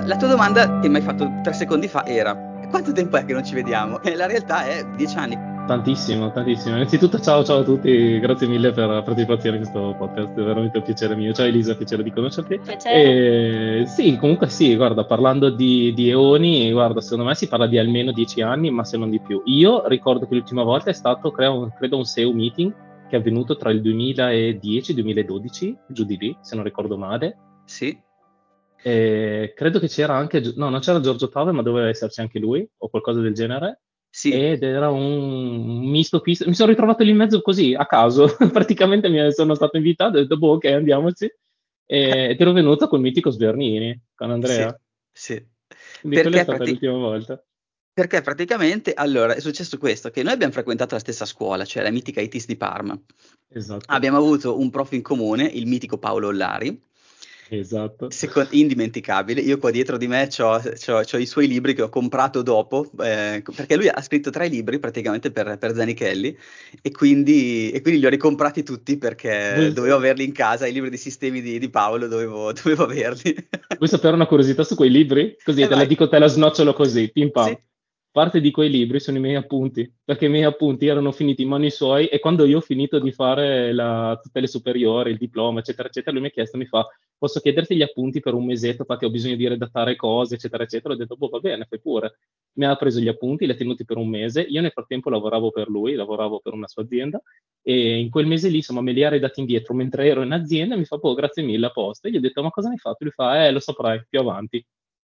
la tua domanda che mi hai fatto 3 secondi fa era: quanto tempo è che non ci vediamo? E la realtà è 10 anni. Tantissimo, tantissimo. Innanzitutto ciao a tutti, grazie mille per la partecipazione a questo podcast, è veramente un piacere mio. Ciao Elisa, piacere di conoscerti. Piacere. Sì, comunque sì, guarda, parlando di eoni, guarda, secondo me si parla di almeno 10 anni, ma se non di più. Io ricordo che l'ultima volta è stato, credo un SEO meeting che è avvenuto tra il 2010 e il 2012, giù di lì, se non ricordo male. Sì, E credo che c'era anche, no, non c'era Giorgio Tave, ma doveva esserci anche lui, o qualcosa del genere. sì. Ed era un misto quiz. Mi sono ritrovato lì in mezzo così, a caso. Praticamente sono stato invitato e ho detto, boh, ok, andiamoci. Ed ero venuto col mitico Svernini, con Sì, Andrea. sì. Quindi quella è Perché, stata l'ultima volta. perché praticamente, allora, è successo questo, che noi abbiamo frequentato la stessa scuola, cioè la mitica ITIS di Parma. Esatto, Abbiamo avuto un prof in comune, il mitico Paolo Ollari, esatto. indimenticabile. Io qua dietro di me c'ho i suoi libri che ho comprato dopo, perché lui ha scritto 3 libri praticamente per Zanichelli, e quindi li ho ricomprati tutti perché Vuoi, dovevo averli in casa, i libri di sistemi di Paolo dovevo averli. vuoi sapere una curiosità su quei libri? Così E te la vai. dico, te la snocciolo così, pim pam. Sì, Parte di quei libri sono i miei appunti, perché i miei appunti erano finiti in mano i suoi e quando io ho finito di fare tutte le superiori, il diploma, eccetera, eccetera, lui mi ha chiesto, mi fa, posso chiederti gli appunti per un mesetto perché ho bisogno di redattare cose, eccetera, eccetera. Ho detto, boh, va bene, fai pure. Mi ha preso gli appunti, li ha tenuti per un mese. Io nel frattempo lavoravo per lui, lavoravo per una sua azienda e in quel mese lì, insomma, me li ha redatti indietro mentre ero in azienda e mi fa, boh, grazie mille, a posto. E gli ho detto, ma cosa ne hai fatto? Lui fa, lo saprai, più avanti.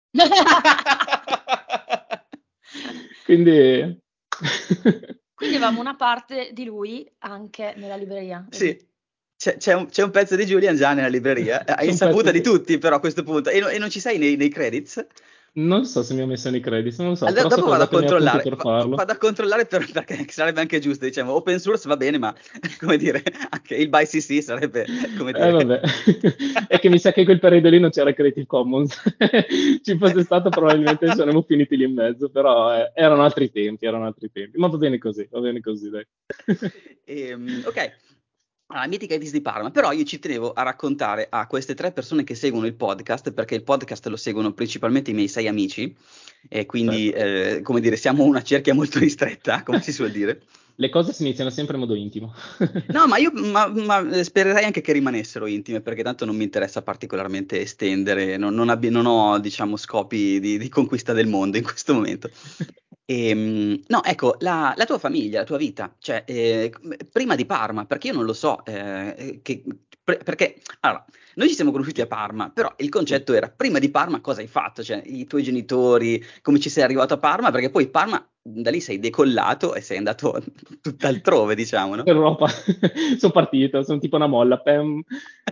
Quindi... Quindi avevamo una parte di lui anche nella libreria, sì. vedi? C'è un pezzo di Julian già nella libreria, a C'è un pezzo insaputa di di... tutti però a questo punto, e non ci sei nei credits? Non so se mi ha messo nei credits, non lo so, Allora, però so dopo che ho vado a dato i miei appunti controllare, per farlo. vado a controllare perché sarebbe anche giusto, diciamo, open source va bene, ma come dire, anche il ByCC sarebbe, come dire. Vabbè, è che mi sa che in quel periodo lì non c'era Creative Commons. Ci fosse stato probabilmente saremmo finiti lì in mezzo, però erano altri tempi, erano altri tempi. Ma va bene così, dai. Ok, allora, mitica Edis di Parma, però io ci tenevo a raccontare a queste 3 persone che seguono il podcast, perché il podcast lo seguono principalmente i miei 6 amici, e quindi, Perfetto. come dire, siamo una cerchia molto ristretta, come si suol dire. Le cose si iniziano sempre in modo intimo. No, ma io spererei anche che rimanessero intime, perché tanto non mi interessa particolarmente estendere, non ho, diciamo, scopi di conquista del mondo in questo momento. No, ecco, la tua famiglia, la tua vita, cioè, prima di Parma, perché io non lo so, perché, allora, noi ci siamo conosciuti a Sì, Parma, però il sì. concetto era, prima di Parma cosa hai fatto? Cioè, i tuoi genitori, come ci sei arrivato a Parma? Perché poi Parma, da lì sei decollato e sei andato tutt'altrove, diciamo, no? Europa, sono partito, sono tipo una molla. Pam.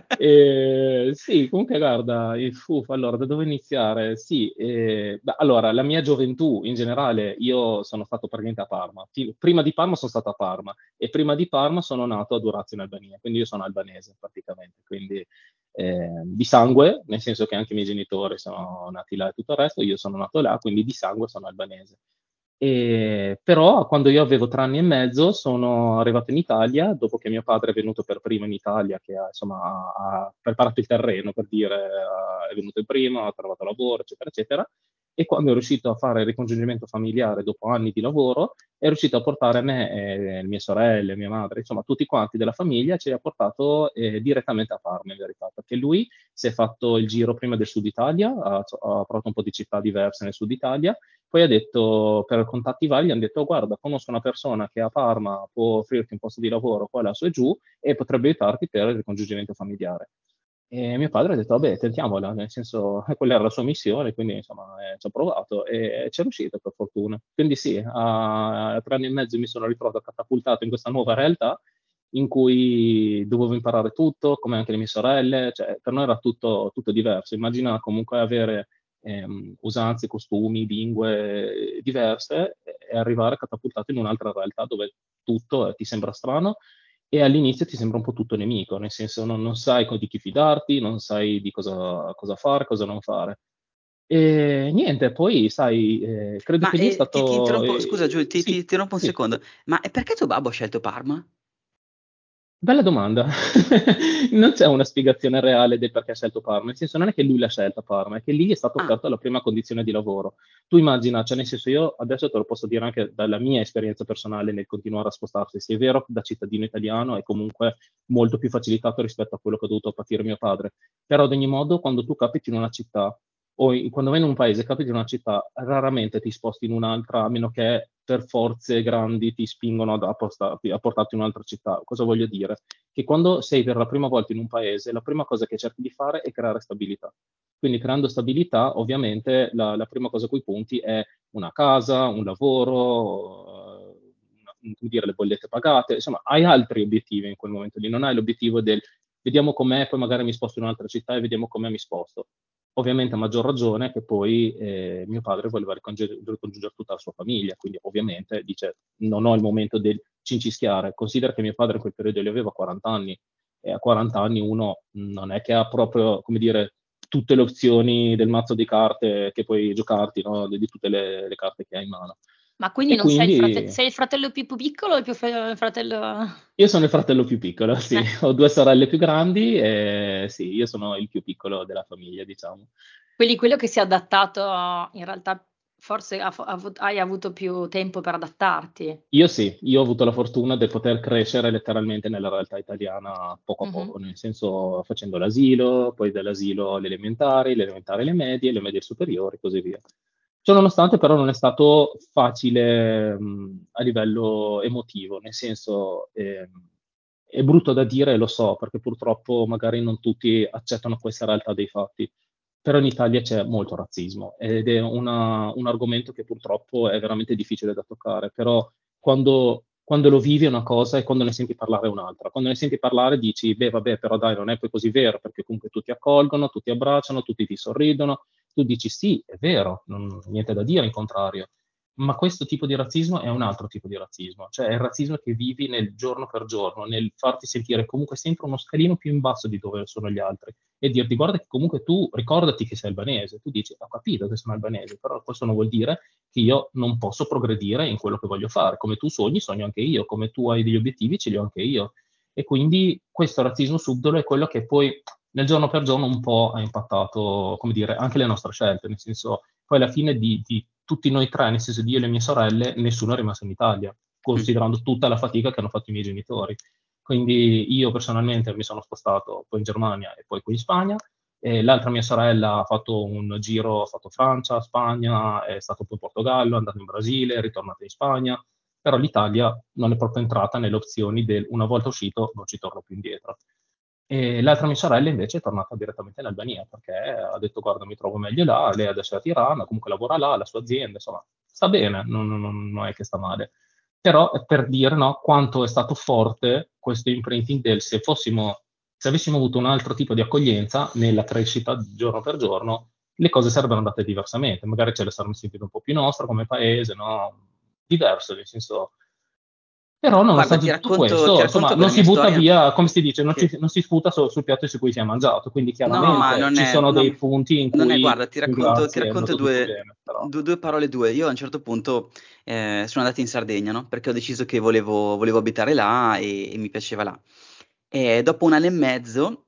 Sì, comunque guarda, allora da dove iniziare? Sì, beh, allora la mia gioventù in generale, io sono stato praticamente a Parma. Prima di Parma sono stato a Parma e prima di Parma sono nato a Durazzo in Albania, quindi io sono albanese praticamente, quindi di sangue, nel senso che anche i miei genitori sono nati là e tutto il resto, io sono nato là, quindi di sangue sono albanese. Però quando io avevo 3 anni e mezzo sono arrivato in Italia, dopo che mio padre è venuto per primo in Italia, che ha, insomma, ha preparato il terreno, per dire, è venuto il primo, ha trovato lavoro, eccetera, eccetera. E quando è riuscito a fare il ricongiungimento familiare dopo anni di lavoro, è riuscito a portare me, le mie sorelle, mia madre, insomma tutti quanti della famiglia, ce li ha portato direttamente a Parma in verità, perché lui si è fatto il giro prima del Sud Italia, ha provato un po' di città diverse nel Sud Italia, poi ha detto, per contatti vari, gli hanno detto, guarda, conosco una persona che a Parma può offrirti un posto di lavoro qua, là, su e giù, e potrebbe aiutarti per il ricongiungimento familiare. E mio padre ha detto, vabbè, tentiamola, nel senso, quella era la sua missione, quindi insomma, ci ha provato e ci è riuscito per fortuna. Quindi sì, a 3 anni e mezzo mi sono ritrovato catapultato in questa nuova realtà in cui dovevo imparare tutto, come anche le mie sorelle, cioè per noi era tutto diverso. Immagina comunque avere usanze, costumi, lingue diverse e arrivare catapultato in un'altra realtà dove tutto ti sembra strano e all'inizio ti sembra un po' tutto nemico, nel senso non sai di chi fidarti, non sai di cosa fare, cosa non fare. E niente, poi sai, credo Ma che lì è ti stato... interrompo, scusa Giulio, ti sì, interrompo un sì. secondo, ma perché tuo babbo ha scelto Parma? Bella domanda. Non c'è una spiegazione reale del perché ha scelto Parma, nel senso non è che lui l'ha scelta Parma, è che lì è stata Ah, offerta la prima condizione di lavoro. Tu immagina, cioè nel senso io adesso te lo posso dire anche dalla mia esperienza personale nel continuare a spostarsi, sì è vero che da cittadino italiano è comunque molto più facilitato rispetto a quello che ha dovuto patire mio padre, però ad ogni modo quando tu capiti in una città quando vai in un paese, capiti in una città, raramente ti sposti in un'altra, a meno che per forze grandi ti spingono a portarti in un'altra città. Cosa voglio dire? Che quando sei per la prima volta in un paese, la prima cosa che cerchi di fare è creare stabilità. Quindi creando stabilità, ovviamente, la prima cosa a cui punti è una casa, un lavoro, come dire, le bollette pagate, insomma, hai altri obiettivi in quel momento lì, non hai l'obiettivo del vediamo com'è, poi magari mi sposto in un'altra città e vediamo com'è mi sposto. Ovviamente a maggior ragione che poi mio padre voleva ricongiungere tutta la sua famiglia, quindi ovviamente dice non ho il momento del cincischiare. Considera che mio padre in quel periodo li aveva 40 anni e a 40 anni uno non è che ha proprio, come dire, tutte le opzioni del mazzo di carte che puoi giocarti, no? Di tutte le carte che hai in mano. Ma quindi E non quindi sei il fratello più piccolo o il fratello... io sono il fratello più piccolo, sì, Eh, ho due sorelle più grandi e sì, io sono il più piccolo della famiglia, diciamo. quindi quello che si è adattato, in realtà forse hai avuto più tempo per adattarti. Io sì, io ho avuto la fortuna di poter crescere letteralmente nella realtà italiana poco a Mhm. poco, nel senso facendo l'asilo, poi dall'asilo alle elementari, le elementari alle medie, le medie superiori, e così via. Ciononostante però non è stato facile a livello emotivo, nel senso è brutto da dire, lo so, perché purtroppo magari non tutti accettano questa realtà dei fatti, però in Italia c'è molto razzismo ed è un argomento che purtroppo è veramente difficile da toccare, però quando lo vivi è una cosa e quando ne senti parlare è un'altra. Quando ne senti parlare dici, beh vabbè, però dai, non è poi così vero, perché comunque tutti accolgono, tutti abbracciano, tutti ti sorridono, tu dici sì, è vero, niente da dire in contrario, ma questo tipo di razzismo è un altro tipo di razzismo, cioè è il razzismo che vivi nel giorno per giorno, nel farti sentire comunque sempre uno scalino più in basso di dove sono gli altri e dirti guarda che comunque tu ricordati che sei albanese, tu dici ho capito che sono albanese, però questo non vuol dire che io non posso progredire in quello che voglio fare, come tu sogni, sogno anche io, come tu hai degli obiettivi, ce li ho anche io. E quindi questo razzismo subdolo è quello che poi nel giorno per giorno un po' ha impattato, come dire, anche le nostre scelte, nel senso, poi alla fine di tutti noi tre, nel senso di io e le mie sorelle, nessuno è rimasto in Italia, mm. considerando tutta la fatica che hanno fatto i miei genitori. Quindi io personalmente mi sono spostato poi in Germania e poi qui in Spagna, e l'altra mia sorella ha fatto un giro, ha fatto Francia, Spagna, è stato poi in Portogallo, è andato in Brasile, è ritornato in Spagna, però l'Italia non è proprio entrata nelle opzioni del una volta uscito non ci torno più indietro. E l'altra mia sorella invece è tornata direttamente in Albania perché ha detto guarda mi trovo meglio là, lei adesso è a Tirana, comunque lavora là, la sua azienda, insomma sta bene, non è che sta male. Però è per dire no, quanto è stato forte questo imprinting del se avessimo avuto un altro tipo di accoglienza nella crescita giorno per giorno, le cose sarebbero andate diversamente, magari ce le saremmo sentite un po' più nostre come paese, no? Diverso, nel senso però Guarda, nonostante tutto ti questo, insomma, racconto non quella si mia butta storia via, come si dice, che non si sputa sul piatto su cui si è mangiato. Quindi no, ma chiaramente ci sono dei punti in cui guarda, ti ringrazi e racconto non tutto bene, però. due parole due. Io a un certo punto sono andato in Sardegna, no? Perché ho deciso che volevo abitare là e mi piaceva là. E dopo un anno e mezzo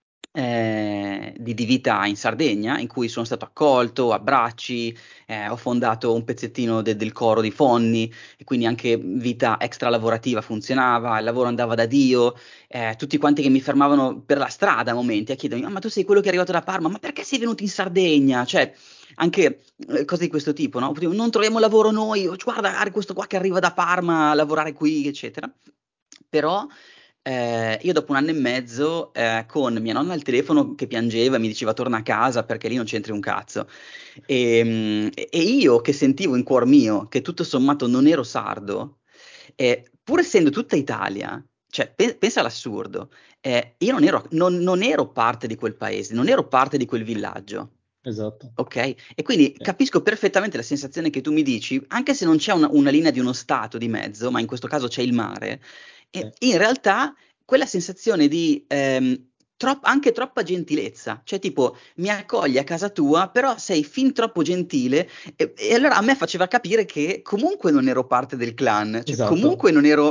di vita in Sardegna, in cui sono stato accolto, abbracci, ho fondato un pezzettino del coro di Fonni, e quindi anche vita extra lavorativa funzionava, il lavoro andava da Dio, tutti quanti che mi fermavano per la strada a momenti a chiedermi: "Ah, ma tu sei quello che è arrivato da Parma, ma perché sei venuto in Sardegna?" Cioè, anche cose di questo tipo, no? Tipo, non troviamo lavoro noi, guarda, questo qua che arriva da Parma a lavorare qui, eccetera. Però io dopo un anno e mezzo, con mia nonna al telefono che piangeva e mi diceva torna a casa perché lì non c'entri un cazzo. E io che sentivo in cuor mio che tutto sommato non ero sardo, pur essendo tutta Italia, cioè pensa all'assurdo, io non ero parte di quel paese, non ero parte di quel villaggio. Esatto. Ok? E quindi Sì, capisco perfettamente la sensazione che tu mi dici, anche se non c'è una linea di uno stato di mezzo, ma in questo caso c'è il mare, sì, e in realtà quella sensazione di anche troppa gentilezza, cioè tipo mi accogli a casa tua, però sei fin troppo gentile e allora a me faceva capire che comunque non ero parte del clan, cioè Esatto, comunque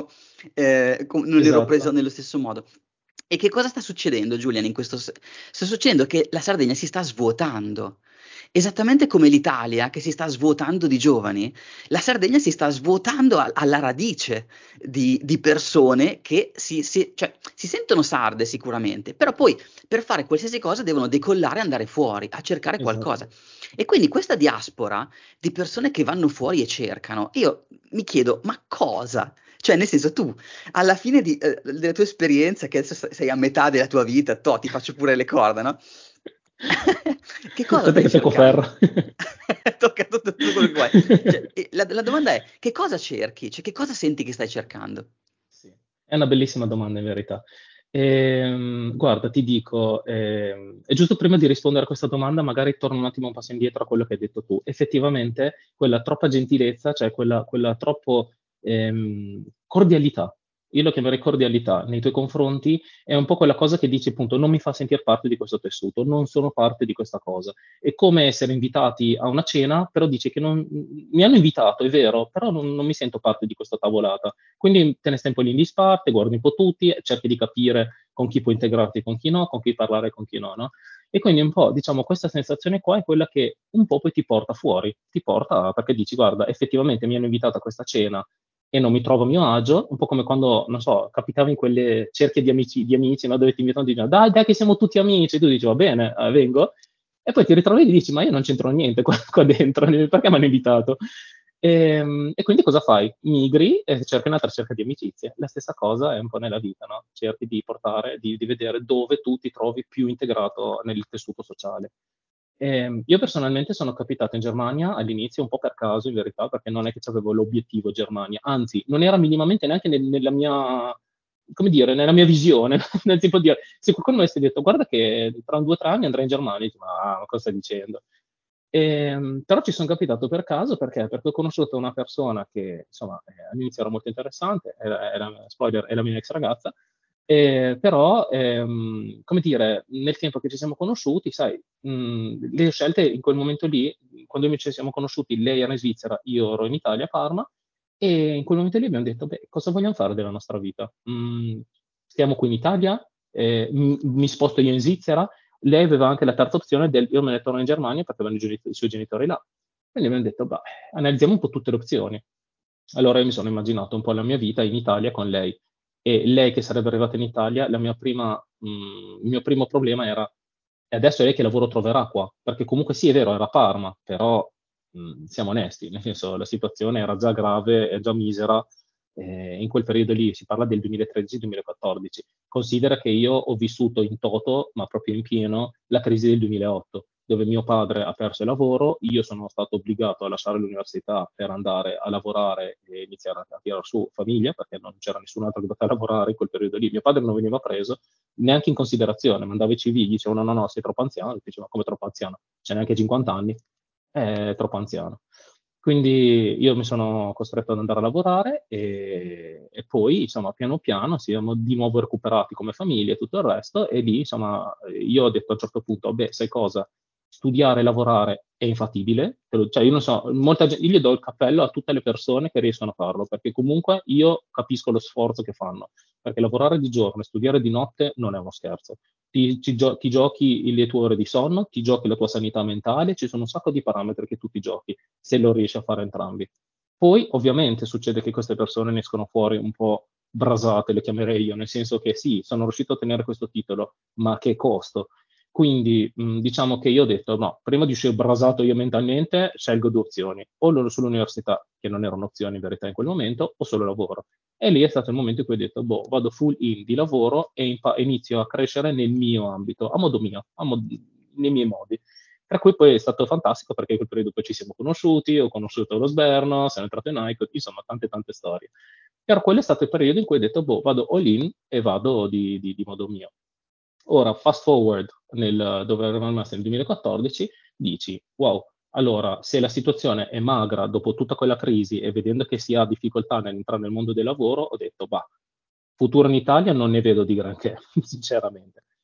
non ero preso esatto, nello stesso modo. E che cosa sta succedendo, Julian, sta succedendo che la Sardegna si sta svuotando. Esattamente come l'Italia che si sta svuotando di giovani, la Sardegna si sta svuotando alla radice di persone che cioè, si sentono sarde sicuramente, però poi per fare qualsiasi cosa devono decollare e andare fuori a cercare qualcosa. esatto. E quindi questa diaspora di persone che vanno fuori e cercano, io mi chiedo, ma cosa? Cioè, nel senso, tu alla fine della tua esperienza, che adesso sei a metà della tua vita, ti faccio pure le corda, no? Che cosa Aspetta stai che tocco ferro. cercando? Tocca tutto quello che vuoi. Cioè, la domanda è, che cosa cerchi? Cioè, che cosa senti che stai cercando? Sì, è una bellissima domanda in verità. Guarda, ti dico, è giusto prima di rispondere a questa domanda, magari torno un attimo un passo indietro a quello che hai detto tu. Effettivamente, quella troppa gentilezza, cioè quella troppo cordialità, io lo chiamerei cordialità nei tuoi confronti, è un po' quella cosa che dici appunto non mi fa sentire parte di questo tessuto, non sono parte di questa cosa. È come essere invitati a una cena, però dici che mi hanno invitato, è vero, però non mi sento parte di questa tavolata. Quindi te ne stai un po' lì in disparte, guardi un po' tutti, cerchi di capire con chi puoi integrarti e con chi no, con chi parlare e con chi no, no? E quindi un po', diciamo, questa sensazione qua è quella che un po' poi ti porta fuori, ti porta perché dici, guarda, effettivamente mi hanno invitato a questa cena e non mi trovo a mio agio, un po' come quando, non so, capitavo in quelle cerchie di amici, no? Dove ti invitano e dicono, dai, dai, che siamo tutti amici, e tu dici, va bene, vengo, e poi ti ritrovi e dici, ma io non c'entro niente qua dentro, perché mi hanno invitato? E quindi cosa fai? Migri e cerchi un'altra cerca di amicizie. La stessa cosa è un po' nella vita, no? Cerchi di portare, di vedere dove tu ti trovi più integrato nel tessuto sociale. Io personalmente sono capitato in Germania all'inizio un po' per caso, in verità, perché non è che avevo l'obiettivo Germania, anzi, non era minimamente neanche nella mia, come dire, nella mia visione, nel tipo dire, se qualcuno mi avesse detto, guarda che tra 2 o 3 anni andrai in Germania, dico, ma cosa stai dicendo? Però ci sono capitato per caso perché ho conosciuto una persona che, insomma, all'inizio era molto interessante, spoiler, è la mia ex ragazza, però, come dire, nel tempo che ci siamo conosciuti, sai, le scelte in quel momento lì, quando noi ci siamo conosciuti, lei era in Svizzera, io ero in Italia, a Parma, e in quel momento lì abbiamo detto, beh, cosa vogliamo fare della nostra vita? Stiamo qui in Italia, mi sposto io in Svizzera, lei aveva anche la terza opzione del io me ne torno in Germania perché avevano i suoi genitori là. Quindi abbiamo detto, beh, analizziamo un po' tutte le opzioni. Allora io mi sono immaginato un po' la mia vita in Italia con lei. E lei che sarebbe arrivata in Italia, il mio primo problema era, e adesso lei che lavoro troverà qua? Perché comunque sì, è vero, era a Parma, però siamo onesti, nel senso la situazione era già grave, è già misera, in quel periodo lì si parla del 2013-2014. Considera che io ho vissuto in toto, ma proprio in pieno, la crisi del 2008, dove mio padre ha perso il lavoro, io sono stato obbligato a lasciare l'università per andare a lavorare e iniziare a tirare su famiglia, perché non c'era nessun altro che poteva lavorare in quel periodo lì. Mio padre non veniva preso neanche in considerazione, mandava i CV, dicevano no, no, sei troppo anziano, diceva come troppo anziano? C'è neanche 50 anni, è troppo anziano. Quindi io mi sono costretto ad andare a lavorare e poi, insomma, piano piano siamo di nuovo recuperati come famiglia e tutto il resto e lì, insomma, io ho detto a un certo punto, beh, sai cosa? Studiare e lavorare è infattibile, cioè io non so, molta gente, io gli do il cappello a tutte le persone che riescono a farlo, perché comunque io capisco lo sforzo che fanno, perché lavorare di giorno e studiare di notte non è uno scherzo. Ti giochi le tue ore di sonno, ti giochi la tua sanità mentale, ci sono un sacco di parametri che tu ti giochi se lo riesci a fare entrambi. Poi, ovviamente, succede che queste persone ne escono fuori un po' brasate, le chiamerei io, nel senso che sì, sono riuscito a ottenere questo titolo, ma a che costo? Quindi, diciamo che io ho detto, no, prima di uscire brasato io mentalmente, scelgo 2 opzioni, o sull'università, che non era un'opzione in verità in quel momento, o solo lavoro. E lì è stato il momento in cui ho detto, boh, vado full in di lavoro e inizio a crescere nel mio ambito, a modo mio, nei miei modi. Per cui poi è stato fantastico perché in quel periodo poi ci siamo conosciuti, ho conosciuto lo Sberno, sono entrato in Nike, insomma tante tante storie. Però quello è stato il periodo in cui ho detto, boh, vado all in e vado di modo mio. Ora, fast forward dove eravamo rimasti nel 2014, dici, wow, allora se la situazione è magra dopo tutta quella crisi e vedendo che si ha difficoltà nell'entrare nel mondo del lavoro, ho detto, bah, futuro in Italia non ne vedo di granché, sinceramente.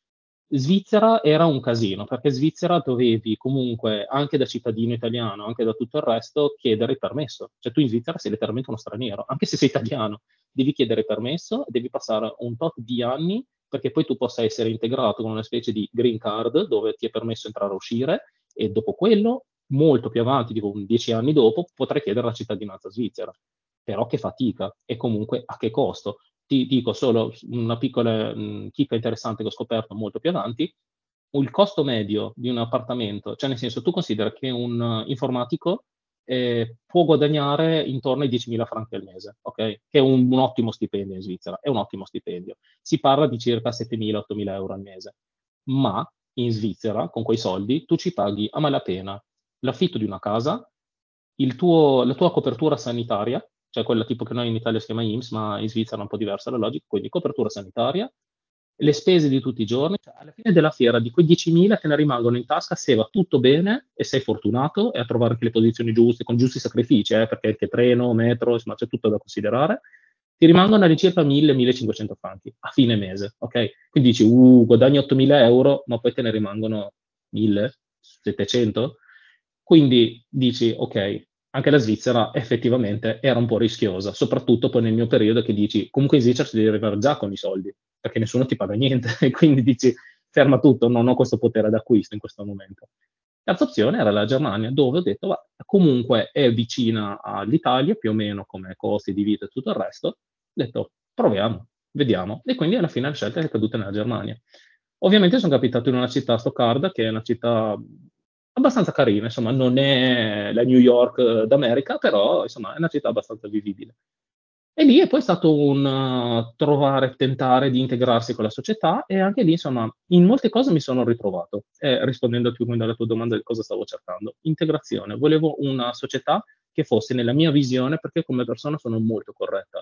Svizzera era un casino, perché Svizzera dovevi comunque, anche da cittadino italiano, anche da tutto il resto, chiedere il permesso. Cioè tu in Svizzera sei letteralmente uno straniero, anche se sei italiano, devi chiedere permesso, devi passare un tot di anni perché poi tu possa essere integrato con una specie di green card dove ti è permesso entrare e uscire e dopo quello, molto più avanti, tipo 10 anni dopo, potrai chiedere la cittadinanza svizzera. Però che fatica e comunque a che costo? Ti dico solo una piccola chicca interessante che ho scoperto molto più avanti. Il costo medio di un appartamento, cioè nel senso tu considera che un informatico può guadagnare intorno ai 10.000 franchi al mese, ok? Che è un ottimo stipendio in Svizzera, è un ottimo stipendio. Si parla di circa 7.000-8.000 euro al mese. Ma in Svizzera, con quei soldi, tu ci paghi a malapena l'affitto di una casa, la tua copertura sanitaria, cioè quella tipo che noi in Italia si chiama INPS, ma in Svizzera è un po' diversa la logica, quindi copertura sanitaria, le spese di tutti i giorni, cioè alla fine della fiera di quei 10.000 te ne rimangono in tasca se va tutto bene e sei fortunato e a trovare anche le posizioni giuste, con giusti sacrifici, perché anche treno, metro, insomma c'è tutto da considerare, ti rimangono all'incirca 1.000-1.500 franchi a fine mese, ok? Quindi dici, guadagni 8.000 euro, ma poi te ne rimangono 1.700? Quindi dici, ok, anche la Svizzera effettivamente era un po' rischiosa, soprattutto poi nel mio periodo che dici, comunque in Svizzera si deve arrivare già con i soldi, perché nessuno ti paga niente, e quindi dici, ferma tutto, non ho questo potere d'acquisto in questo momento. Terza opzione era la Germania, dove ho detto, "Va, comunque è vicina all'Italia, più o meno come costi di vita e tutto il resto, ho detto, proviamo, vediamo. E quindi alla fine la scelta è caduta nella Germania. Ovviamente sono capitato in una città, Stoccarda, che è una città abbastanza carina, insomma, non è la New York d'America, però insomma è una città abbastanza vivibile. E lì è poi stato un trovare, tentare di integrarsi con la società e anche lì, insomma, in molte cose mi sono ritrovato, rispondendo più alla tua domanda di cosa stavo cercando. Integrazione. Volevo una società che fosse nella mia visione, perché come persona sono molto corretta.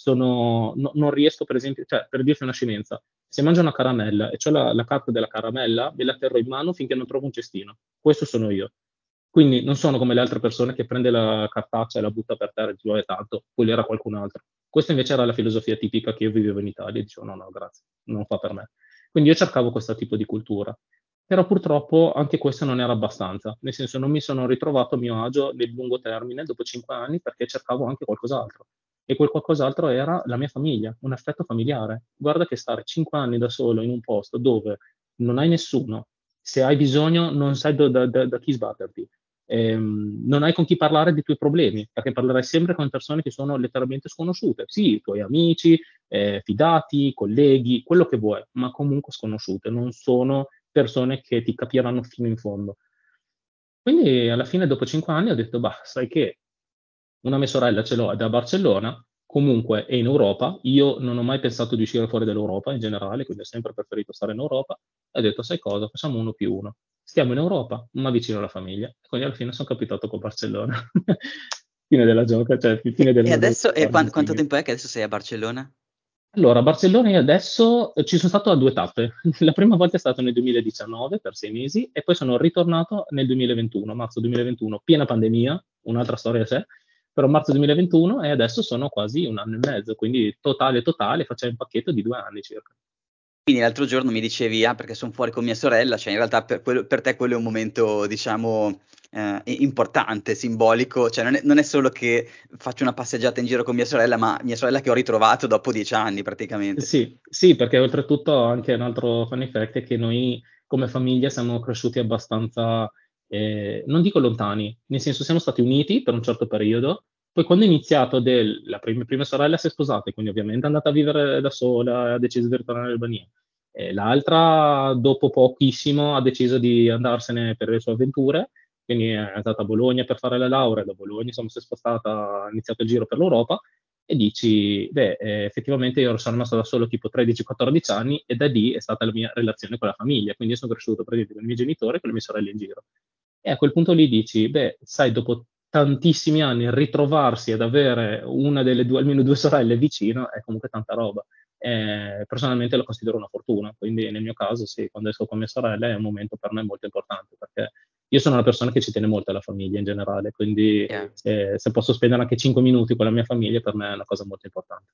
Non riesco, per esempio, cioè, per dirti una scemenza, se mangio una caramella e ho la carta della caramella, me la terrò in mano finché non trovo un cestino. Questo sono io. Quindi non sono come le altre persone che prende la cartaccia e la butta per terra e dice, "Vabbè, tanto, quello era qualcun altro." Questa invece era la filosofia tipica che io vivevo in Italia e dicevo, no, no, grazie, non fa per me. Quindi io cercavo questo tipo di cultura. Però purtroppo anche questo non era abbastanza, nel senso non mi sono ritrovato a mio agio nel lungo termine, dopo 5 anni, perché cercavo anche qualcos'altro. E quel qualcos'altro era la mia famiglia, un affetto familiare. Guarda che stare 5 anni da solo in un posto dove non hai nessuno, se hai bisogno non sai da chi sbatterti, non hai con chi parlare dei tuoi problemi, perché parlerai sempre con persone che sono letteralmente sconosciute. Sì, i tuoi amici, fidati, colleghi, quello che vuoi, ma comunque sconosciute, non sono persone che ti capiranno fino in fondo. Quindi alla fine, dopo 5 anni, ho detto, bah, sai che una mia sorella ce l'ho, è da Barcellona, comunque è in Europa, io non ho mai pensato di uscire fuori dall'Europa in generale, quindi ho sempre preferito stare in Europa, e ho detto, sai cosa, facciamo 1+1. Stiamo in Europa, ma vicino alla famiglia. E quindi alla fine sono capitato con Barcellona. Fine della gioca, cioè fine E della adesso, storia, quanto fine. tempo è che adesso sei a Barcellona? Allora, a Barcellona io adesso ci sono stato a 2 tappe. La prima volta è stato nel 2019 per 6 mesi e poi sono ritornato nel 2021, marzo 2021, piena pandemia, un'altra storia a sé, però marzo 2021 e adesso sono quasi un anno e mezzo, quindi totale totale facciamo un pacchetto di 2 anni circa. Quindi l'altro giorno mi dicevi, ah, perché sono fuori con mia sorella, cioè in realtà per te quello è un momento, diciamo, importante, simbolico, cioè non è solo che faccio una passeggiata in giro con mia sorella, ma mia sorella che ho ritrovato dopo 10 anni praticamente. Sì, sì, perché oltretutto anche un altro funny fact è che noi come famiglia siamo cresciuti abbastanza, non dico lontani, nel senso siamo stati uniti per un certo periodo, poi quando è iniziato la prima sorella si è sposata, e quindi ovviamente è andata a vivere da sola, ha deciso di ritornare in Albania. E l'altra, dopo pochissimo, ha deciso di andarsene per le sue avventure, quindi è andata a Bologna per fare la laurea, da Bologna insomma si è spostata, ha iniziato il giro per l'Europa e dici, beh, effettivamente io sono rimasto da solo tipo 13-14 anni e da lì è stata la mia relazione con la famiglia, quindi io sono cresciuto praticamente con i miei genitori e con le mie sorelle in giro. E a quel punto lì dici, beh, sai, dopo tantissimi anni ritrovarsi ad avere una delle due, almeno due sorelle vicino è comunque tanta roba. Personalmente lo considero una fortuna, quindi nel mio caso sì, quando esco con mia sorella è un momento per me molto importante, perché io sono una persona che ci tiene molto alla famiglia in generale, quindi Chiaro. se posso spendere anche 5 minuti con la mia famiglia per me è una cosa molto importante.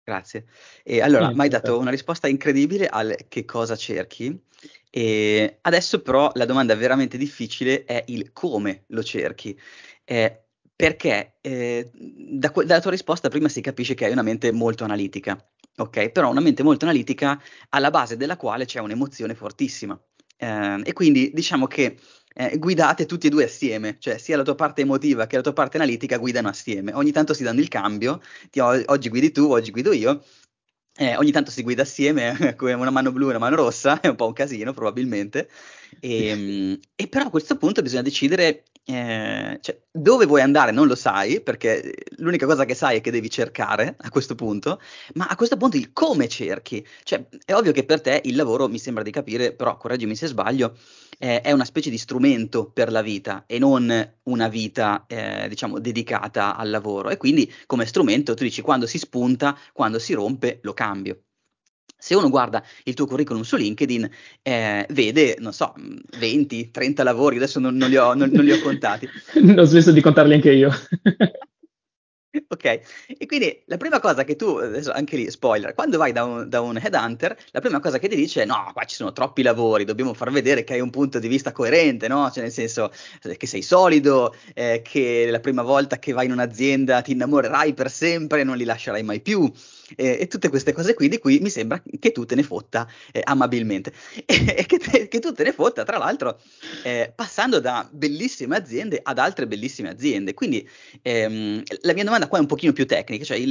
Grazie. E allora, mi Niente, hai a te. dato una risposta incredibile al che cosa cerchi, e adesso però la domanda veramente difficile è il come lo cerchi. Perché dalla tua risposta prima si capisce che hai una mente molto analitica, ok? Però una mente molto analitica alla base della quale c'è un'emozione fortissima. E quindi diciamo che guidate tutti e due assieme, cioè sia la tua parte emotiva che la tua parte analitica guidano assieme. Ogni tanto si danno il cambio, oggi guidi tu, oggi guido io. Ogni tanto si guida assieme, come una mano blu e una mano rossa, è un po' un casino probabilmente. E però a questo punto bisogna decidere, cioè, dove vuoi andare non lo sai, perché l'unica cosa che sai è che devi cercare a questo punto, ma a questo punto il come cerchi. Cioè, è ovvio che per te il lavoro, mi sembra di capire, però correggimi se sbaglio, è una specie di strumento per la vita e non una vita, diciamo, dedicata al lavoro. E quindi come strumento tu dici quando si spunta, quando si rompe, lo cambio. Se uno guarda il tuo curriculum su LinkedIn, vede, non so, 20, 30 lavori, adesso non li ho contati. Ho smesso di contarli anche io. Ok, e quindi la prima cosa che tu, adesso anche lì, spoiler, quando vai da un headhunter, la prima cosa che ti dice è no, qua ci sono troppi lavori, dobbiamo far vedere che hai un punto di vista coerente, no? Cioè nel senso che sei solido, che la prima volta che vai in un'azienda ti innamorerai per sempre e non li lascerai mai più, e tutte queste cose qui di cui mi sembra che tu te ne fotta amabilmente. E che tu te ne fotta, tra l'altro, passando da bellissime aziende ad altre bellissime aziende. Quindi la mia domanda qua è un pochino più tecnica, cioè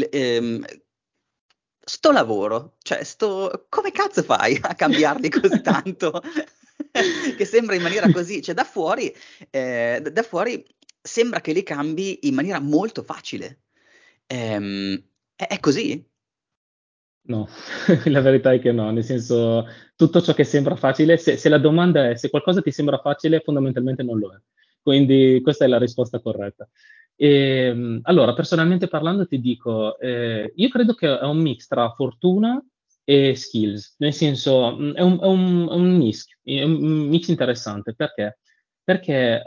sto lavoro, cioè come cazzo fai a cambiarli così tanto? Che sembra in maniera così, cioè da fuori sembra che li cambi in maniera molto facile. È così? No, la verità è che no, nel senso, tutto ciò che sembra facile, se la domanda è se qualcosa ti sembra facile, fondamentalmente non lo è. Quindi questa è la risposta corretta. Allora, personalmente parlando, ti dico, io credo che è un mix tra fortuna e skills, nel senso, è un mix, è un mix interessante. Perché? Perché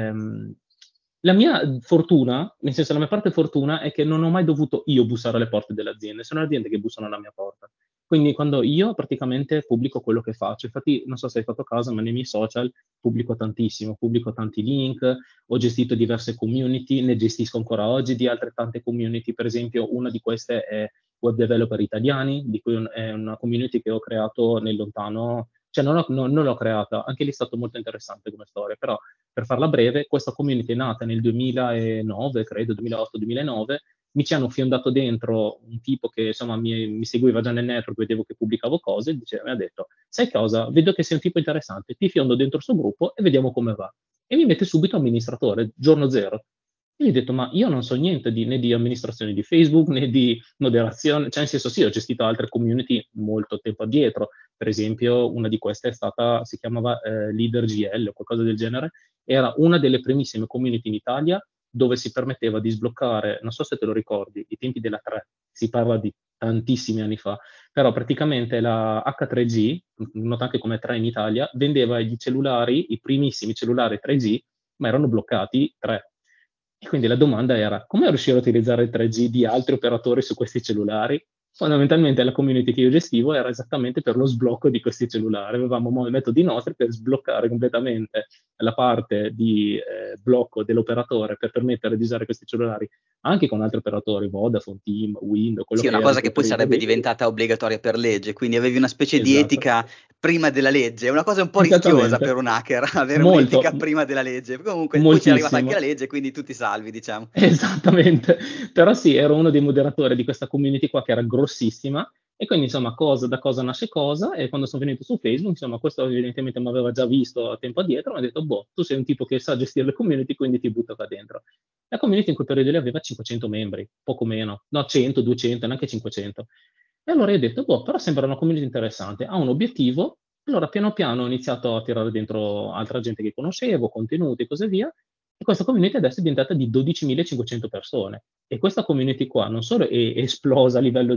la mia fortuna, nel senso la mia parte fortuna è che non ho mai dovuto io bussare alle porte delle aziende, sono le aziende che bussano alla mia porta. Quindi quando io praticamente pubblico quello che faccio, infatti non so se hai fatto caso, ma nei miei social pubblico tantissimo, pubblico tanti link, ho gestito diverse community, ne gestisco ancora oggi di altrettante community, per esempio una di queste è Web Developer Italiani, di cui è una community che ho creato nel lontano, cioè non l'ho creata, anche lì è stato molto interessante come storia, però per farla breve, questa community è nata nel 2009, credo, 2008-2009, mi ci hanno fiondato dentro un tipo che insomma mi seguiva già nel network, vedevo che pubblicavo cose, mi ha detto, sai cosa, vedo che sei un tipo interessante, ti fiondo dentro il suo gruppo e vediamo come va. E mi mette subito amministratore, giorno zero. E gli ho detto, ma io non so niente né di amministrazione di Facebook né di moderazione, cioè nel senso sì, ho gestito altre community molto tempo addietro, per esempio una di queste è stata, si chiamava Leader GL o qualcosa del genere, era una delle primissime community in Italia dove si permetteva di sbloccare, non so se te lo ricordi, i tempi della 3, si parla di tantissimi anni fa, però praticamente la H3G, nota anche come 3 in Italia, vendeva i cellulari, i primissimi cellulari 3G, ma erano bloccati 3. E quindi la domanda era, come riuscire a utilizzare il 3G di altri operatori su questi cellulari? Fondamentalmente la community che io gestivo era esattamente per lo sblocco di questi cellulari. Avevamo metodi nostri per sbloccare completamente la parte di blocco dell'operatore per permettere di usare questi cellulari anche con altri operatori, Vodafone, Team, Wind, quello Sì, che una era in cosa che quel poi periodo sarebbe lì. diventata obbligatoria per legge, quindi avevi una specie di Esatto, etica prima della legge, è una cosa un po' rischiosa per esattamente. un hacker, avere Molto, un'etica prima della legge. Comunque, poi c'è arrivata anche la moltissimo. legge, quindi tu ti salvi, diciamo. Esattamente, però sì, ero uno dei moderatori di questa community qua che era grossissima e quindi insomma da cosa nasce cosa e quando sono venuto su Facebook insomma questo evidentemente mi aveva già visto a tempo addietro e mi ha detto boh, tu sei un tipo che sa gestire le community quindi ti butto qua dentro. La community in quel periodo lì aveva 500 membri, poco meno, no 100, 200, neanche 500. E allora io ho detto boh, però sembra una community interessante, ha un obiettivo, allora piano piano ho iniziato a tirare dentro altra gente che conoscevo, contenuti e così via e questa community adesso è diventata di 12.500 persone. E questa community qua non solo è esplosa a livello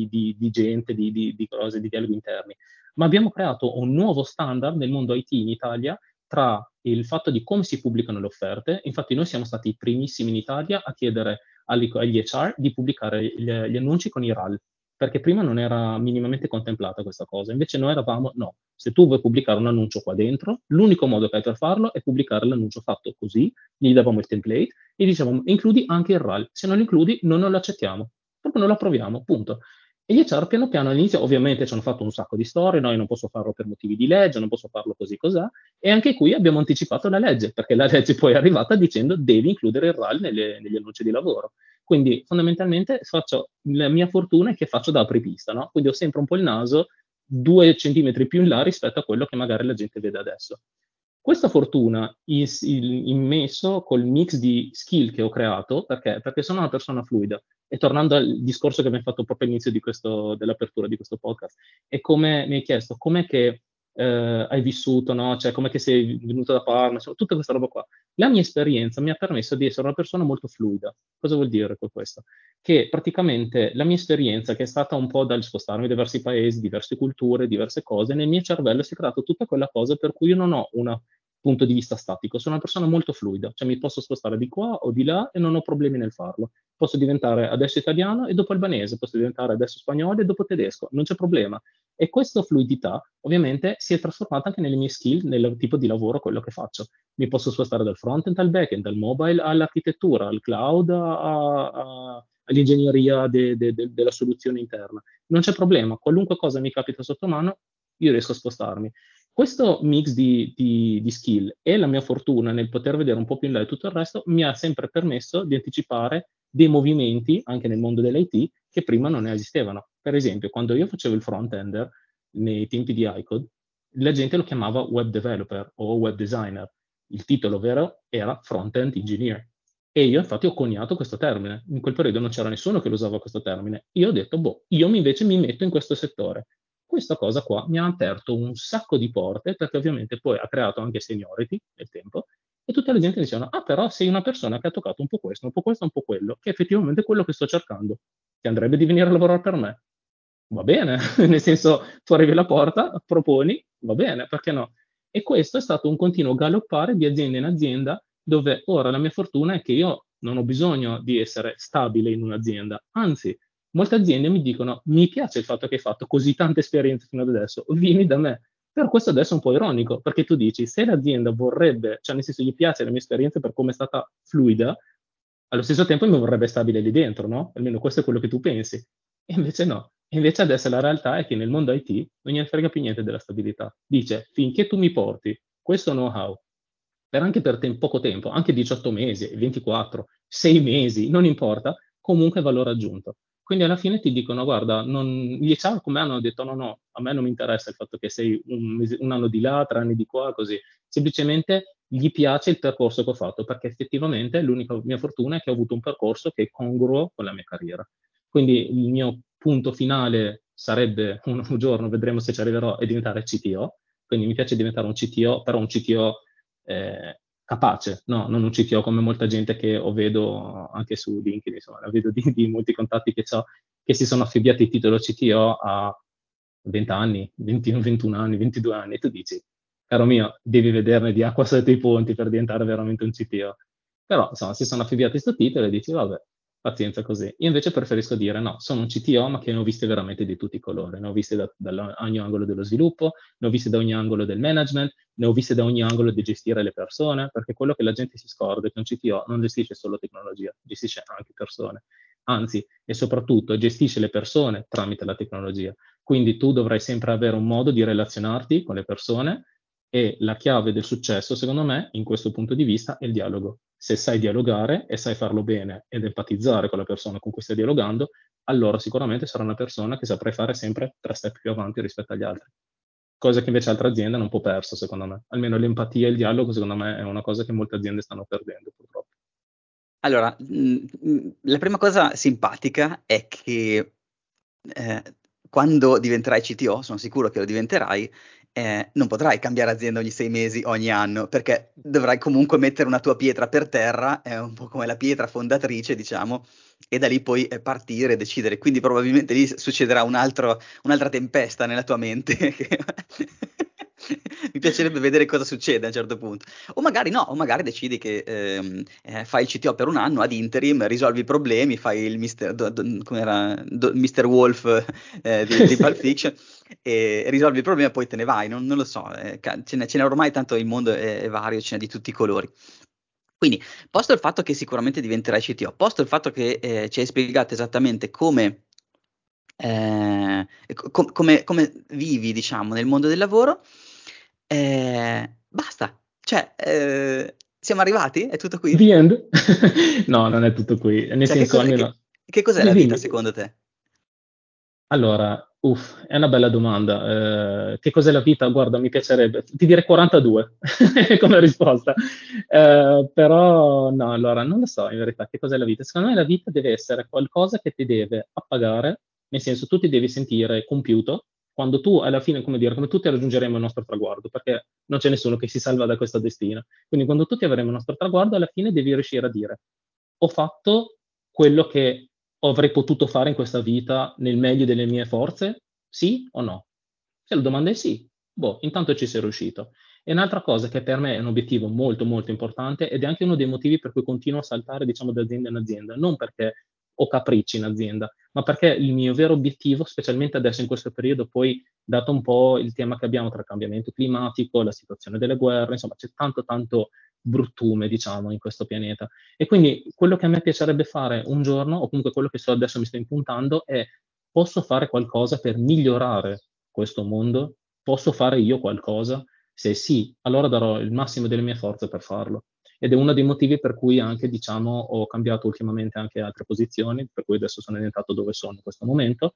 di gente, di cose, di dialoghi interni, ma abbiamo creato un nuovo standard nel mondo IT in Italia tra il fatto di come si pubblicano le offerte. Infatti noi siamo stati i primissimi in Italia a chiedere agli HR di pubblicare gli annunci con i RAL. perché prima non era minimamente contemplata questa cosa. Invece noi eravamo, no, se tu vuoi pubblicare un annuncio qua dentro, l'unico modo che hai per farlo è pubblicare l'annuncio fatto così, gli davamo il template e dicevamo includi anche il RAL, se non lo includi noi non lo accettiamo, proprio non lo approviamo, punto. E gli HR piano piano all'inizio ovviamente ci hanno fatto un sacco di storie, no, io non posso farlo per motivi di legge, non posso farlo così cos'è, e anche qui abbiamo anticipato la legge, perché la legge poi è arrivata dicendo devi includere il RAL negli annunci di lavoro. Quindi fondamentalmente la mia fortuna è che faccio da apripista, no? Quindi ho sempre un po' il naso 2 centimetri più in là rispetto a quello che magari la gente vede adesso. Questa fortuna immesso col mix di skill che ho creato, perché sono una persona fluida, e tornando al discorso che abbiamo fatto proprio all'inizio dell'apertura di questo podcast, e come mi hai chiesto, com'è che hai vissuto, no? Cioè, com'è che sei venuto da Parma, insomma, tutta questa roba qua. La mia esperienza mi ha permesso di essere una persona molto fluida. Cosa vuol dire questo? Che praticamente la mia esperienza, che è stata un po' dal spostarmi in diversi paesi, diverse culture, diverse cose, nel mio cervello si è creato tutta quella cosa per cui io non ho un punto di vista statico, sono una persona molto fluida, cioè mi posso spostare di qua o di là e non ho problemi nel farlo. Posso diventare adesso italiano e dopo albanese, posso diventare adesso spagnolo e dopo tedesco, non c'è problema. E questa fluidità ovviamente si è trasformata anche nelle mie skill, nel tipo di lavoro, quello che faccio. Mi posso spostare dal front-end al back-end, dal mobile all'architettura, al cloud, all'ingegneria della soluzione interna. Non c'è problema, qualunque cosa mi capita sotto mano, io riesco a spostarmi. Questo mix di skill e la mia fortuna nel poter vedere un po' più in là e tutto il resto mi ha sempre permesso di anticipare dei movimenti anche nel mondo dell'IT che prima non ne esistevano. Per esempio, quando io facevo il front-ender nei tempi di iCode, la gente lo chiamava web developer o web designer. Il titolo vero era front-end engineer. E io infatti ho coniato questo termine. In quel periodo non c'era nessuno che lo usava questo termine. Io ho detto, boh, io invece mi metto in questo settore. Questa cosa qua mi ha aperto un sacco di porte, perché ovviamente poi ha creato anche seniority nel tempo, e tutta la gente diceva, ah però sei una persona che ha toccato un po' questo, un po' questo, un po' quello, che è effettivamente quello che sto cercando. Ti andrebbe di venire a lavorare per me? Va bene, nel senso, tu arrivi alla porta, proponi, va bene, perché no? E questo è stato un continuo galoppare di azienda in azienda, dove ora la mia fortuna è che io non ho bisogno di essere stabile in un'azienda, anzi, molte aziende mi dicono, mi piace il fatto che hai fatto così tante esperienze fino ad adesso, vieni da me. Per questo adesso è un po' ironico, perché tu dici, se l'azienda vorrebbe, cioè nel senso gli piace la mia esperienza per come è stata fluida, allo stesso tempo mi vorrebbe stabile lì dentro, no? Almeno questo è quello che tu pensi. E invece no. E invece adesso la realtà è che nel mondo IT non gliene frega più niente della stabilità. Dice, finché tu mi porti questo know-how, anche per poco tempo, anche 18 mesi, 24, 6 mesi, non importa, comunque valore aggiunto. Quindi alla fine ti dicono, guarda, gli HR come hanno detto, no, no, a me non mi interessa il fatto che sei un anno di là, 3 anni di qua, così. Semplicemente gli piace il percorso che ho fatto, perché effettivamente l'unica mia fortuna è che ho avuto un percorso che è congruo con la mia carriera. Quindi il mio punto finale sarebbe, un giorno vedremo se ci arriverò, è diventare CTO. Quindi mi piace diventare un CTO, però un CTO capace, no? Non un CTO come molta gente che o vedo anche su LinkedIn, insomma, la vedo di molti contatti che ho, che si sono affibbiati il titolo CTO a 20 anni, 20, 21 anni, 22 anni, e tu dici, caro mio, devi vederne di acqua sotto i ponti per diventare veramente un CTO. Però, insomma, si sono affibbiati questo titolo e dici, vabbè, pazienza così. Io invece preferisco dire, no, sono un CTO, ma che ne ho viste veramente di tutti i colori. Ne ho viste da ogni angolo dello sviluppo, ne ho viste da ogni angolo del management, ne ho viste da ogni angolo di gestire le persone, perché quello che la gente si scorda è che un CTO non gestisce solo tecnologia, gestisce anche persone. Anzi, e soprattutto gestisce le persone tramite la tecnologia. Quindi tu dovrai sempre avere un modo di relazionarti con le persone e la chiave del successo, secondo me, in questo punto di vista, è il dialogo. Se sai dialogare e sai farlo bene ed empatizzare con la persona con cui stai dialogando, allora sicuramente sarà una persona che saprai fare sempre 3 step più avanti rispetto agli altri. Cosa che invece altre aziende hanno un po' perso, secondo me. Almeno l'empatia e il dialogo, secondo me, è una cosa che molte aziende stanno perdendo, purtroppo. Allora, la prima cosa simpatica è che eh, quando diventerai CTO, sono sicuro che lo diventerai, non potrai cambiare azienda ogni 6 mesi, ogni anno, perché dovrai comunque mettere una tua pietra per terra, è un po' come la pietra fondatrice, diciamo, e da lì poi partire, decidere. Quindi probabilmente lì succederà un'altra tempesta nella tua mente. mi piacerebbe vedere cosa succede a un certo punto. O magari no, o magari decidi che fai il CTO per un anno ad interim, risolvi i problemi, fai il Mr. Wolf di Pulp Sì. Fiction e risolvi il problema e poi te ne vai, non lo so, ce n'è ormai tanto, il mondo è vario, ce n'è di tutti i colori. Quindi, posto il fatto che sicuramente diventerai CTO, posto il fatto che ci hai spiegato esattamente come vivi, diciamo, nel mondo del lavoro, basta. Cioè, siamo arrivati? È tutto qui? The end? No, non è tutto qui. Nel Cioè, che senso, cos'è, che, almeno... che cos'è la vita Dimmi. secondo te? Allora, è una bella domanda. Che cos'è la vita? Guarda, mi piacerebbe. Ti direi 42 come risposta. Però, no, allora, non lo so in verità che cos'è la vita. Secondo me la vita deve essere qualcosa che ti deve appagare, nel senso tu ti devi sentire compiuto quando tu, alla fine, come dire, come tutti raggiungeremo il nostro traguardo, perché non c'è nessuno che si salva da questo destino. Quindi quando tutti avremo il nostro traguardo, alla fine devi riuscire a dire ho fatto quello che avrei potuto fare in questa vita nel meglio delle mie forze? Sì o no? Se la domanda è sì, boh, intanto ci sei riuscito. E un'altra cosa che per me è un obiettivo molto molto importante ed è anche uno dei motivi per cui continuo a saltare, diciamo, da azienda in azienda, non perché ho capricci in azienda, ma perché il mio vero obiettivo, specialmente adesso in questo periodo, poi dato un po' il tema che abbiamo tra il cambiamento climatico, la situazione delle guerre, insomma, c'è tanto tanto bruttume, diciamo, in questo pianeta. E quindi quello che a me piacerebbe fare un giorno, o comunque quello che adesso mi sto impuntando, è posso fare qualcosa per migliorare questo mondo? Posso fare io qualcosa? Se sì, allora darò il massimo delle mie forze per farlo. Ed è uno dei motivi per cui anche, diciamo, ho cambiato ultimamente anche altre posizioni, per cui adesso sono diventato dove sono in questo momento.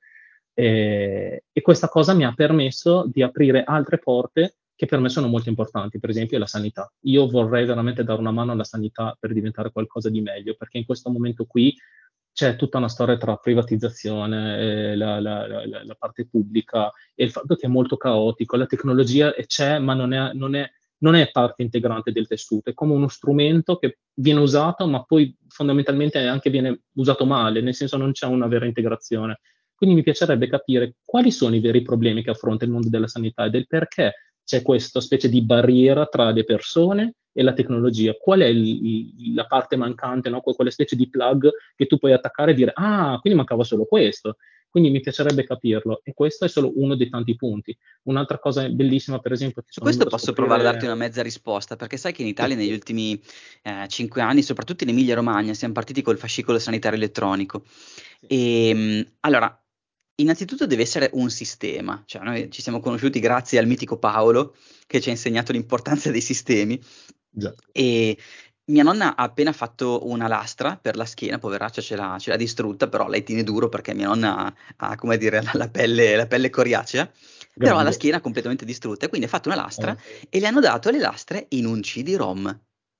E questa cosa mi ha permesso di aprire altre porte che per me sono molto importanti, per esempio la sanità. Io vorrei veramente dare una mano alla sanità per diventare qualcosa di meglio, perché in questo momento qui c'è tutta una storia tra privatizzazione, la parte pubblica e il fatto che è molto caotico. La tecnologia c'è, ma non è parte integrante del tessuto, è come uno strumento che viene usato, ma poi fondamentalmente anche viene usato male, nel senso non c'è una vera integrazione. Quindi mi piacerebbe capire quali sono i veri problemi che affronta il mondo della sanità e del perché c'è questa specie di barriera tra le persone e la tecnologia. Qual è la parte mancante, no? Quella specie di plug che tu puoi attaccare e dire, ah, quindi mancava solo questo. Quindi mi piacerebbe capirlo. E questo è solo uno dei tanti punti. Un'altra cosa bellissima, per esempio, che Su sono questo venuto a posso provare a darti scoprire... una mezza risposta, perché sai che in Italia negli ultimi 5 anni, soprattutto in Emilia-Romagna, siamo partiti col fascicolo sanitario elettronico. Sì. Allora, innanzitutto deve essere un sistema, cioè noi ci siamo conosciuti grazie al mitico Paolo che ci ha insegnato l'importanza dei sistemi Già. e mia nonna ha appena fatto una lastra per la schiena, poveraccia ce l'ha distrutta, però lei tiene duro perché mia nonna ha, come dire, la pelle coriacea, però ha la Grande. schiena completamente distrutta e quindi ha fatto una lastra Sì. e le hanno dato le lastre in un CD-ROM.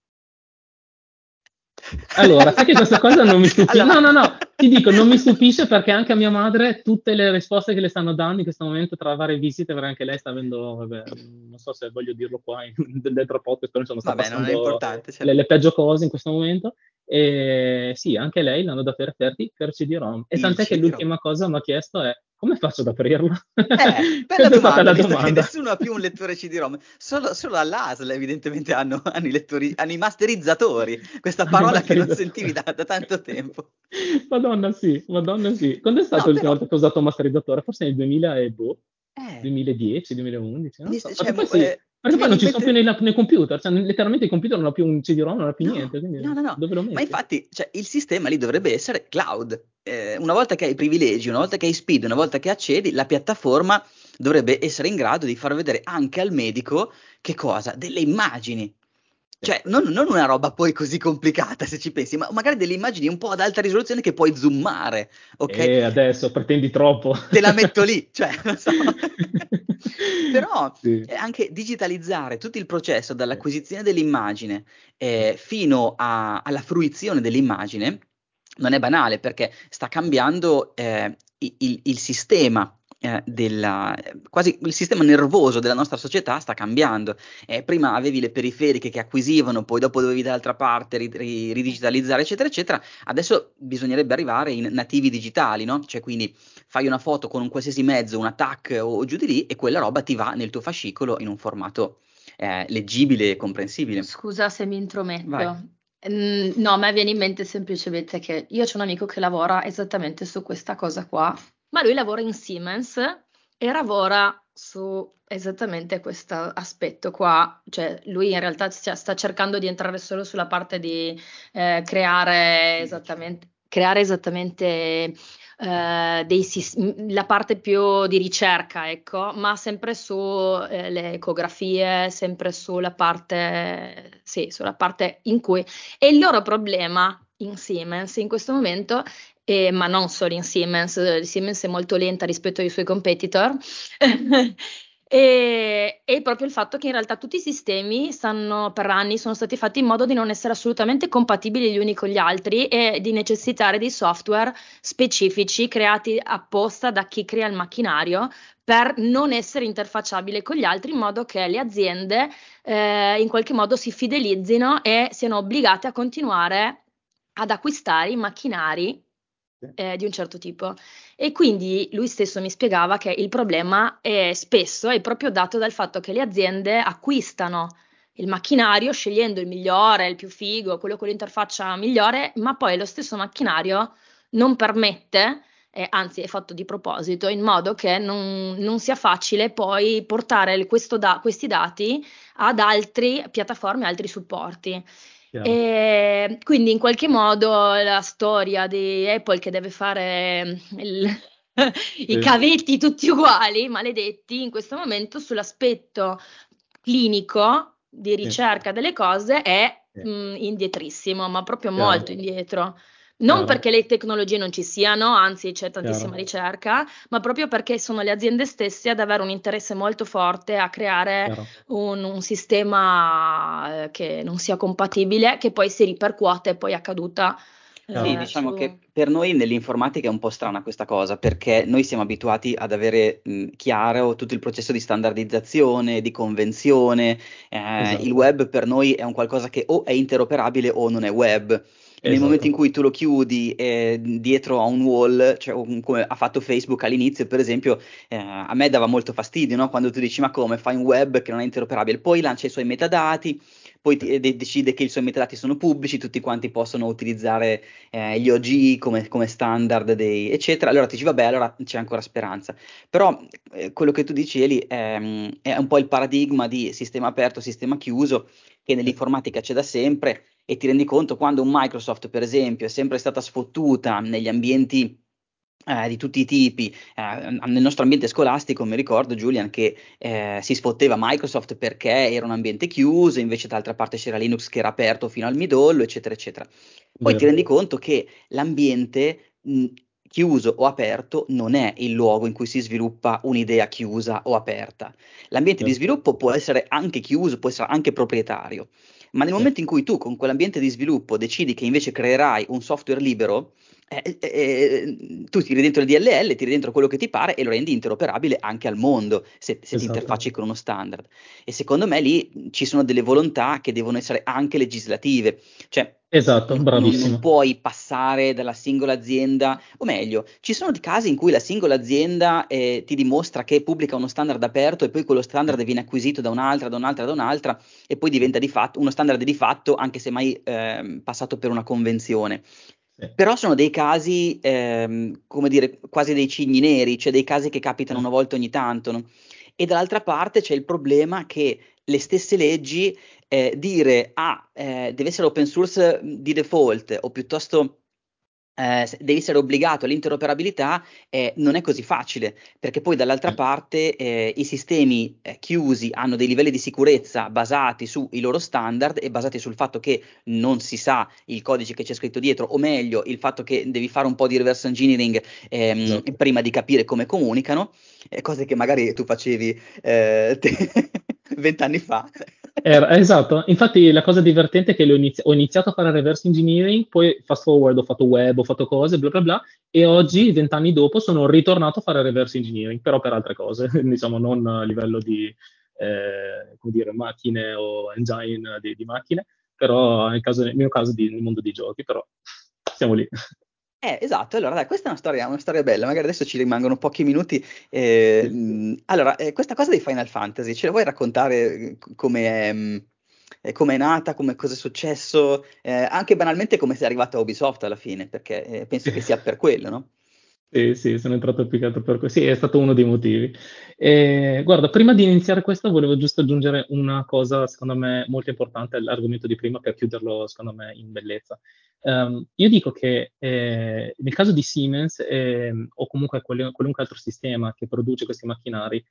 Allora, sai che questa cosa non mi stupisce? Allora, No, no, no, ti dico, non mi stupisce perché anche a mia madre tutte le risposte che le stanno dando in questo momento tra varie visite, perché anche lei sta avendo, vabbè, non so se voglio dirlo qua dentro podcast, però insomma sta vabbè, non è passando importante, le peggio cose in questo momento. E sì, anche lei l'hanno dato referti per CD-ROM. E il tant'è che CD-ROM. l'ultima cosa mi ha chiesto è come faccio ad aprirlo? Bella Questa è stata domanda, la visto che domanda. nessuno ha più un lettore CD-ROM, solo all'ASL evidentemente hanno i lettori, hanno i masterizzatori, questa Hanno i parola che non sentivi masterizzatori. da tanto tempo. Madonna sì, Madonna sì. Quando è stata No, l'ultima però, volta che ho usato un masterizzatore? Forse nel 2000 e boh, eh, 2010, 2011, non so. cioè, Perché poi sì, ti perché poi viene non in ci sono più mente. nei computer, cioè letteralmente il computer non ha più un CD-ROM, non ha più No, niente, quindi no, no, no, dove lo ma metti? infatti, cioè, il sistema lì dovrebbe essere cloud. Una volta che hai privilegi, una volta che hai speed, una volta che accedi, la piattaforma dovrebbe essere in grado di far vedere anche al medico che cosa? Delle immagini. Sì. Cioè, non una roba poi così complicata se ci pensi, ma magari delle immagini un po' ad alta risoluzione che puoi zoomare, ok? E adesso pretendi troppo. Te la metto lì, cioè, non so. Però Sì, anche digitalizzare tutto il processo sì, dall'acquisizione dell'immagine fino alla fruizione dell'immagine non è banale perché sta cambiando il sistema. Quasi il sistema nervoso della nostra società sta cambiando. Prima avevi le periferiche che acquisivano, poi dopo dovevi dall'altra parte ridigitalizzare, eccetera, eccetera. Adesso bisognerebbe arrivare in nativi digitali, no? Cioè, quindi fai una foto con un qualsiasi mezzo, una TAC o giù di lì, e quella roba ti va nel tuo fascicolo in un formato leggibile e comprensibile. Scusa se mi intrometto. Vai. No, a me viene in mente semplicemente che io c'ho un amico che lavora esattamente su questa cosa qua, ma lui lavora in Siemens e lavora su esattamente questo aspetto qua, cioè lui in realtà sta cercando di entrare solo sulla parte di creare esattamente la parte più di ricerca, ecco, ma sempre su le ecografie, sempre sì, sulla parte in cui... E il loro problema in Siemens in questo momento, ma non solo in Siemens, Siemens è molto lenta rispetto ai suoi competitor, e proprio il fatto che in realtà tutti i sistemi per anni sono stati fatti in modo di non essere assolutamente compatibili gli uni con gli altri e di necessitare di software specifici creati apposta da chi crea il macchinario per non essere interfacciabile con gli altri, in modo che le aziende in qualche modo si fidelizzino e siano obbligate a continuare ad acquistare i macchinari di un certo tipo. E quindi lui stesso mi spiegava che il problema spesso è proprio dato dal fatto che le aziende acquistano il macchinario scegliendo il migliore, il più figo, quello con l'interfaccia migliore, ma poi lo stesso macchinario non permette, anzi è fatto di proposito, in modo che non sia facile poi portare questi dati ad altre piattaforme, altri supporti. Chiaro. E quindi in qualche modo la storia di Apple che deve fare i Sì, cavetti tutti uguali, maledetti, in questo momento sull'aspetto clinico di sì, ricerca delle cose è sì. indietrissimo, ma proprio Chiaro, molto indietro. Non chiaro, perché le tecnologie non ci siano, anzi c'è tantissima chiaro, ricerca, ma proprio perché sono le aziende stesse ad avere un interesse molto forte a creare chiaro. un sistema che non sia compatibile, che poi si ripercuote poi a caduta Sì, Chiaro. diciamo che su... per noi nell'informatica è un po' strana questa cosa, perché noi siamo abituati ad avere chiaro tutto il processo di standardizzazione, di convenzione. Il Esatto, web per noi è un qualcosa che o è interoperabile o non è web. E nel momento in esatto. cui tu lo chiudi dietro a un wall, cioè come ha fatto Facebook all'inizio, per esempio, a me dava molto fastidio, no? Quando tu dici ma come fai un web che non è interoperabile, poi lancia i suoi metadati, poi decide che i suoi metadati sono pubblici, tutti quanti possono utilizzare gli OG come standard eccetera, allora ti dici vabbè, allora c'è ancora speranza. Però quello che tu dici, Eli, è un po' il paradigma di sistema aperto, sistema chiuso, che nell'informatica c'è da sempre e ti rendi conto quando un Microsoft, per esempio, è sempre stata sfottuta negli ambienti di tutti i tipi. Nel nostro ambiente scolastico mi ricordo, Julian, che si sfotteva Microsoft perché era un ambiente chiuso, invece d'altra parte c'era Linux che era aperto fino al midollo, eccetera, eccetera. Poi ti Vero, rendi conto che l'ambiente chiuso o aperto non è il luogo in cui si sviluppa un'idea chiusa o aperta. L'ambiente di vero, sviluppo può essere anche chiuso, può essere anche proprietario, ma nel sì, momento in cui tu con quell'ambiente di sviluppo decidi che invece creerai un software libero, tu tiri dentro il DLL, tiri dentro quello che ti pare e lo rendi interoperabile anche al mondo se ti esatto, interfacci con uno standard. E secondo me lì ci sono delle volontà che devono essere anche legislative, cioè esatto, non bravissimo. puoi passare dalla singola azienda, o meglio, ci sono casi in cui la singola azienda ti dimostra che pubblica uno standard aperto e poi quello Sì, standard viene acquisito da un'altra, da un'altra, da un'altra e poi diventa di fatto uno standard di fatto anche se mai passato per una convenzione. sì, Però sono dei casi, come dire, quasi dei cigni neri, cioè dei casi che capitano sì, una volta ogni tanto, no? E dall'altra parte c'è il problema che le stesse leggi dire deve essere open source di default o piuttosto devi essere obbligato all'interoperabilità, non è così facile, perché poi dall'altra sì, parte i sistemi chiusi hanno dei livelli di sicurezza basati sui loro standard e basati sul fatto che non si sa il codice che c'è scritto dietro, o meglio, il fatto che devi fare un po' di reverse engineering esatto. prima di capire come comunicano, cose che magari tu facevi 20 anni fa. Esatto, infatti la cosa divertente è che ho iniziato a fare reverse engineering, poi fast forward ho fatto web, ho fatto cose, bla bla bla, e oggi, 20 anni dopo, sono ritornato a fare reverse engineering, però per altre cose, diciamo non a livello di, come dire, macchine o engine di macchine, però nel mio caso nel mondo dei giochi, però siamo lì. Esatto, allora dai, questa è una storia bella, magari adesso ci rimangono pochi minuti. Sì, sì. Allora, questa cosa dei Final Fantasy, ce la vuoi raccontare come come è nata, come cosa è successo, anche banalmente come sei arrivato a Ubisoft alla fine, perché penso che sia per quello, no? Sì, sì, sono entrato più che altro per questo. Sì, è stato uno dei motivi. Guarda, prima di iniziare questo, volevo giusto aggiungere una cosa, secondo me, molto importante all'argomento di prima, per chiuderlo, secondo me, in bellezza. Io dico che nel caso di Siemens, o comunque qualunque altro sistema che produce questi macchinari,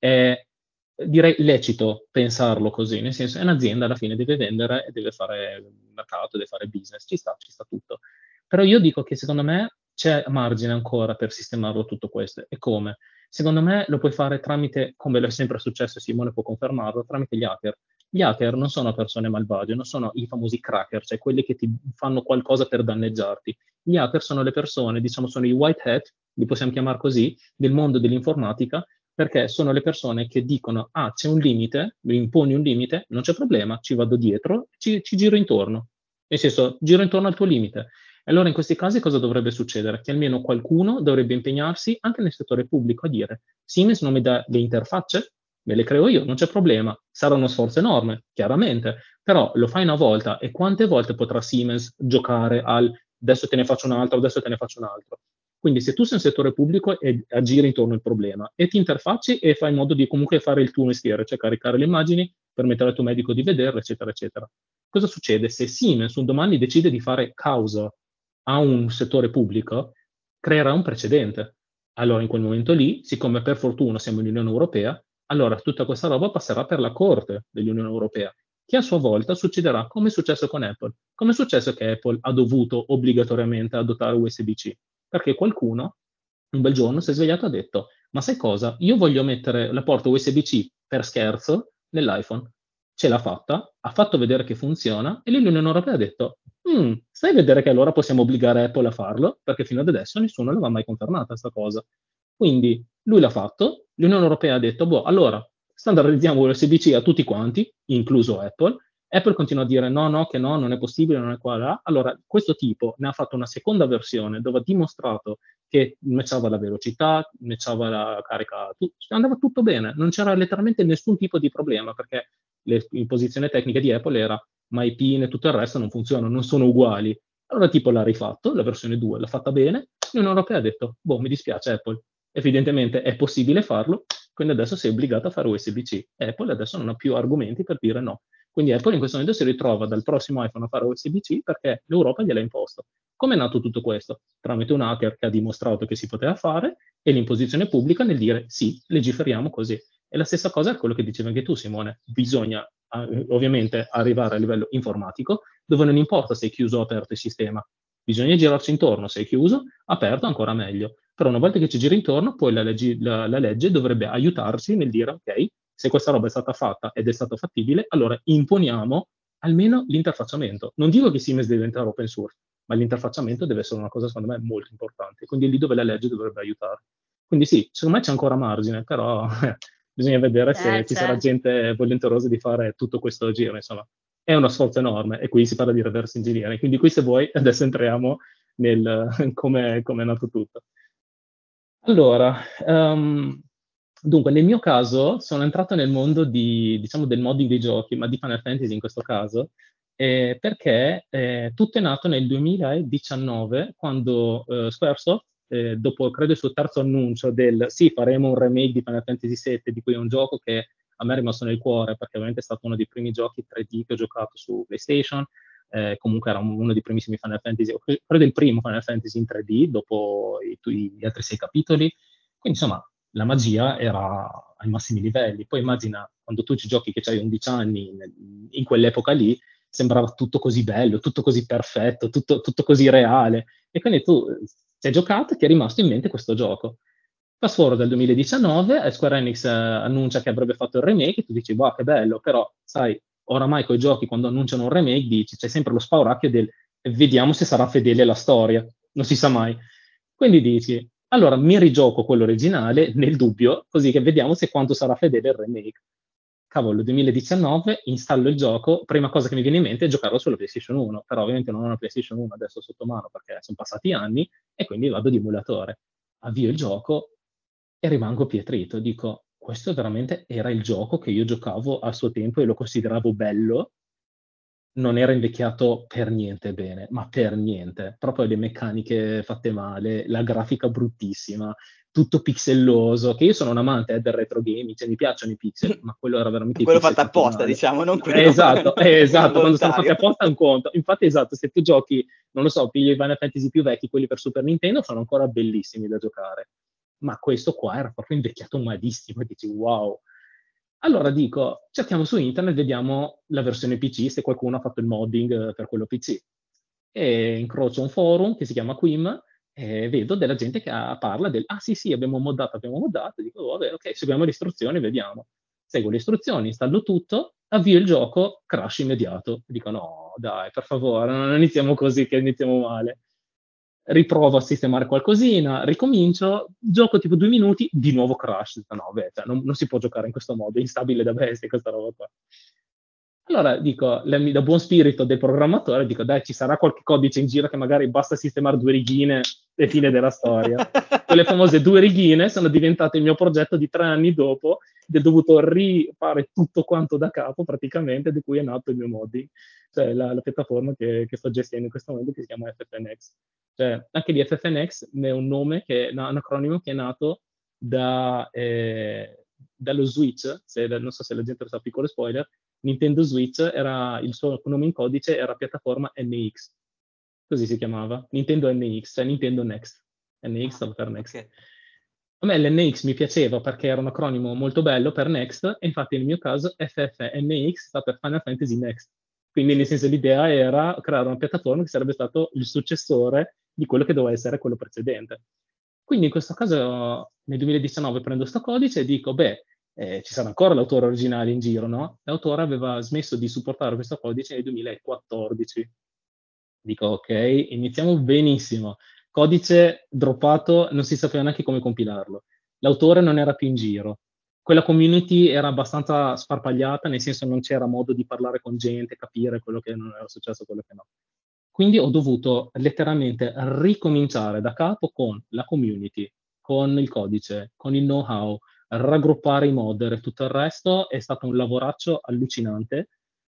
è direi lecito pensarlo così, nel senso è un'azienda alla fine deve vendere e deve fare mercato, deve fare business, ci sta tutto. Però io dico che secondo me c'è margine ancora per sistemarlo tutto questo. E come? Secondo me lo puoi fare tramite, come lo è sempre successo, Simone può confermarlo, tramite gli hacker. Gli hacker non sono persone malvagie, non sono i famosi cracker, cioè quelli che ti fanno qualcosa per danneggiarti. Gli hacker sono le persone, diciamo, sono i white hat, li possiamo chiamare così, del mondo dell'informatica, perché sono le persone che dicono, ah, c'è un limite, mi imponi un limite, non c'è problema, ci vado dietro, ci giro intorno. Nel senso, giro intorno al tuo limite. E allora in questi casi cosa dovrebbe succedere? Che almeno qualcuno dovrebbe impegnarsi anche nel settore pubblico a dire Siemens non mi dà le interfacce, me le creo io, non c'è problema. Sarà uno sforzo enorme, chiaramente, però lo fai una volta e quante volte potrà Siemens giocare al adesso te ne faccio un altro, adesso te ne faccio un altro. Quindi se tu sei un settore pubblico e aggiri intorno al problema e ti interfacci e fai in modo di comunque fare il tuo mestiere, cioè caricare le immagini, permettere al tuo medico di vederle, eccetera, eccetera. Cosa succede? Se Siemens un domani decide di fare causa a un settore pubblico, creerà un precedente. Allora in quel momento lì, siccome per fortuna siamo in Unione Europea, allora tutta questa roba passerà per la Corte dell'Unione Europea, che a sua volta succederà come è successo con Apple. Come è successo che Apple ha dovuto obbligatoriamente adottare USB-C? Perché qualcuno un bel giorno si è svegliato e ha detto, ma sai cosa? Io voglio mettere la porta USB-C per scherzo nell'iPhone. Ce l'ha fatta, ha fatto vedere che funziona e lì l'Unione Europea ha detto, stai a vedere che allora possiamo obbligare Apple a farlo, perché fino ad adesso nessuno l'aveva mai confermata questa cosa. Quindi lui l'ha fatto, l'Unione Europea ha detto, boh, allora standardizziamo l'USB-C a tutti quanti, incluso Apple. Apple continua a dire no, no, che no, non è possibile, non è qua, là. Allora, questo tipo ne ha fatto una seconda versione dove ha dimostrato che matchava la velocità, matchava la carica, andava tutto bene, non c'era letteralmente nessun tipo di problema perché l'imposizione tecnica di Apple era ma i pin e tutto il resto non funzionano, non sono uguali. Allora tipo l'ha rifatto, la versione 2 l'ha fatta bene, l'Unione Europea ha detto, boh, mi dispiace Apple, evidentemente è possibile farlo, quindi adesso sei obbligato a fare USB-C. Apple adesso non ha più argomenti per dire no. Quindi Apple in questo momento si ritrova dal prossimo iPhone a fare USB-C perché l'Europa gliel'ha imposto. Come è nato tutto questo? Tramite un hacker che ha dimostrato che si poteva fare e l'imposizione pubblica nel dire sì, legiferiamo così. E la stessa cosa è quello che dicevi anche tu, Simone. Bisogna ovviamente arrivare a livello informatico, dove non importa se è chiuso o aperto il sistema. Bisogna girarci intorno, se è chiuso, aperto ancora meglio. Però una volta che ci gira intorno, poi la legge dovrebbe aiutarci nel dire, ok, se questa roba è stata fatta ed è stato fattibile, allora imponiamo almeno l'interfacciamento. Non dico che Siemens deve diventare open source, ma l'interfacciamento deve essere una cosa, secondo me, molto importante. Quindi è lì dove la legge dovrebbe aiutare. Quindi sì, secondo me c'è ancora margine, però bisogna vedere se ci sarà Certo. gente volenterosa di fare tutto questo giro, insomma. È uno sforzo enorme e qui si parla di reverse engineering. Quindi qui, se vuoi, adesso entriamo nel come è nato tutto. Allora, dunque, nel mio caso sono entrato nel mondo diciamo, del modding dei giochi, ma di Final Fantasy in questo caso, perché tutto è nato nel 2019, quando Squaresoft, dopo credo il suo terzo annuncio del sì, faremo un remake di Final Fantasy VII, di cui è un gioco che a me è rimasto nel cuore, perché ovviamente è stato uno dei primi giochi 3D che ho giocato su PlayStation, comunque era uno dei primissimi Final Fantasy, credo il primo Final Fantasy in 3D, dopo gli altri 6 capitoli. Quindi insomma la magia era ai massimi livelli. Poi immagina quando tu ci giochi che hai 11 anni, in quell'epoca lì, sembrava tutto così bello, tutto così perfetto, tutto così reale. E quindi tu ci hai giocato e ti è rimasto in mente questo gioco. Fast forward del 2019, Square Enix annuncia che avrebbe fatto il remake, e tu dici, wow, che bello, però sai, oramai con i giochi quando annunciano un remake dici, c'è sempre lo spauracchio del vediamo se sarà fedele alla storia, non si sa mai. Quindi dici, allora mi rigioco quello originale nel dubbio, così che vediamo se quanto sarà fedele il remake. cavolo, 2019, installo il gioco, prima cosa che mi viene in mente è giocarlo sulla PlayStation 1, però ovviamente non ho una PlayStation 1 adesso sotto mano perché sono passati anni e quindi vado di emulatore. Avvio il gioco e rimango pietrito. Dico, questo veramente era il gioco che io giocavo a suo tempo e lo consideravo bello. Non era invecchiato per niente bene, ma per niente. Proprio le meccaniche fatte male, la grafica bruttissima, tutto pixelloso, che io sono un amante del retro gaming, cioè mi piacciono i pixel, ma quello era veramente i Quello pixel fatto fatti apposta, male. diciamo, non quello Esatto, quando sono fatti volontario. apposta è un conto. Infatti, esatto, se tu giochi, non lo so, pigli i Final Fantasy più vecchi, quelli per Super Nintendo, sono ancora bellissimi da giocare. Ma questo qua era proprio invecchiato malissimo, e dici wow. Allora dico, cerchiamo su internet, vediamo la versione PC, se qualcuno ha fatto il modding per quello PC. E incrocio un forum che si chiama Quim e vedo della gente che parla del ah sì sì abbiamo moddato, dico vabbè ok, seguiamo le istruzioni, vediamo. Seguo le istruzioni, installo tutto, avvio il gioco, crash immediato. Dico no, dai, per favore, non iniziamo così che iniziamo male. Riprovo a sistemare qualcosina, ricomincio, gioco tipo 2 minuti, di nuovo crash. Dico, no, beh, cioè, non si può giocare in questo modo, è instabile da bestia questa roba qua. Allora dico, da buon spirito del programmatore, dico dai, ci sarà qualche codice in giro che magari basta sistemare 2 righine e fine della storia. Quelle famose 2 righine sono diventate il mio progetto di 3 anni dopo, ed ho dovuto rifare tutto quanto da capo praticamente, di cui è nato il mio modding, cioè la piattaforma che sto gestendo in questo momento che si chiama FFNX. Cioè, anche di FFNX è un nome, un acronimo che è nato dallo Switch, non so se la gente lo sa, piccolo spoiler. Nintendo Switch era il suo nome in codice, era piattaforma NX, così si chiamava, Nintendo NX, cioè Nintendo Next, NX stava per Next. Ok. A me l'NX mi piaceva perché era un acronimo molto bello per Next, e infatti nel mio caso FFNX sta per Final Fantasy Next. Quindi nel senso l'idea era creare una piattaforma che sarebbe stato il successore di quello che doveva essere quello precedente. Quindi in questo caso nel 2019 prendo sto codice e dico, beh, ci sarà ancora l'autore originale in giro, no? L'autore aveva smesso di supportare questo codice nel 2014. Dico, ok, iniziamo benissimo. Codice droppato, non si sapeva neanche come compilarlo. L'autore non era più in giro. Quella community era abbastanza sparpagliata, nel senso non c'era modo di parlare con gente, capire quello che non era successo, quello che no. Quindi ho dovuto letteralmente ricominciare da capo con la community, con il codice, con il know-how, raggruppare i modder e tutto il resto. È stato un lavoraccio allucinante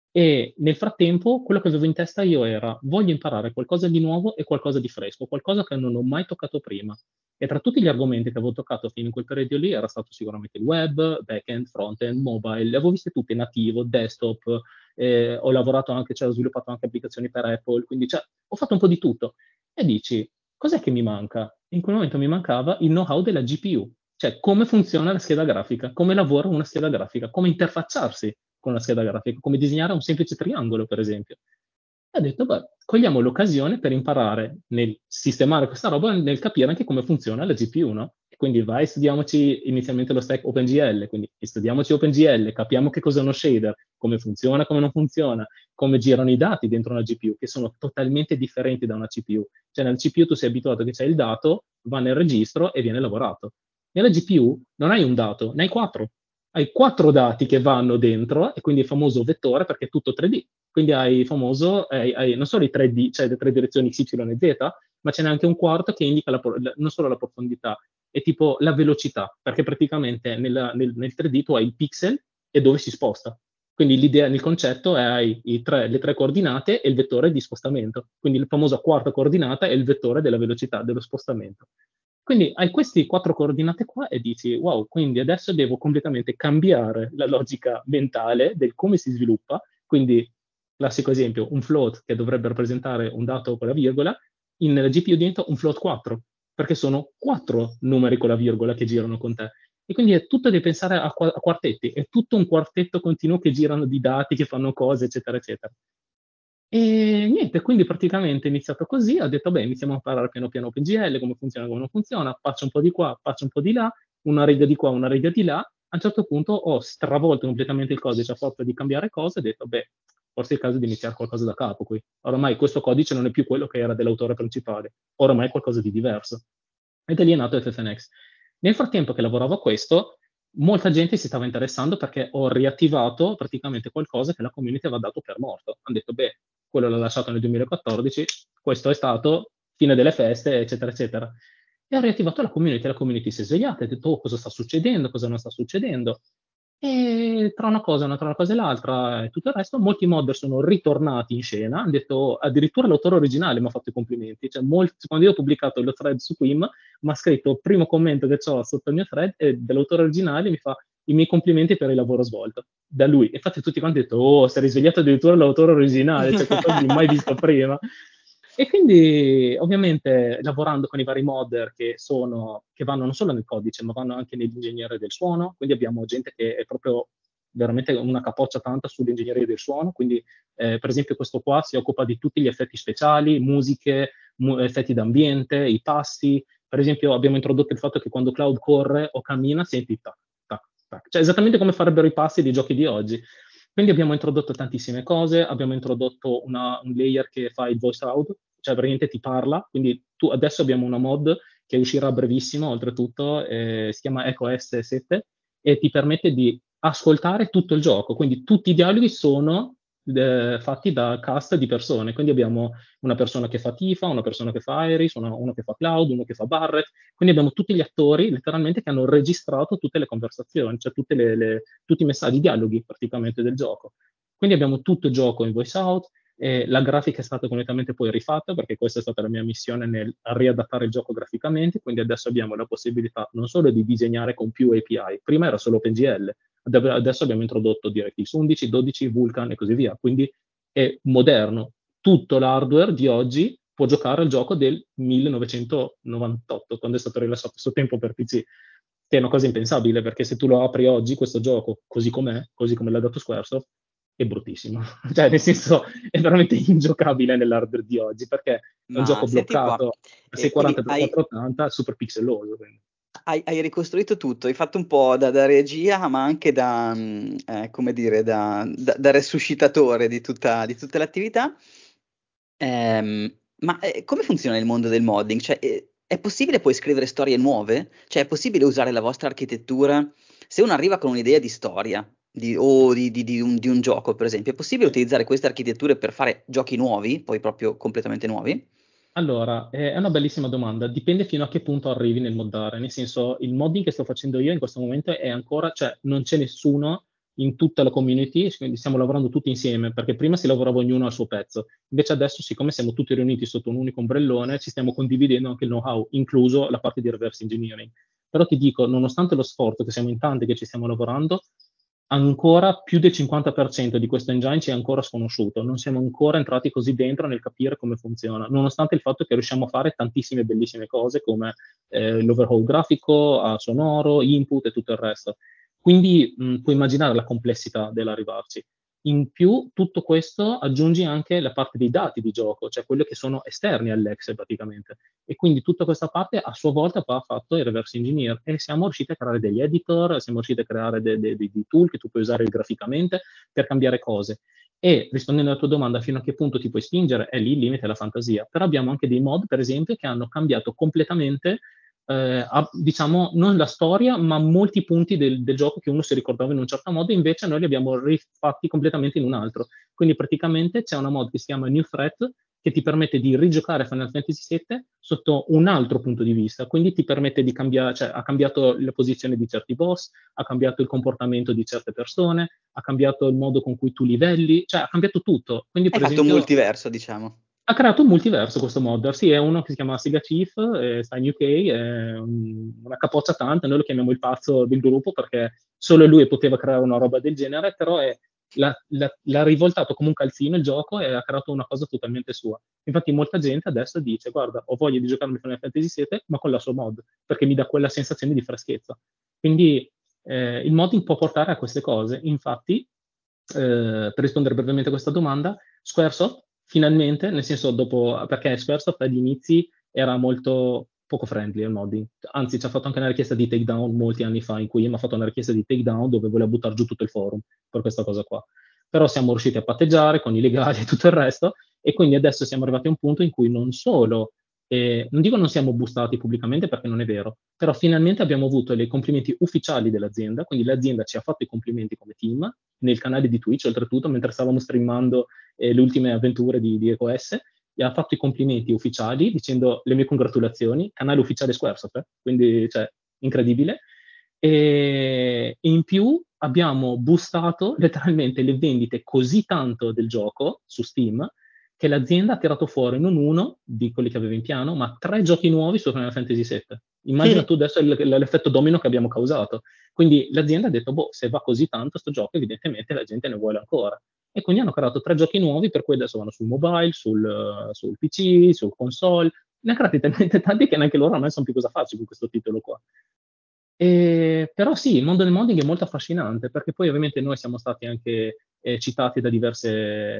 e nel frattempo quello che avevo in testa io era voglio imparare qualcosa di nuovo e qualcosa di fresco, qualcosa che non ho mai toccato prima. E tra tutti gli argomenti che avevo toccato fino in quel periodo lì era stato sicuramente il web, backend, frontend, mobile, le avevo viste tutte, nativo, desktop, ho lavorato anche, cioè ho sviluppato anche applicazioni per Apple, quindi cioè, ho fatto un po' di tutto. E dici, cos'è che mi manca? In quel momento mi mancava il know-how della GPU, cioè come funziona la scheda grafica, come lavora una scheda grafica, come interfacciarsi con la scheda grafica, come disegnare un semplice triangolo, per esempio. E ho detto, beh, cogliamo l'occasione per imparare nel sistemare questa roba, nel capire anche come funziona la GPU, no? E quindi vai, studiamoci inizialmente lo stack OpenGL, quindi studiamoci OpenGL, capiamo che cos'è uno shader, come funziona, come non funziona, come girano i dati dentro una GPU, che sono totalmente differenti da una CPU. Cioè nella CPU tu sei abituato che c'è il dato, va nel registro e viene lavorato. Nella GPU non hai un dato, ne hai 4. Hai 4 dati che vanno dentro, e quindi il famoso vettore, perché è tutto 3D. Quindi hai il famoso, hai non solo i 3D, cioè le 3 direzioni X, Y e Z, ma ce n'è anche un quarto che indica non solo la profondità, è tipo la velocità, perché praticamente nel 3D tu hai il pixel e dove si sposta. Quindi l'idea nel concetto è hai le 3 coordinate e il vettore di spostamento. Quindi la famosa quarta coordinata è il vettore della velocità, dello spostamento. Quindi hai queste 4 coordinate qua e dici, wow, quindi adesso devo completamente cambiare la logica mentale del come si sviluppa. Quindi, classico esempio, un float che dovrebbe rappresentare un dato con la virgola, in GPU diventa un float 4, perché sono 4 numeri con la virgola che girano con te. E quindi è tutto di pensare a quartetti, è tutto un quartetto continuo che girano di dati, che fanno cose, eccetera, eccetera. E niente, quindi praticamente è iniziato così, ho detto, beh, iniziamo a imparare piano piano OpenGL, come funziona, come non funziona, faccio un po' di qua, faccio un po' di là, una riga di qua, una riga di là. A un certo punto ho stravolto completamente il codice a forza di cambiare cose e ho detto, beh, forse è il caso di iniziare qualcosa da capo qui. Oramai questo codice non è più quello che era dell'autore principale, oramai è qualcosa di diverso. E da lì è nato FFNX. Nel frattempo che lavoravo a questo, molta gente si stava interessando perché ho riattivato praticamente qualcosa che la community aveva dato per morto. Hanno detto, beh, quello l'ha lasciato nel 2014, questo è stato, fine delle feste, eccetera, eccetera. E ho riattivato la community si è svegliata e ha detto, oh, cosa sta succedendo, cosa non sta succedendo. E tra una cosa e l'altra e tutto il resto, molti modder sono ritornati in scena, hanno detto, oh, addirittura l'autore originale mi ha fatto i complimenti. Cioè, quando io ho pubblicato lo thread su Quim, mi ha scritto il primo commento che ho sotto il mio thread e dell'autore originale mi fa i miei complimenti per il lavoro svolto da lui. Infatti tutti quanti hanno detto, oh, si è risvegliato addirittura l'autore originale, cioè qualcosa di mai visto prima. E quindi, ovviamente, lavorando con i vari modder che vanno non solo nel codice, ma vanno anche nell'ingegneria del suono, quindi abbiamo gente che è proprio veramente una capoccia tanta sull'ingegneria del suono, quindi per esempio questo qua si occupa di tutti gli effetti speciali, musiche, effetti d'ambiente, i passi. Per esempio abbiamo introdotto il fatto che quando Cloud corre o cammina senti tac, tac, tac, cioè esattamente come farebbero i passi dei giochi di oggi. Quindi abbiamo introdotto tantissime cose, abbiamo introdotto un layer che fa il voice out, cioè praticamente ti parla, quindi tu adesso abbiamo una mod che uscirà a brevissimo, oltretutto, si chiama Echo S7 e ti permette di ascoltare tutto il gioco, quindi tutti i dialoghi sono fatti da cast di persone, quindi abbiamo una persona che fa Tifa, una persona che fa Iris, uno che fa Cloud, uno che fa Barret, quindi abbiamo tutti gli attori letteralmente che hanno registrato tutte le conversazioni, cioè tutti i messaggi, i dialoghi praticamente del gioco. Quindi abbiamo tutto il gioco in voice out, la grafica è stata completamente poi rifatta perché questa è stata la mia missione nel riadattare il gioco graficamente, quindi adesso abbiamo la possibilità non solo di disegnare con più API, prima era solo OpenGL, adesso abbiamo introdotto DirectX 11, 12, Vulkan e così via, quindi è moderno. Tutto l'hardware di oggi può giocare al gioco del 1998, quando è stato rilasciato a suo tempo per PC, che è una cosa impensabile, perché se tu lo apri oggi, questo gioco, così com'è, così come l'ha dato Squaresoft, è bruttissimo. Cioè, nel senso, è veramente ingiocabile nell'hardware di oggi, perché è un Ma gioco senti qua, bloccato a quindi 640x480, super pixeloso. Quindi. hai ricostruito tutto, hai fatto un po' da regia, ma anche da, come dire, da resuscitatore di tutta l'attività. Ma come funziona il mondo del modding? Cioè, è possibile poi scrivere storie nuove? Cioè, è possibile usare la vostra architettura? Se uno arriva con un'idea di storia o di un gioco, per esempio, è possibile utilizzare queste architetture per fare giochi nuovi, poi proprio completamente nuovi? Allora, è una bellissima domanda, dipende fino a che punto arrivi nel moddare, nel senso il modding che sto facendo io in questo momento è ancora, cioè non c'è nessuno in tutta la community, quindi stiamo lavorando tutti insieme, perché prima si lavorava ognuno al suo pezzo, invece adesso siccome siamo tutti riuniti sotto un unico ombrellone, ci stiamo condividendo anche il know-how, incluso la parte di reverse engineering. Però ti dico, nonostante lo sforzo che siamo in tanti che ci stiamo lavorando, ancora più del 50% di questo engine ci è ancora sconosciuto, non siamo ancora entrati così dentro nel capire come funziona, nonostante il fatto che riusciamo a fare tantissime bellissime cose come l'overhaul grafico, sonoro, input e tutto il resto. Quindi puoi immaginare la complessità dell'arrivarci. In più, tutto questo aggiungi anche la parte dei dati di gioco, cioè quelli che sono esterni all'Excel praticamente. E quindi tutta questa parte a sua volta poi ha fatto il reverse engineer e siamo riusciti a creare degli editor, siamo riusciti a creare dei tool che tu puoi usare graficamente per cambiare cose. E rispondendo alla tua domanda, fino a che punto ti puoi spingere, è lì il limite della fantasia. Però abbiamo anche dei mod, per esempio, che hanno cambiato completamente, diciamo, non la storia, ma molti punti del gioco che uno si ricordava in un certo modo, invece noi li abbiamo rifatti completamente in un altro. Quindi praticamente c'è una mod che si chiama New Threat, che ti permette di rigiocare Final Fantasy VII sotto un altro punto di vista, quindi ti permette di cambiare, cioè ha cambiato la posizione di certi boss, ha cambiato il comportamento di certe persone, ha cambiato il modo con cui tu livelli, cioè ha cambiato tutto. Quindi Hai per fatto un esempio multiverso, diciamo. ha creato un multiverso questo modder, sì, è uno che si chiama Sega Chief, sta in UK, è una capoccia tanta, noi lo chiamiamo il pazzo del gruppo perché solo lui poteva creare una roba del genere, però l'ha rivoltato come un calzino il gioco e ha creato una cosa totalmente sua. Infatti molta gente adesso dice, guarda, ho voglia di giocarmi Final Fantasy VII, ma con la sua mod, perché mi dà quella sensazione di freschezza. Quindi il modding può portare a queste cose. Infatti, per rispondere brevemente a questa domanda, Squaresoft finalmente, nel senso dopo, perché Squaresoft agli inizi era molto poco friendly al modding, anzi ci ha fatto anche una richiesta di takedown molti anni fa in cui mi ha fatto una richiesta di takedown dove voleva buttare giù tutto il forum per questa cosa qua. Però siamo riusciti a patteggiare con i legali e tutto il resto e quindi adesso siamo arrivati a un punto in cui non solo E non dico non siamo boostati pubblicamente perché non è vero, però finalmente abbiamo avuto i complimenti ufficiali dell'azienda, quindi l'azienda ci ha fatto i complimenti come team nel canale di Twitch, oltretutto, mentre stavamo streamando le ultime avventure di EcoS, e ha fatto i complimenti ufficiali dicendo le mie congratulazioni, canale ufficiale Squaresoft, quindi cioè, incredibile. E in più abbiamo boostato letteralmente le vendite così tanto del gioco su Steam che l'azienda ha tirato fuori non uno di quelli che aveva in piano, ma 3 giochi nuovi su Final Fantasy VII. Immagina tu adesso l'effetto domino che abbiamo causato. Quindi l'azienda ha detto, boh, se va così tanto sto gioco, evidentemente la gente ne vuole ancora. E quindi hanno creato 3 giochi nuovi, per cui adesso vanno sul mobile, sul PC, sul console. Ne ha creati talmente tanti che neanche loro non sanno più cosa farci con questo titolo qua. Però sì, il mondo del modding è molto affascinante, perché poi ovviamente noi siamo stati anche citati da diverse,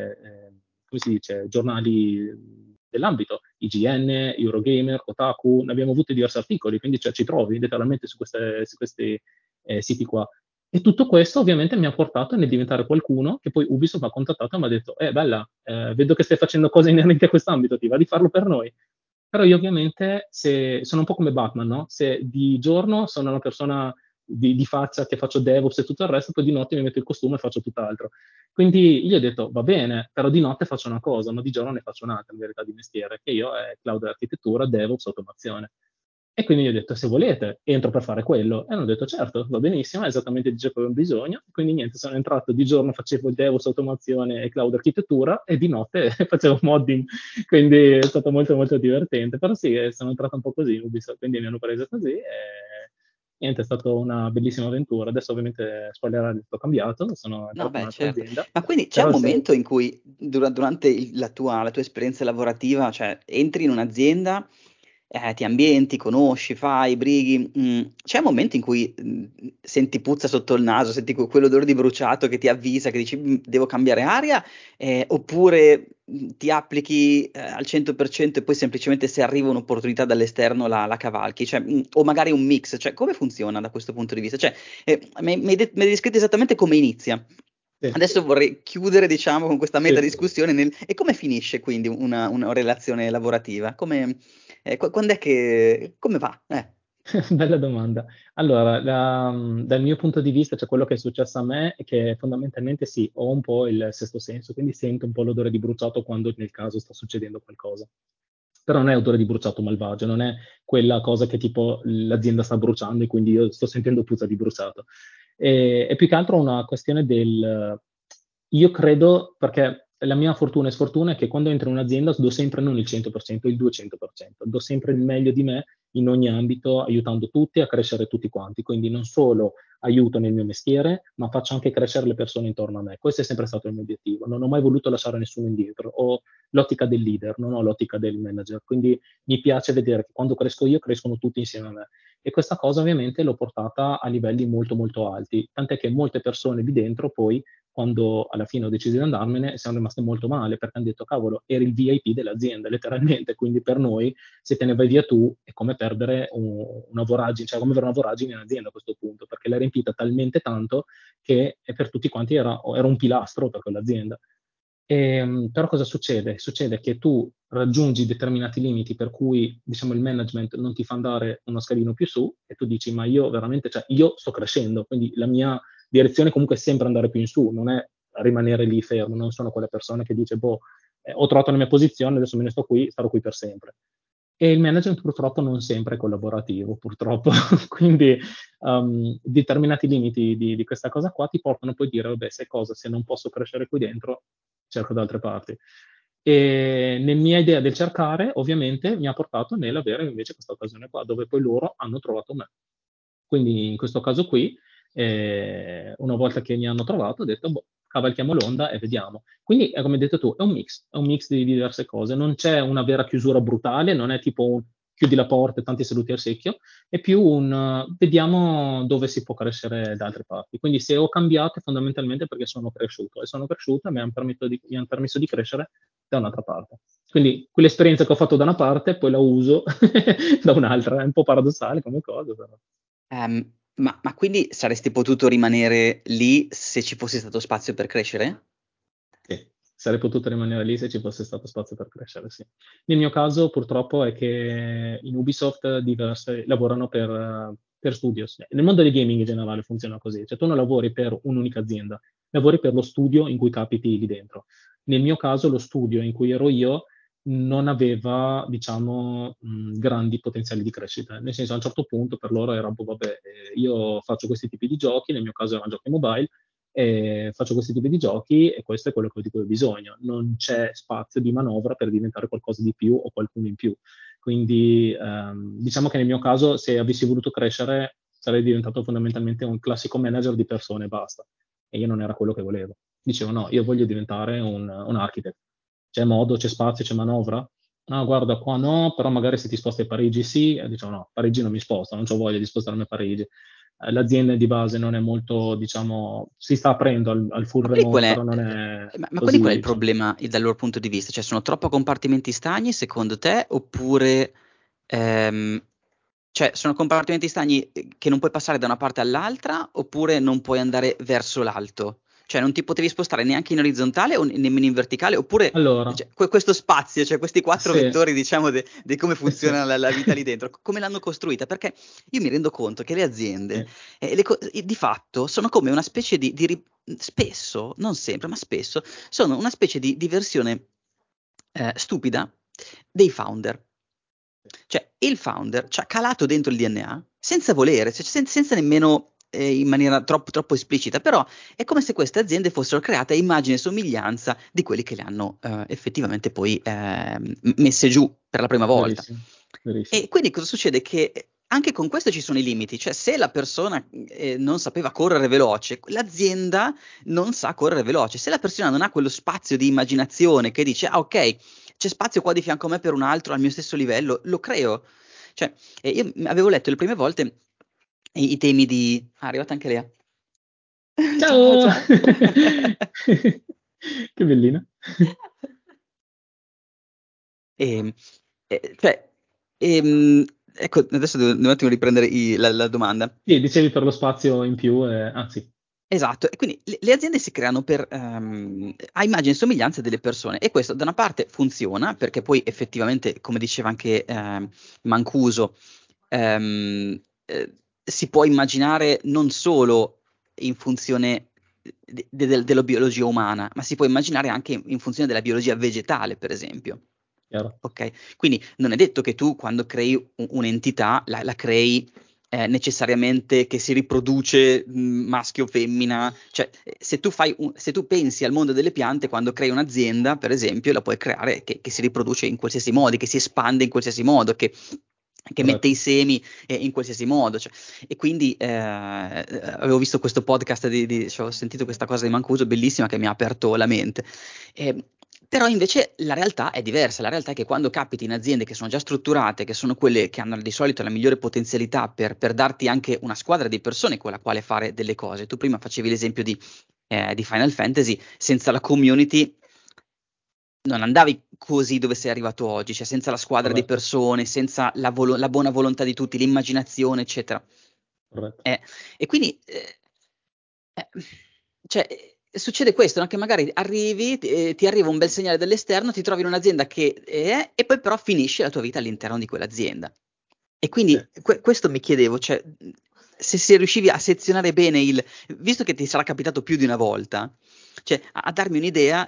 come si dice, giornali dell'ambito, IGN, Eurogamer, Kotaku, ne abbiamo avuti diversi articoli, quindi cioè, ci trovi letteralmente su questi siti qua. E tutto questo ovviamente mi ha portato nel diventare qualcuno che poi Ubisoft mi ha contattato e mi ha detto, bella, vedo che stai facendo cose inerenti a quest'ambito, ti va di farlo per noi? Però io ovviamente sono un po' come Batman, no? Se di giorno sono una persona di faccia che faccio DevOps e tutto il resto, poi di notte mi metto il costume e faccio tutt'altro. Quindi io gli ho detto, va bene, però di notte faccio una cosa, ma di giorno ne faccio un'altra, in verità di mestiere, che io è cloud architettura, DevOps, automazione. E quindi gli ho detto, se volete, entro per fare quello. E hanno detto, certo, va benissimo, è esattamente di ciò che avevo bisogno. Quindi niente, sono entrato di giorno, facevo il DevOps, automazione e cloud architettura, e di notte facevo modding. Quindi è stato molto molto divertente. Però sì, sono entrato un po' così in Ubisoft, quindi mi hanno preso così e niente, è stata una bellissima avventura. Adesso ovviamente spoiler, ho cambiato, sono No, entrato in beh, un'altra certo. azienda. Ma quindi c'è un Però sì, momento in cui durante la tua esperienza lavorativa, cioè entri in un'azienda, ti ambienti, conosci, fai, brighi, c'è un momento in cui senti puzza sotto il naso, senti quell'odore di bruciato che ti avvisa, che dici devo cambiare aria, oppure ti applichi al 100% e poi semplicemente se arriva un'opportunità dall'esterno la cavalchi, cioè, o magari un mix, cioè come funziona da questo punto di vista? Cioè, mi hai descritto esattamente come inizia. sì, Adesso vorrei chiudere, diciamo, con questa meta sì. discussione e come finisce quindi una relazione lavorativa? Quando è che, come va? Bella domanda. Allora, dal mio punto di vista, cioè quello che è successo a me è che fondamentalmente sì, ho un po' il sesto senso, quindi sento un po' l'odore di bruciato quando nel caso sta succedendo qualcosa. Però non è odore di bruciato malvagio, non è quella cosa che tipo l'azienda sta bruciando e quindi io sto sentendo puzza di bruciato. È più che altro una questione del... Io credo, perché la mia fortuna e sfortuna è che quando entro in un'azienda do sempre non il 100%, il 200%, do sempre il meglio di me in ogni ambito, aiutando tutti a crescere tutti quanti. Quindi non solo aiuto nel mio mestiere, ma faccio anche crescere le persone intorno a me. Questo è sempre stato il mio obiettivo. Non ho mai voluto lasciare nessuno indietro. Ho l'ottica del leader, non ho l'ottica del manager. Quindi mi piace vedere che quando cresco io, crescono tutti insieme a me. E questa cosa ovviamente l'ho portata a livelli molto molto alti, tant'è che molte persone lì dentro poi, quando alla fine ho deciso di andarmene, siamo rimaste molto male perché hanno detto, cavolo, eri il VIP dell'azienda, letteralmente, quindi per noi se te ne vai via tu è come perdere una voragine, cioè come avere una voragine in azienda a questo punto, perché l'hai riempita talmente tanto che per tutti quanti era un pilastro per quell'azienda. Però cosa succede? Succede che tu raggiungi determinati limiti per cui, diciamo, il management non ti fa andare uno scalino più su e tu dici, ma io veramente, cioè, io sto crescendo, quindi la mia direzione comunque è sempre andare più in su, non è rimanere lì fermo, non sono quelle persone che dice, boh, ho trovato la mia posizione, adesso me ne sto qui, starò qui per sempre. E il management purtroppo non sempre è collaborativo, purtroppo. Quindi determinati limiti di questa cosa qua ti portano poi a dire, vabbè, sai cosa, se non posso crescere qui dentro, cerco da altre parti. E nella mia idea del cercare, ovviamente, mi ha portato nell'avere invece questa occasione qua, dove poi loro hanno trovato me. Quindi in questo caso qui, una volta che mi hanno trovato, ho detto, boh, cavalchiamo l'onda e vediamo. Quindi, come hai detto tu, è un mix di diverse cose. Non c'è una vera chiusura brutale, non è tipo un chiudi la porta e tanti saluti al secchio, è più un vediamo dove si può crescere da altre parti. Quindi se ho cambiato è fondamentalmente perché sono cresciuto e sono cresciuto e mi hanno permesso di crescere da un'altra parte. Quindi quell'esperienza che ho fatto da una parte poi la uso da un'altra, è un po' paradossale come cosa, però. Ma quindi saresti potuto rimanere lì se ci fosse stato spazio per crescere? Sì. sarei potuto rimanere lì se ci fosse stato spazio per crescere, sì. Nel mio caso, purtroppo, è che in Ubisoft diverse lavorano per studios. Nel mondo del gaming in generale funziona così, cioè tu non lavori per un'unica azienda, lavori per lo studio in cui capiti lì dentro. Nel mio caso, lo studio in cui ero io non aveva, diciamo, grandi potenziali di crescita. Nel senso, a un certo punto per loro era un po', vabbè, io faccio questi tipi di giochi, nel mio caso erano giochi mobile, faccio questi tipi di giochi e questo è quello di cui ho bisogno. Non c'è spazio di manovra per diventare qualcosa di più o qualcuno in più. Quindi diciamo che nel mio caso, se avessi voluto crescere, sarei diventato fondamentalmente un classico manager di persone e basta. E io non era quello che volevo. Dicevo no, io voglio diventare un architect. C'è modo, c'è spazio, c'è manovra? No, guarda, qua no, però magari se ti sposti a Parigi sì. E dicevo no, Parigi non mi sposto, non ho voglia di spostarmi a Parigi. L'azienda di base non è molto, diciamo, si sta aprendo al full Ma quindi qual remote, è, però non è ma quindi qual è così, il diciamo. problema dal loro punto di vista? Cioè, sono troppo compartimenti stagni secondo te? Oppure, ehm, cioè, sono compartimenti stagni che non puoi passare da una parte all'altra? Oppure non puoi andare verso l'alto? Cioè, non ti potevi spostare neanche in orizzontale o nemmeno in verticale? Oppure, Allora, cioè, questo spazio, cioè questi quattro sì, vettori, diciamo, di come sì, funziona la vita lì dentro, come l'hanno costruita? Perché io mi rendo conto che le aziende, sì, di fatto, sono come una specie spesso, non sempre, ma spesso, sono una specie di versione stupida dei founder. Cioè, il founder ci ha calato dentro il DNA senza volere, cioè, senza nemmeno in maniera troppo esplicita, però è come se queste aziende fossero create a immagine e somiglianza di quelli che le hanno effettivamente poi messe giù per la prima volta. verissimo, verissimo. E quindi cosa succede? Che anche con questo ci sono i limiti, cioè se la persona non sapeva correre veloce, l'azienda non sa correre veloce. Se la persona non ha quello spazio di immaginazione che dice, ah ok, c'è spazio qua di fianco a me per un altro al mio stesso livello, lo creo. Cioè, io avevo letto le prime volte i temi di... Ah, è arrivata anche Lea. Ciao, Ciao! ciao. Che bellina. E, cioè, ecco, adesso devo un attimo riprendere la domanda. Sì, dicevi per lo spazio in più, sì, Esatto, e quindi le aziende si creano a immagine e somiglianza delle persone e questo da una parte funziona perché poi effettivamente, come diceva anche Mancuso, si può immaginare non solo in funzione della biologia umana, ma si può immaginare anche in funzione della biologia vegetale, per esempio. chiaro. Ok? Quindi non è detto che tu quando crei un'entità la crei necessariamente che si riproduce maschio o femmina, cioè se tu pensi al mondo delle piante, quando crei un'azienda, per esempio, la puoi creare che si riproduce in qualsiasi modo, che si espande in qualsiasi modo, che mette i Corretto. semi in qualsiasi modo. Cioè, e quindi avevo visto questo podcast, cioè, ho sentito questa cosa di Mancuso bellissima che mi ha aperto la mente. Eh, Però invece la realtà è diversa, la realtà è che quando capiti in aziende che sono già strutturate, che sono quelle che hanno di solito la migliore potenzialità per darti anche una squadra di persone con la quale fare delle cose. Tu prima facevi l'esempio di Final Fantasy, senza la community non andavi così dove sei arrivato oggi, cioè senza la squadra di Corretto, persone, senza la buona volontà di tutti, l'immaginazione, eccetera. corretto. Eh, e quindi, eh, cioè, succede questo, no? Che magari arrivi, ti arriva un bel segnale dall'esterno, ti trovi in un'azienda e poi però finisci la tua vita all'interno di quell'azienda. E Sì, quindi questo mi chiedevo, cioè, se riuscivi a sezionare bene visto che ti sarà capitato più di una volta, cioè a darmi un'idea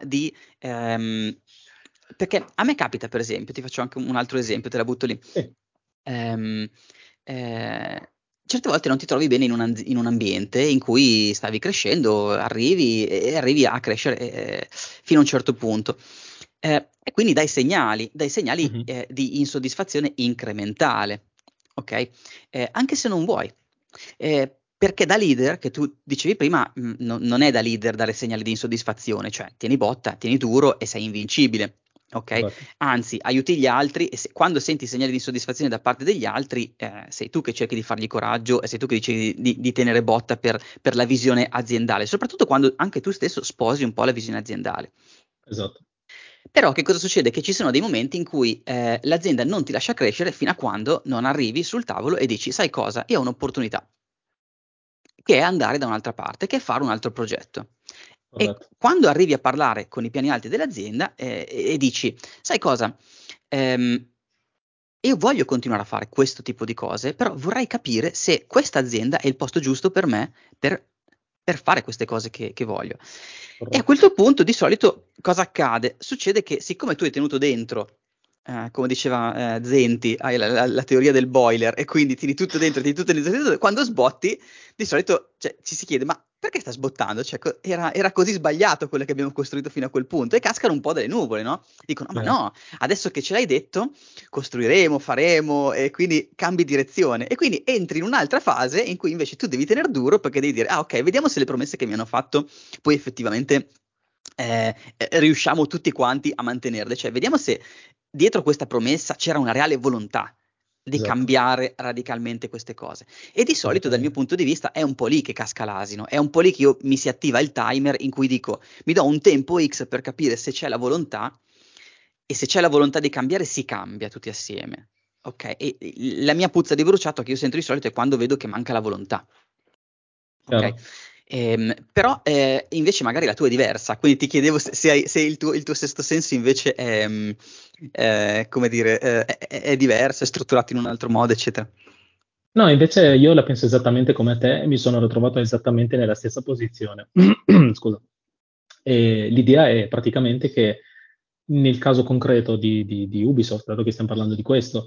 perché a me capita, per esempio, ti faccio anche un altro esempio, te la butto lì. sì, Ehm, Certe volte non ti trovi bene in un ambiente in cui stavi crescendo, arrivi a crescere fino a un certo punto. E quindi dai segnali mhm, di insoddisfazione incrementale, ok? Anche se non vuoi. Perché da leader, che tu dicevi prima, non è da leader dare segnali di insoddisfazione, cioè tieni botta, tieni duro e sei invincibile. Ok? corretto. Anzi, aiuti gli altri e quando senti segnali di insoddisfazione da parte degli altri, sei tu che cerchi di fargli coraggio e sei tu che dici di tenere botta per la visione aziendale, soprattutto quando anche tu stesso sposi un po' la visione aziendale. Esatto. Però che cosa succede? Che ci sono dei momenti in cui l'azienda non ti lascia crescere fino a quando non arrivi sul tavolo e dici, sai cosa? Io ho un'opportunità che è andare da un'altra parte, che è fare un altro progetto. E corretto. quando arrivi a parlare con i piani alti dell'azienda e dici, sai cosa? Io voglio continuare a fare questo tipo di cose, però vorrei capire se questa azienda è il posto giusto per me per fare queste cose che voglio. E a Corretto. questo punto, di solito, cosa accade? Succede che, siccome tu hai tenuto dentro, come diceva Zenti, hai la teoria del boiler, e quindi tieni tutto dentro, tieni tutto dentro, quando sbotti, di solito ci si chiede, ma perché sta sbottando? Cioè, era così sbagliato quello che abbiamo costruito fino a quel punto, e cascano un po' dalle nuvole, no? Dicono, ma Certo. no, adesso che ce l'hai detto, costruiremo, faremo, e quindi cambi direzione. E quindi entri in un'altra fase in cui invece tu devi tenere duro, perché devi dire, ah ok, vediamo se le promesse che mi hanno fatto poi effettivamente riusciamo tutti quanti a mantenerle. Cioè, vediamo se dietro questa promessa c'era una reale volontà di Esatto. cambiare radicalmente queste cose. E di solito, dal mio Esattamente. punto di vista, è un po' lì che casca l'asino, è un po' lì che mi si attiva il timer in cui dico, mi do un tempo X per capire se c'è la volontà, e se c'è la volontà di cambiare, si cambia tutti assieme. Ok? E la mia puzza di bruciato che io sento di solito è quando vedo che manca la volontà. Ok? Chiaro. Però invece magari la tua è diversa, quindi ti chiedevo se il tuo sesto senso invece è, come dire, è diverso, è strutturato in un altro modo, eccetera. No, invece io la penso esattamente come te e mi sono ritrovato esattamente nella stessa posizione. Scusa. E l'idea è praticamente che nel caso concreto di Ubisoft, dato che stiamo parlando di questo,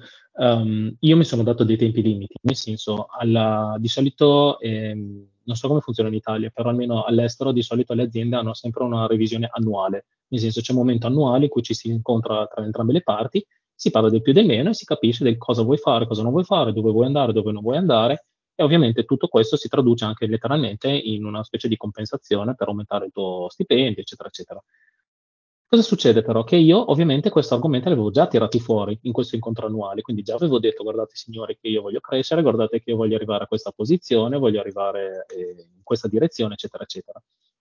io mi sono dato dei tempi limiti, nel senso, di solito, non so come funziona in Italia, però almeno all'estero di solito le aziende hanno sempre una revisione annuale, nel senso c'è un momento annuale in cui ci si incontra tra entrambe le parti, si parla del più e del meno e si capisce del cosa vuoi fare, cosa non vuoi fare, dove vuoi andare, dove non vuoi andare, e ovviamente tutto questo si traduce anche letteralmente in una specie di compensazione per aumentare il tuo stipendio, eccetera, eccetera. Cosa succede però? Che io ovviamente questo argomento l'avevo già tirati fuori in questo incontro annuale, quindi già avevo detto guardate signori che io voglio crescere, guardate che io voglio arrivare a questa posizione, voglio arrivare in questa direzione, eccetera, eccetera.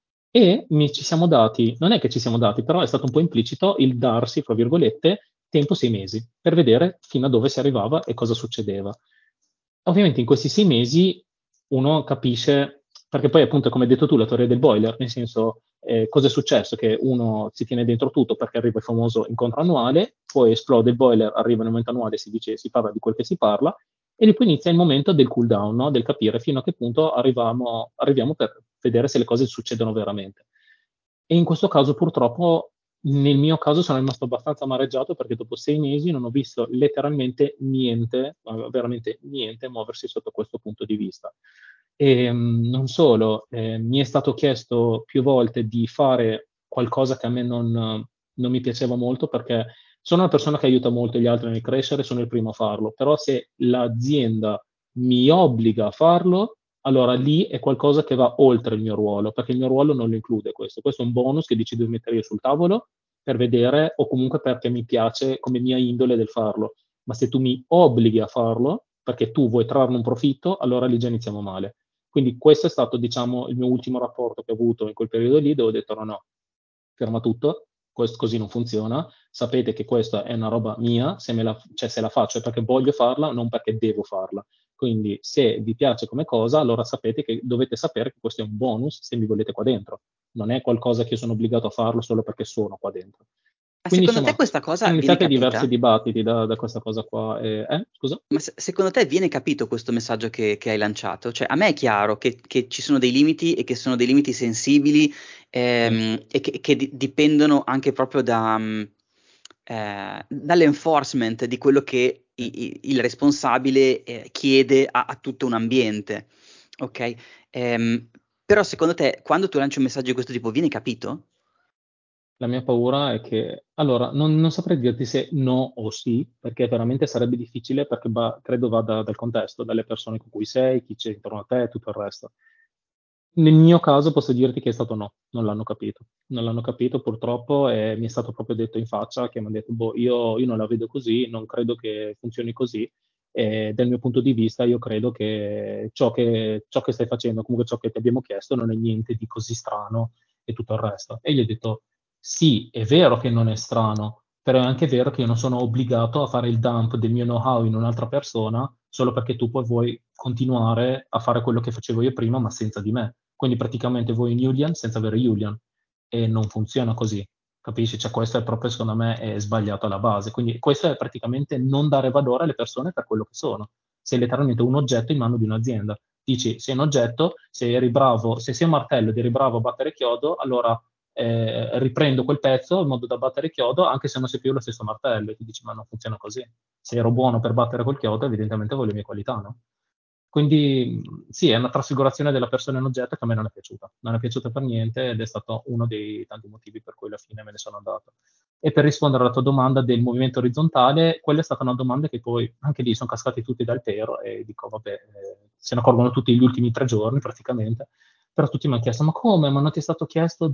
E ci siamo dati, non è che ci siamo dati, però è stato un po' implicito il darsi, fra virgolette, tempo 6 mesi, per vedere fino a dove si arrivava e cosa succedeva. Ovviamente in questi 6 mesi uno capisce, perché poi appunto come hai detto tu, la teoria del boiler, nel senso cosa è successo? Che uno si tiene dentro tutto perché arriva il famoso incontro annuale, poi esplode il boiler, arriva il momento annuale, si dice, si parla di quel che si parla, e poi inizia il momento del cool down, no? Del capire fino a che punto arriviamo per vedere se le cose succedono veramente. E in questo caso purtroppo, nel mio caso sono rimasto abbastanza amareggiato perché dopo 6 mesi non ho visto letteralmente niente, ma veramente niente, muoversi sotto questo punto di vista. E non solo, mi è stato chiesto più volte di fare qualcosa che a me non mi piaceva molto perché sono una persona che aiuta molto gli altri nel crescere, sono il primo a farlo, però se l'azienda mi obbliga a farlo, allora lì è qualcosa che va oltre il mio ruolo, perché il mio ruolo non lo include questo. Questo è un bonus che decido di mettere io sul tavolo per vedere o comunque perché mi piace come mia indole del farlo. Ma se tu mi obblighi a farlo perché tu vuoi trarne un profitto, allora lì già iniziamo male. Quindi questo è stato, diciamo, il mio ultimo rapporto che ho avuto in quel periodo lì, dove ho detto no, no, ferma tutto, così non funziona, sapete che questa è una roba mia, cioè se la faccio è perché voglio farla, non perché devo farla. Quindi se vi piace come cosa, allora sapete che dovete sapere che questo è un bonus se mi volete qua dentro. Non è qualcosa che io sono obbligato a farlo solo perché sono qua dentro. Ma Quindi secondo te insomma, questa cosa sono viene iniziati diversi capita? dibattiti da questa cosa qua. Scusa? Ma secondo te viene capito questo messaggio che hai lanciato? Cioè, a me è chiaro che ci sono dei limiti e che sono dei limiti sensibili, Sì. e che dipendono anche proprio dall'enforcement di quello che Sì. il responsabile chiede a tutto un ambiente. Ok? Però secondo te, quando tu lanci un messaggio di questo tipo, viene capito? La mia paura è che, allora, non saprei dirti se no o sì, perché veramente sarebbe difficile, perché credo vada dal contesto, dalle persone con cui sei, chi c'è intorno a te e tutto il resto. Nel mio caso posso dirti che è stato no, non l'hanno capito. Non l'hanno capito purtroppo e mi è stato proprio detto in faccia che mi hanno detto, boh, io non la vedo così, non credo che funzioni così e dal mio punto di vista io credo che ciò che stai facendo, comunque ciò che ti abbiamo chiesto non è niente di così strano e tutto il resto. E gli ho detto, sì, è vero che non è strano, però è anche vero che io non sono obbligato a fare il dump del mio know-how in un'altra persona solo perché tu poi vuoi continuare a fare quello che facevo io prima, ma senza di me. Quindi praticamente vuoi un Julian senza avere Julian. e non funziona così, capisci? Cioè questo è proprio, secondo me, è sbagliato alla base. Quindi questo è praticamente non dare valore alle persone per quello che sono. Sei letteralmente un oggetto in mano di un'azienda. Dici, sei un oggetto, se eri bravo, se sei un martello ed eri bravo a battere chiodo, allora riprendo quel pezzo in modo da battere chiodo, anche se non sei più lo stesso martello. E ti dici, ma non funziona così. Se ero buono per battere quel chiodo, evidentemente avevo le mie qualità, no? Quindi sì, è una trasfigurazione della persona in oggetto che a me non è piaciuta. Non è piaciuta per niente ed è stato uno dei tanti motivi per cui alla fine me ne sono andato. E per rispondere alla tua domanda del movimento orizzontale, quella è stata una domanda che poi anche lì sono cascati tutti dal pero e dico, vabbè, se ne accorgono tutti gli ultimi 3 giorni praticamente, però tutti mi hanno chiesto, ma come? Ma non ti è stato chiesto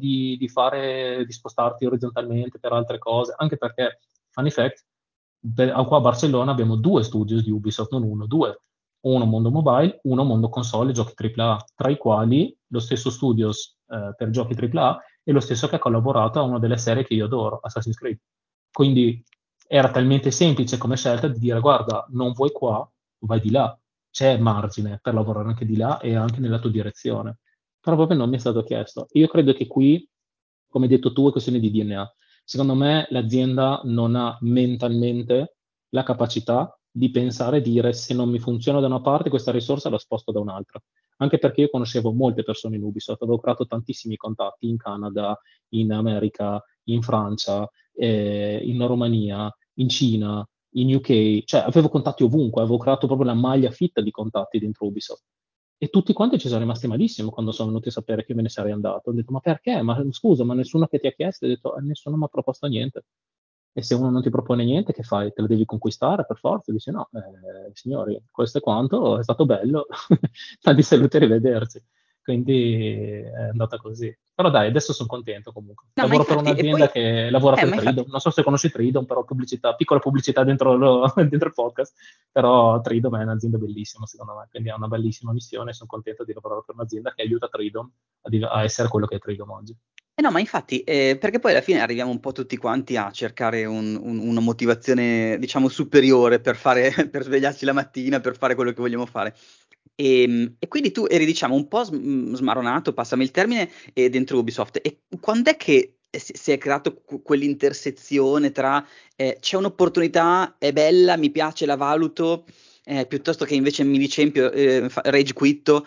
di spostarti orizzontalmente per altre cose? Anche perché, funny fact, qua a Barcellona abbiamo 2 studios di Ubisoft, non uno, due. Uno mondo mobile, uno mondo console e giochi AAA, tra i quali lo stesso studios per giochi AAA e lo stesso che ha collaborato a una delle serie che io adoro, Assassin's Creed. Quindi era talmente semplice come scelta di dire, guarda, non vuoi qua, vai di là. C'è margine per lavorare anche di là e anche nella tua direzione. Però proprio non mi è stato chiesto. Io credo che qui, come hai detto tu, è questione di DNA. Secondo me l'azienda non ha mentalmente la capacità di pensare e dire se non mi funziona da una parte, questa risorsa la sposto da un'altra. Anche perché io conoscevo molte persone in Ubisoft, avevo creato tantissimi contatti in Canada, in America, in Francia, in Romania, in Cina, in UK, cioè avevo contatti ovunque, avevo creato proprio una maglia fitta di contatti dentro Ubisoft. E tutti quanti ci sono rimasti malissimo quando sono venuti a sapere che me ne sarei andato. Ho detto, ma perché? Ma scusa, ma nessuno che ti ha chiesto? Ho detto, nessuno mi ha proposto niente. E se uno non ti propone niente, che fai? Te lo devi conquistare per forza? Dici, no, signori, questo è quanto, è stato bello, tanti saluti e arrivederci. Quindi è andata così. Però dai, adesso sono contento comunque. No, ma Lavoro per infatti, e un'azienda poi, che lavora per ma infatti, Tridom. Non so se conosci Tridom, però pubblicità, piccola pubblicità dentro, dentro il podcast. Però Tridom è un'azienda bellissima, secondo me. Quindi ha una bellissima missione e sono contento di lavorare per un'azienda che aiuta Tridom a essere quello che è Tridom oggi. no, ma infatti, perché poi alla fine arriviamo un po' tutti quanti a cercare una motivazione, diciamo, superiore per fare, per svegliarci la mattina, per fare quello che vogliamo fare. E quindi tu eri, diciamo, un po' smaronato, passami il termine, dentro Ubisoft. E quando è che si è creato quell'intersezione tra c'è un'opportunità, è bella, mi piace, la valuto, piuttosto che invece mi licenzio, rage quitto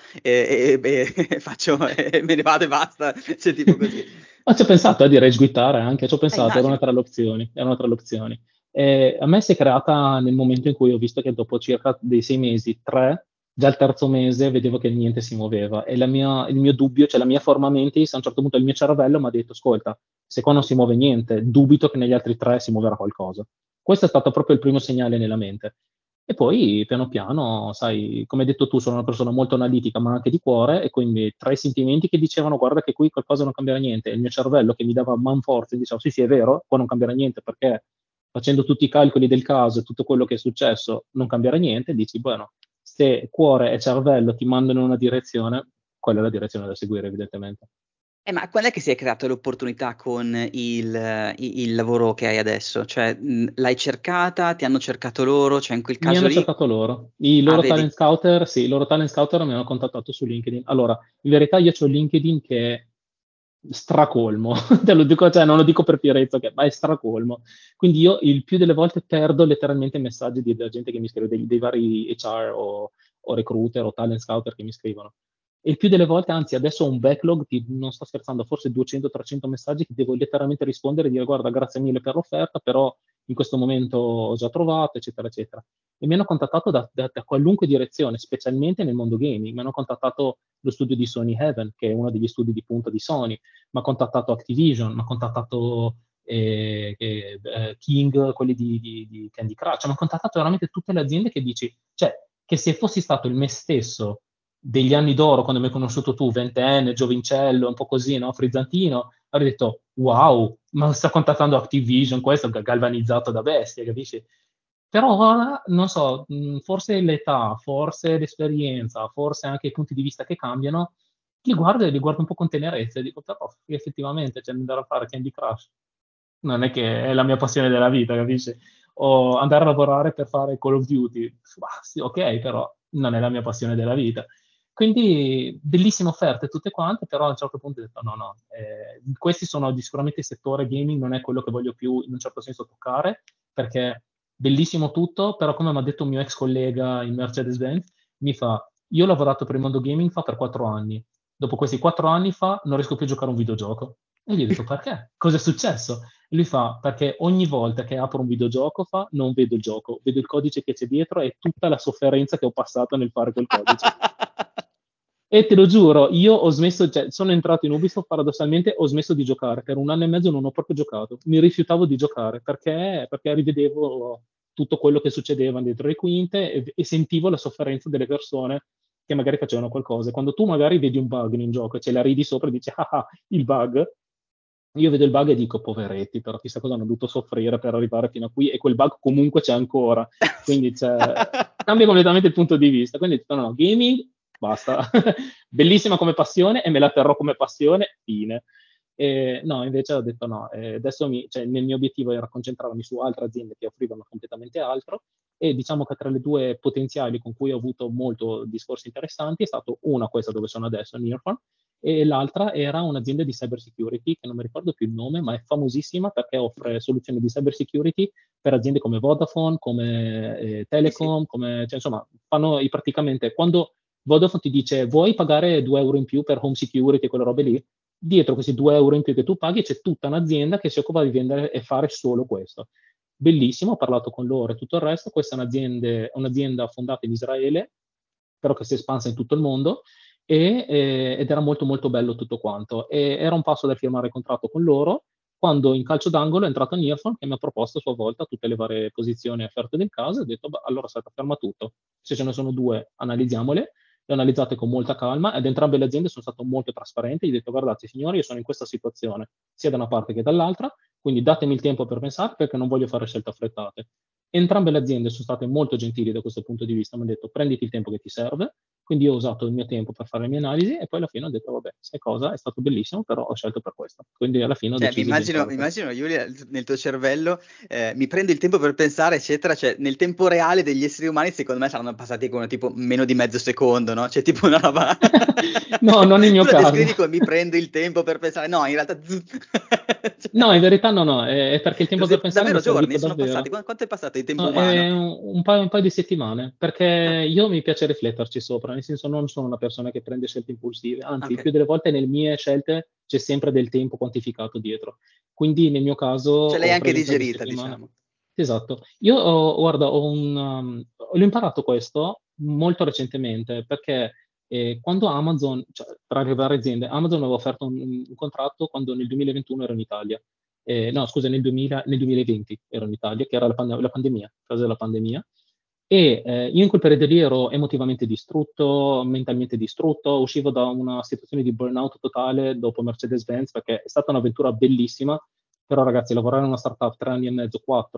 e faccio, me ne vado e basta, cioè tipo così. Ma ci ho pensato di rage quittare anche, ci ho pensato, era una Immagino. tra le opzioni, era una tra le opzioni. A me si è creata nel momento in cui ho visto che dopo circa dei 6 mesi, tre, già il terzo mese vedevo che niente si muoveva e il mio dubbio, cioè la mia forma mentis, a un certo punto il mio cervello mi ha detto, ascolta, se qua non si muove niente, dubito che negli altri tre si muoverà qualcosa. Questo è stato proprio il primo segnale nella mente. E poi piano piano, sai, come hai detto tu, sono una persona molto analitica, ma anche di cuore, e quindi tra i sentimenti che dicevano guarda che qui qualcosa non cambierà niente, e il mio cervello che mi dava manforte, diceva sì sì è vero, qua non cambierà niente perché facendo tutti i calcoli del caso e tutto quello che è successo non cambierà niente, dici bueno, se cuore e cervello ti mandano in una direzione, quella è la direzione da seguire evidentemente. Ma quando è che si è creata l'opportunità con il lavoro che hai adesso? Cioè, l'hai cercata, ti hanno cercato loro, cioè in quel Mi caso hanno lì? cercato loro. I Ah, loro vedi? talent scouter, sì, i loro talent scouter mi hanno contattato su LinkedIn. Allora, in verità io ho LinkedIn che è stracolmo, te lo dico, cioè non lo dico per fierezza, ma è stracolmo. Quindi io il più delle volte perdo letteralmente messaggi della gente che mi scrive, dei vari HR o recruiter o talent scouter che mi scrivono. E il più delle volte, anzi, adesso ho un backlog di, non sto scherzando, forse 200-300 messaggi che devo letteralmente rispondere e dire guarda, grazie mille per l'offerta, però in questo momento ho già trovato, eccetera, eccetera. E mi hanno contattato da qualunque direzione, specialmente nel mondo gaming. Mi hanno contattato lo studio di Sony Heaven, che è uno degli studi di punta di Sony, mi ha contattato Activision, mi ha contattato King, quelli di Candy Crush, mi hanno contattato veramente tutte le aziende che dici, cioè, che se fossi stato il me stesso degli anni d'oro, quando mi hai conosciuto tu, ventenne, giovincello, un po' così, no? Frizzantino, avrei detto, wow, ma sta contattando Activision, questo è galvanizzato da bestia, capisci? Però ora, non so, forse l'età, forse l'esperienza, forse anche i punti di vista che cambiano, li guardo e li guardo un po' con tenerezza e dico, però effettivamente c'è da andare a fare Candy Crush. Non è che è la mia passione della vita, capisci? O andare a lavorare per fare Call of Duty. Bah, sì, ok, però non è la mia passione della vita. Quindi bellissime offerte tutte quante, però a un certo punto ho detto no, questi sono sicuramente il settore gaming, non è quello che voglio più in un certo senso toccare, perché bellissimo tutto, però come mi ha detto un mio ex collega in Mercedes-Benz, mi fa, io ho lavorato per il mondo gaming fa per 4 anni, dopo questi 4 anni fa non riesco più a giocare a un videogioco. E gli ho detto perché? Cosa è successo? E lui fa, perché ogni volta che apro un videogioco fa, non vedo il gioco, vedo il codice che c'è dietro e tutta la sofferenza che ho passato nel fare quel codice. E te lo giuro, io ho smesso, cioè, sono entrato in Ubisoft, paradossalmente ho smesso di giocare, per 1 anno e mezzo non ho proprio giocato, mi rifiutavo di giocare perché rivedevo tutto quello che succedeva dietro le quinte e sentivo la sofferenza delle persone che magari facevano qualcosa. Quando tu magari vedi un bug in un gioco e ce la ridi sopra e dici ah, il bug, io vedo il bug e dico poveretti, però chissà cosa hanno dovuto soffrire per arrivare fino a qui e quel bug comunque c'è ancora, quindi cambia completamente il punto di vista. Quindi ho detto no, gaming basta, bellissima come passione e me la terrò come passione, fine. No, invece ho detto no, adesso cioè, nel mio obiettivo era concentrarmi su altre aziende che offrivano completamente altro e diciamo che tra le due potenziali con cui ho avuto molto discorsi interessanti è stato una questa dove sono adesso, Nearphone, e l'altra era un'azienda di cyber security, che non mi ricordo più il nome, ma è famosissima perché offre soluzioni di cyber security per aziende come Vodafone, come Telecom, cioè, insomma, fanno praticamente quando Vodafone ti dice vuoi pagare 2 euro in più per home security e quelle robe lì, dietro questi 2 euro in più che tu paghi c'è tutta un'azienda che si occupa di vendere e fare solo questo. Bellissimo, ho parlato con loro e tutto il resto. Questa è un'azienda fondata in Israele, però che si è espansa in tutto il mondo ed era molto molto bello tutto quanto. E era un passo dal firmare il contratto con loro, quando in calcio d'angolo è entrato Nearphone che mi ha proposto a sua volta tutte le varie posizioni e offerte del caso e ho detto, allora aspetta, ferma tutto. Se ce ne sono due, analizziamole. Le ho analizzate con molta calma ed entrambe le aziende sono state molto trasparenti. Gli ho detto, guardate signori, io sono in questa situazione, sia da una parte che dall'altra, quindi datemi il tempo per pensare perché non voglio fare scelte affrettate. Entrambe le aziende sono state molto gentili da questo punto di vista, mi hanno detto prenditi il tempo che ti serve, quindi ho usato il mio tempo per fare le mie analisi e poi alla fine ho detto vabbè, sai cosa, è stato bellissimo, però ho scelto per questo. Quindi alla fine ho Cioè, mi deciso di immagino, entrare mi per... immagino, Giulia, nel tuo cervello, mi prendo il tempo per pensare, eccetera, cioè nel tempo reale degli esseri umani secondo me saranno passati come tipo meno di mezzo secondo, no? Cioè tipo una roba... No, non nel mio Tu la caso. descrivi come mi prendo il tempo per pensare, no, in realtà... Cioè, No, in verità no, è perché il tempo per pensare mi è davvero giorni servito sono passati, davvero. quanto è passato il tempo No, umano? è un paio di settimane, perché Ah, io mi piace rifletterci sopra, nel senso non sono una persona che prende scelte impulsive, anzi, il ok. più delle volte nelle mie scelte c'è sempre del tempo quantificato dietro. Quindi nel mio caso Ce l'hai ho anche preso un paio di digerita, settimane. diciamo. Esatto. Io guarda, ho imparato questo molto recentemente, perché quando Amazon, cioè, tra le varie aziende, Amazon aveva offerto un contratto quando nel 2021 ero in Italia. No, scusa, nel 2020 ero in Italia, che era la pandemia, fase della pandemia. E io in quel periodo lì ero emotivamente distrutto, mentalmente distrutto, uscivo da una situazione di burnout totale dopo Mercedes-Benz, perché è stata un'avventura bellissima, però ragazzi, lavorare in una startup 3 anni e mezzo,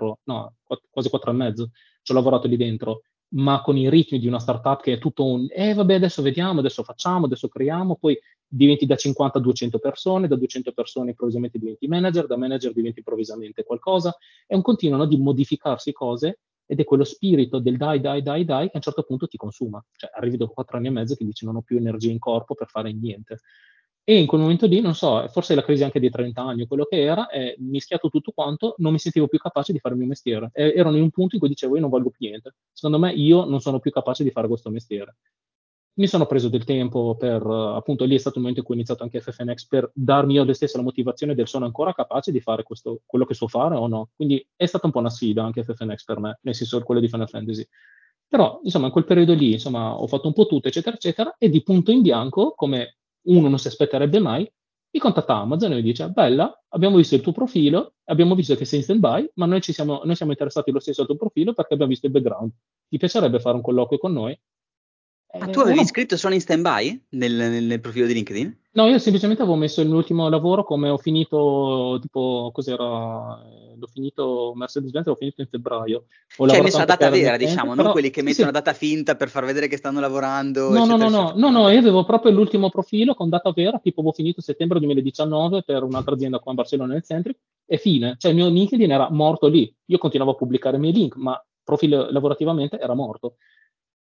quasi 4 e mezzo, ci ho lavorato lì dentro, ma con i ritmi di una startup che è tutto vabbè, adesso vediamo, adesso facciamo, adesso creiamo, poi diventi da 50 a 200 persone, da 200 persone improvvisamente diventi manager, da manager diventi improvvisamente qualcosa, è un continuo, no, di modificarsi cose ed è quello spirito del dai che a un certo punto ti consuma. Cioè arrivi dopo 4 anni e mezzo che dici non ho più energia in corpo per fare niente. E in quel momento lì, non so, forse la crisi anche dei 30 anni o quello che era, è mischiato tutto quanto, non mi sentivo più capace di fare il mio mestiere. Erano in un punto in cui dicevo io non valgo più niente. Secondo me io non sono più capace di fare questo mestiere. Mi sono preso del tempo per, appunto, lì è stato il momento in cui ho iniziato anche FFNX per darmi io stesso la motivazione del sono ancora capace di fare questo, quello che so fare o no. Quindi è stata un po' una sfida anche FFNX per me, nel senso quello di Final Fantasy. Però, insomma, in quel periodo lì, insomma, ho fatto un po' tutto, eccetera, eccetera, e di punto in bianco, come uno non si aspetterebbe mai, mi contatta Amazon e mi dice, bella, abbiamo visto il tuo profilo, abbiamo visto che sei in stand-by, ma noi siamo interessati lo stesso al tuo profilo perché abbiamo visto il background. Ti piacerebbe fare un colloquio con noi? Ah, tu avevi Uno, scritto sono in stand-by nel profilo di LinkedIn? no, io semplicemente avevo messo il mio ultimo lavoro come ho finito, tipo, cos'era? L'ho finito Mercedes-Benz, l'ho finito in febbraio. Ho Cioè hai lavorato messo la anche data per vera, Next diciamo, non però quelli che sì, mettono sì. la data finta per far vedere che stanno lavorando, No, no, eccetera, no, no, eccetera. no, Ah, no, ok. io avevo proprio l'ultimo profilo con data vera, tipo avevo finito settembre 2019 per un'altra azienda qua a Barcellona nel Centric, e fine. Cioè il mio LinkedIn era morto lì. Io continuavo a pubblicare i miei link, ma profilo lavorativamente era morto.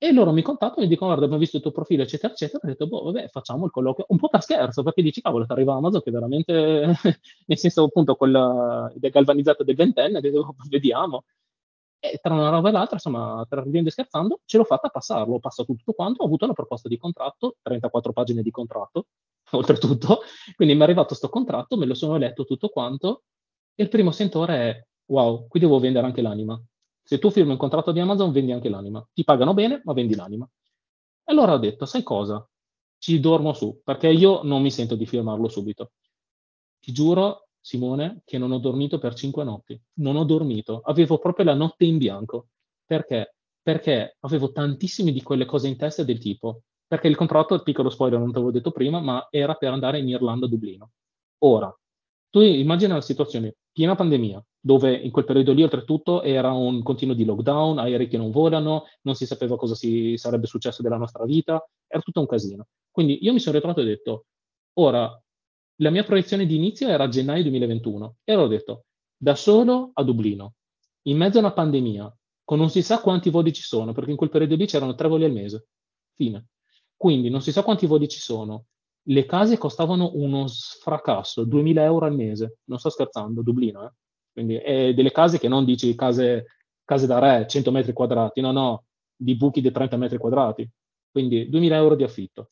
E loro mi contattano e mi dicono, guarda, abbiamo visto il tuo profilo, eccetera, eccetera. Ho detto, boh, vabbè, facciamo il colloquio, un po' per scherzo, perché dici, cavolo, ti arriva Amazon che veramente, nel senso, appunto, quella galvanizzata del ventenne, ho detto, "Oh, vediamo." E tra una roba e l'altra, insomma, tra ridendo e scherzando, ce l'ho fatta passarlo. Ho passato tutto quanto, ho avuto la proposta di contratto, 34 pagine di contratto, oltretutto. Quindi mi è arrivato sto contratto, me lo sono letto tutto quanto, e il primo sentore è, wow, qui devo vendere anche l'anima. Se tu firmi un contratto di Amazon, vendi anche l'anima. Ti pagano bene, ma vendi l'anima. E allora ho detto, sai cosa? Ci dormo su, perché io non mi sento di firmarlo subito. Ti giuro, Simone, che non ho dormito per 5 notti. Non ho dormito. Avevo proprio la notte in bianco. Perché? Perché avevo tantissime di quelle cose in testa del tipo. Perché il contratto, piccolo spoiler, non te l'avevo detto prima, ma era per andare in Irlanda, a Dublino. Ora, tu immagina la situazione, piena pandemia, dove in quel periodo lì, oltretutto, era un continuo di lockdown, aerei che non volano, non si sapeva cosa sarebbe successo della nostra vita, era tutto un casino. Quindi io mi sono ritrovato e ho detto, ora, la mia proiezione di inizio era gennaio 2021, e allora ho detto, da solo a Dublino, in mezzo a una pandemia, con non si sa quanti voli ci sono, perché in quel periodo lì c'erano 3 voli al mese, fine. Quindi non si sa quanti voli ci sono, le case costavano uno sfracasso, 2000 euro al mese, non sto scherzando, Dublino, eh? Quindi, delle case che non dici case da re, 100 metri quadrati, no, no, di buchi di 30 metri quadrati. Quindi 2000 euro di affitto.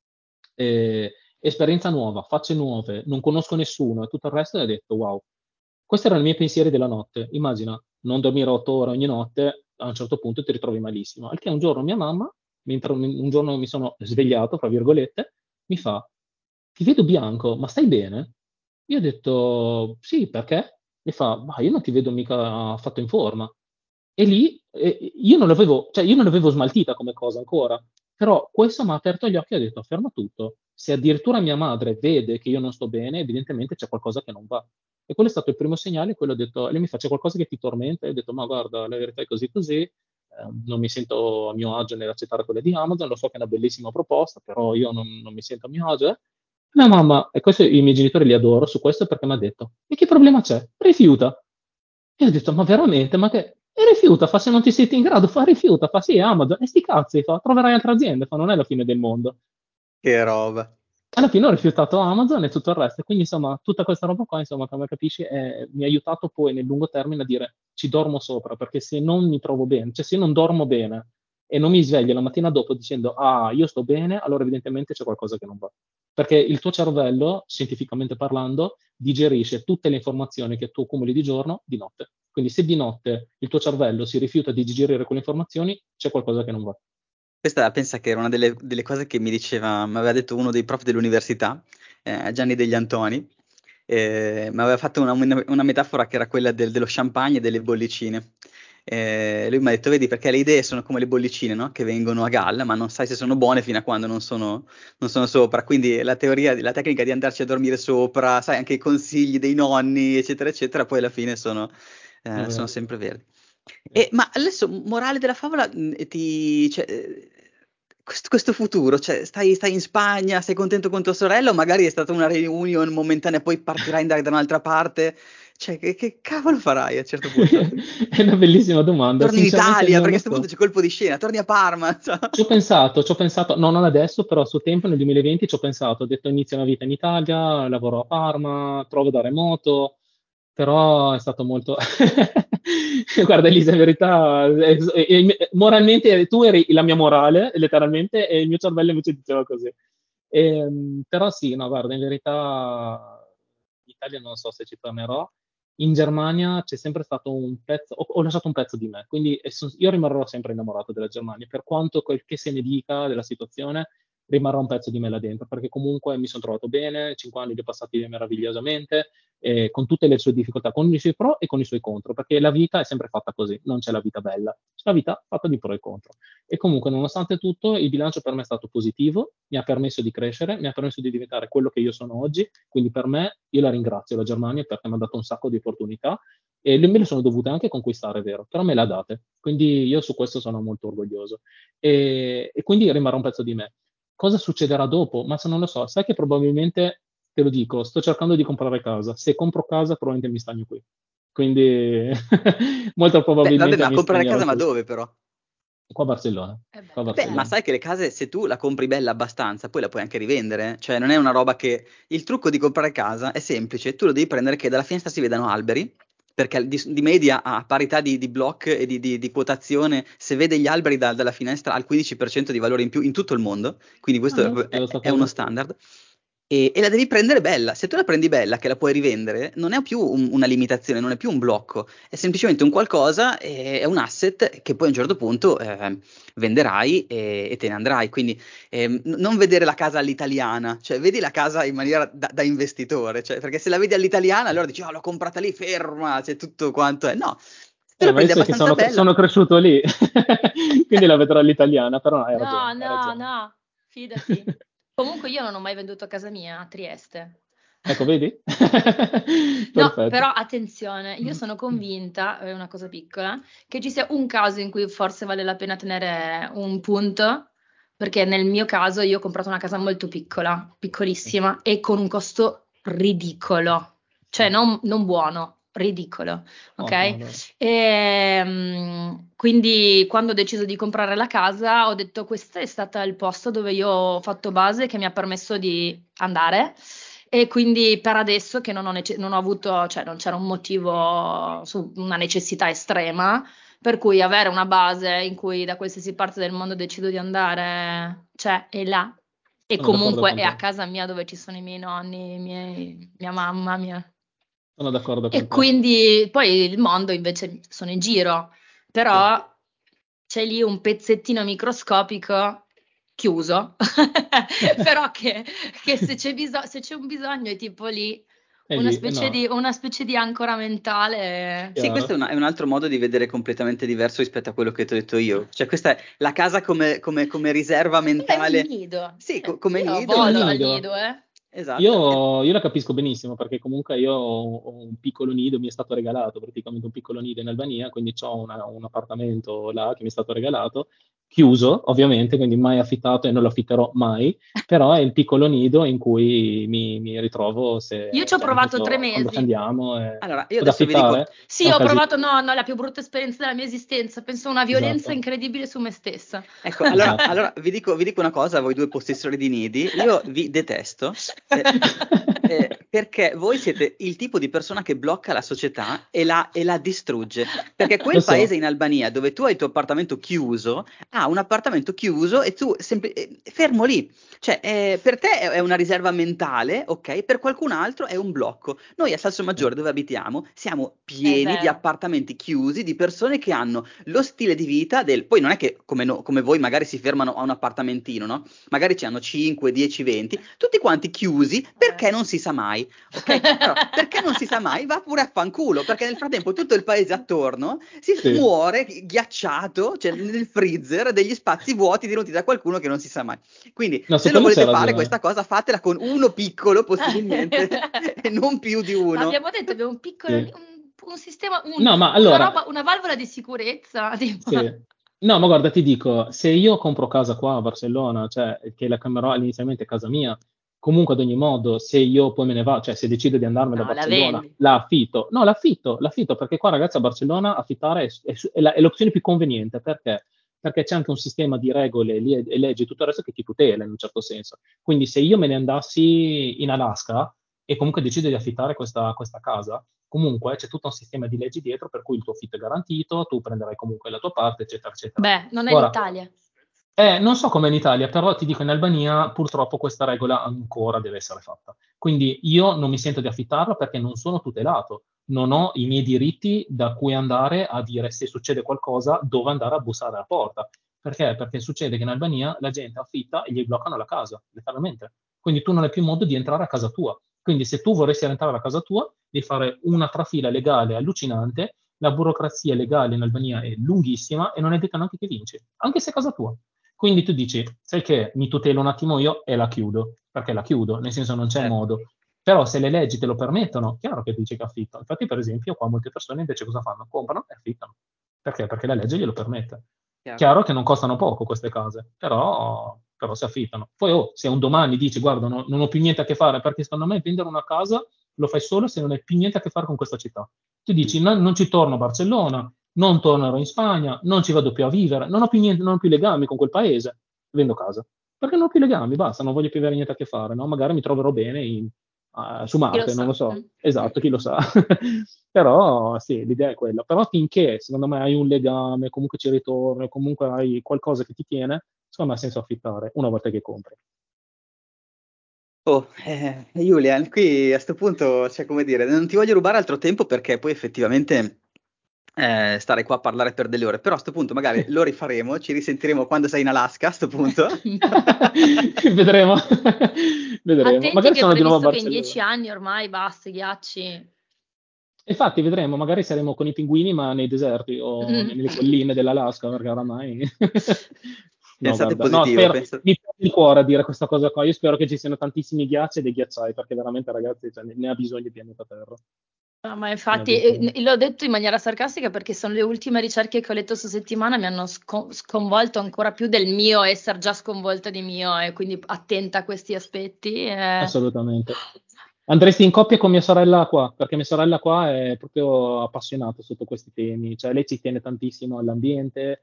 Esperienza nuova, facce nuove, non conosco nessuno e tutto il resto, e ho detto wow. Questi erano i miei pensieri della notte. Immagina, non dormire 8 ore ogni notte, a un certo punto ti ritrovi malissimo. Al che un giorno mia mamma, mentre un giorno mi sono svegliato, fra virgolette, mi fa, ti vedo bianco, ma stai bene? Io ho detto, sì, perché? Mi fa, ma io non ti vedo mica affatto in forma. E lì io non l'avevo smaltita come cosa ancora, però questo mi ha aperto gli occhi e ho detto, ferma tutto. Se addirittura mia madre vede che io non sto bene, evidentemente c'è qualcosa che non va. E quello è stato il primo segnale, quello ho detto, lei mi fa, c'è qualcosa che ti tormenta? E ho detto, ma guarda, la verità è così così, non mi sento a mio agio nell'accettare quella di Amazon, lo so che è una bellissima proposta, però io non mi sento a mio agio. Mia mamma, e questo i miei genitori li adoro su questo perché mi ha detto, e che problema c'è? Rifiuta. E ho detto, ma veramente? Ma che... E rifiuta, fa se non ti senti in grado, fa rifiuta, fa sì, Amazon, e sti cazzi, fa, troverai altre aziende, fa non è la fine del mondo. Che roba. Alla fine ho rifiutato Amazon e tutto il resto, e quindi insomma tutta questa roba qua, insomma, come capisci, mi ha aiutato poi nel lungo termine a dire ci dormo sopra, perché se non mi trovo bene, cioè se io non dormo bene e non mi sveglio la mattina dopo dicendo ah, io sto bene, allora evidentemente c'è qualcosa che non va. Perché il tuo cervello, scientificamente parlando, digerisce tutte le informazioni che tu accumuli di giorno di notte. Quindi se di notte il tuo cervello si rifiuta di digerire quelle informazioni, c'è qualcosa che non va. Questa pensa che era una delle cose che mi aveva detto uno dei prof dell'università, Gianni Degli Antoni, mi aveva fatto una metafora che era quella dello champagne e delle bollicine. Lui mi ha detto, vedi, perché le idee sono come le bollicine, no? Che vengono a galla, ma non sai se sono buone fino a quando non sono sopra. Quindi la teoria, la tecnica di andarci a dormire sopra, sai, anche i consigli dei nonni, eccetera, eccetera, poi alla fine È sono vero, sempre verdi. è vero. Ma adesso, morale della favola, cioè, questo futuro, cioè, stai in Spagna, sei contento con tua sorella o magari è stata una reunion momentanea e poi partirai da un'altra parte? Cioè, che cavolo farai a un certo punto? È una bellissima domanda, Torni in sinceramente Italia, non perché lo a questo punto so. c'è colpo di scena, torni a Parma. Cioè. Ci ho pensato, no, non adesso, però a suo tempo nel 2020 ci ho pensato, ho detto inizio una vita in Italia, lavoro a Parma, trovo da remoto, però è stato molto... Guarda Elisa, in verità, moralmente tu eri la mia morale, letteralmente, e il mio cervello invece diceva così. Però sì, no, guarda, in verità in Italia non so se ci tornerò. In Germania c'è sempre stato un pezzo, ho lasciato un pezzo di me, quindi io rimarrò sempre innamorato della Germania, per quanto quel che se ne dica della situazione, rimarrà un pezzo di me là dentro, perché comunque mi sono trovato bene, 5 anni li ho passati meravigliosamente, con tutte le sue difficoltà, con i suoi pro e con i suoi contro, perché la vita è sempre fatta così, non c'è la vita bella, c'è la vita fatta di pro e contro. E comunque, nonostante tutto, il bilancio per me è stato positivo, mi ha permesso di crescere, mi ha permesso di diventare quello che io sono oggi, quindi per me io la ringrazio la Germania perché mi ha dato un sacco di opportunità e me le sono dovute anche conquistare, è vero, però me le ha date. Quindi io su questo sono molto orgoglioso. E quindi rimarrà un pezzo di me. Cosa succederà dopo? Ma se non lo so, sai che probabilmente, te lo dico, sto cercando di comprare casa. Se compro casa, probabilmente mi stagno qui. Quindi molto Beh, vabbè, probabilmente ma mi comprare stagnerò casa, ma qui. dove però? Qua a Barcellona. Qua a Beh, ma Barcellona. sai che le case, se tu la compri bella abbastanza, poi la puoi anche rivendere. Cioè, non è una roba che... Il trucco di comprare casa è semplice. Tu lo devi prendere che dalla finestra si vedano alberi, perché di media, a parità di block e di quotazione, se vede gli alberi dalla finestra ha il 15% di valore in più in tutto il mondo. Quindi Ah, non questo sapevo sta è uno cosa. standard. E la devi prendere bella. Se tu la prendi bella, che la puoi rivendere, non è più una limitazione, non è più un blocco, è semplicemente un qualcosa, è un asset che poi a un certo punto venderai e te ne andrai. Quindi non vedere la casa all'italiana, cioè vedi la casa in maniera da investitore, cioè, perché se la vedi all'italiana allora dici, oh, l'ho comprata lì, ferma, c'è tutto quanto è. No, se te la Ma io prendi sai che abbastanza bella. sono cresciuto lì, quindi la vedrò all'italiana, però no, hai No, ragione, hai no, ragione. no, fidati. Comunque io non ho mai venduto casa mia a Trieste. Ecco, vedi? No, Perfetto. però attenzione, io sono convinta, è una cosa piccola, che ci sia un caso in cui forse vale la pena tenere un punto, perché nel mio caso io ho comprato una casa molto piccola, piccolissima, e con un costo ridicolo, cioè non buono, ridicolo, Ottimo, ok? allora. Quindi quando ho deciso di comprare la casa ho detto questo è stato il posto dove io ho fatto base che mi ha permesso di andare e quindi per adesso che non ho avuto, cioè non c'era un motivo, una necessità estrema, per cui avere una base in cui da qualsiasi parte del mondo decido di andare, cioè è là. E Sono d'accordo comunque con è a te. casa mia dove ci sono i miei nonni, mia mamma, Sono d'accordo e con te. quindi poi il mondo invece sono in giro, Sì. però c'è lì un pezzettino microscopico chiuso, però che se c'è un bisogno è tipo lì È lì, no, una specie di ancora mentale. Sì, questo chiaro. è un altro modo di vedere completamente diverso rispetto a quello che ti ho detto io. Cioè, questa è la casa come riserva È un mentale. nido. Sì, come Io nido, Come volo dal nido. nido, eh. esatto. Io la capisco benissimo perché comunque io ho un piccolo nido, mi è stato regalato praticamente un piccolo nido in Albania, quindi ho un appartamento là che mi è stato regalato, chiuso ovviamente, quindi mai affittato e non lo affitterò mai, però è il piccolo nido in cui mi ritrovo Io ci ho cioè, nel provato tre senso, quando ci mesi. andiamo. Allora, io Ad adesso vi dico, affittare è Sì, un ho casino. provato, no, no, la più brutta esperienza della mia esistenza. Penso a una violenza Esatto, incredibile su me stessa. ecco, allora, esatto. allora vi dico una cosa, voi due possessori di nidi, io vi detesto perché voi siete il tipo di persona che blocca la società e la distrugge. Perché Lo quel paese so, in Albania dove tu hai il tuo appartamento chiuso, ha un appartamento chiuso e tu fermo lì. Cioè, per te è una riserva mentale, ok? Per qualcun altro è un blocco. Noi a Salsomaggiore, dove abitiamo, siamo È pieni di vero. appartamenti chiusi, di persone che hanno lo stile di vita del... Poi non è che come voi magari si fermano a un appartamentino, no? Magari ci hanno 5, 10, 20, tutti quanti chiusi perché non si sa mai, ok? Allora, perché non si sa mai, va pure a fanculo, perché nel frattempo tutto il paese attorno sì. muore ghiacciato, cioè nel freezer, degli spazi vuoti tenuti da qualcuno che non si sa mai. Quindi, No, su se lo quello c'è volete fare ragione. questa cosa, fatela con uno piccolo possibilmente e non più di Ma uno. abbiamo detto, abbiamo un piccolo, Sì. un sistema, No, ma una allora, roba, una valvola di sicurezza. Tipo. sì. No, ma guarda, ti dico, se io compro casa qua a Barcellona, cioè che la chiamerò inizialmente casa mia, comunque ad ogni modo, se io poi me ne vado, cioè se decido di andarmene a No, la Barcellona, vendi. la affitto. No, l'affitto perché qua ragazzi a Barcellona affittare è l'opzione più conveniente, perché? Perché c'è anche un sistema di regole e leggi e tutto il resto che ti tutela in un certo senso. Quindi se io me ne andassi in Alaska e comunque decido di affittare questa casa, comunque c'è tutto un sistema di leggi dietro per cui il tuo affitto è garantito, tu prenderai comunque la tua parte, eccetera, eccetera. Beh, non è Ora, l'Italia. non so come in Italia, però ti dico in Albania purtroppo questa regola ancora deve essere fatta. Quindi io non mi sento di affittarla perché non sono tutelato, non ho i miei diritti da cui andare a dire se succede qualcosa dove andare a bussare alla porta. Perché? Perché succede che in Albania la gente affitta e gli bloccano la casa, letteralmente. Quindi tu non hai più modo di entrare a casa tua. Quindi se tu vorresti entrare a casa tua, devi fare una trafila legale allucinante, la burocrazia legale in Albania è lunghissima e non è detto neanche che vinci, anche se è casa tua. Quindi tu dici, sai che mi tutelo un attimo io e la chiudo, perché la chiudo, nel senso non c'è Certo, modo. Però se le leggi te lo permettono, chiaro che dici che affitto. Infatti, per esempio, qua molte persone invece cosa fanno? Comprano e affittano. Perché? Perché la legge glielo permette. chiaro. Chiaro che non costano poco queste case, però si affittano. Poi se un domani dici, guarda, non ho più niente a che fare, perché secondo me vendere una casa lo fai solo se non hai più niente a che fare con questa città. Tu dici, no, non ci torno a Barcellona, non tornerò in Spagna, non ci vado più a vivere, non ho più niente, non ho più legami con quel paese, vendo casa. Perché non ho più legami, basta, non voglio più avere niente a che fare, no? Magari mi troverò bene su Chi lo Marte, non lo sa? so. Esatto, chi lo sa. Però sì, l'idea è quella. Però finché, secondo me, hai un legame, comunque ci ritorni, comunque hai qualcosa che ti tiene, secondo me ha senso affittare una volta che compri. Oh, Julian, qui a sto punto, cioè, come dire, non ti voglio rubare altro tempo perché poi effettivamente stare qua a parlare per delle ore, però a sto punto magari lo rifaremo, ci risentiremo quando sei in Alaska a sto punto. Vedremo. Vedremo. Attenti Magari che è sono di nuovo a previsto che in 10 Barcellona. anni ormai basta, i ghiacci. Infatti, vedremo, magari saremo con i pinguini, ma nei deserti o Mm. nelle colline dell'Alaska, perché oramai. No, Pensate guarda, no, positivo, spero, mi piace il cuore a dire questa cosa qua. Io spero che ci siano tantissimi ghiacci e dei ghiacciai, perché veramente, ragazzi, cioè, ne ha bisogno il pianeta Terra. No, ma Ne ha infatti bisogno. l'ho detto in maniera sarcastica perché sono le ultime ricerche che ho letto su settimana, mi hanno sconvolto ancora più del mio essere già sconvolta di mio e quindi attenta a questi aspetti. Assolutamente. Andresti in coppia con mia sorella qua, perché mia sorella qua è proprio appassionata sotto questi temi, cioè lei ci tiene tantissimo all'ambiente,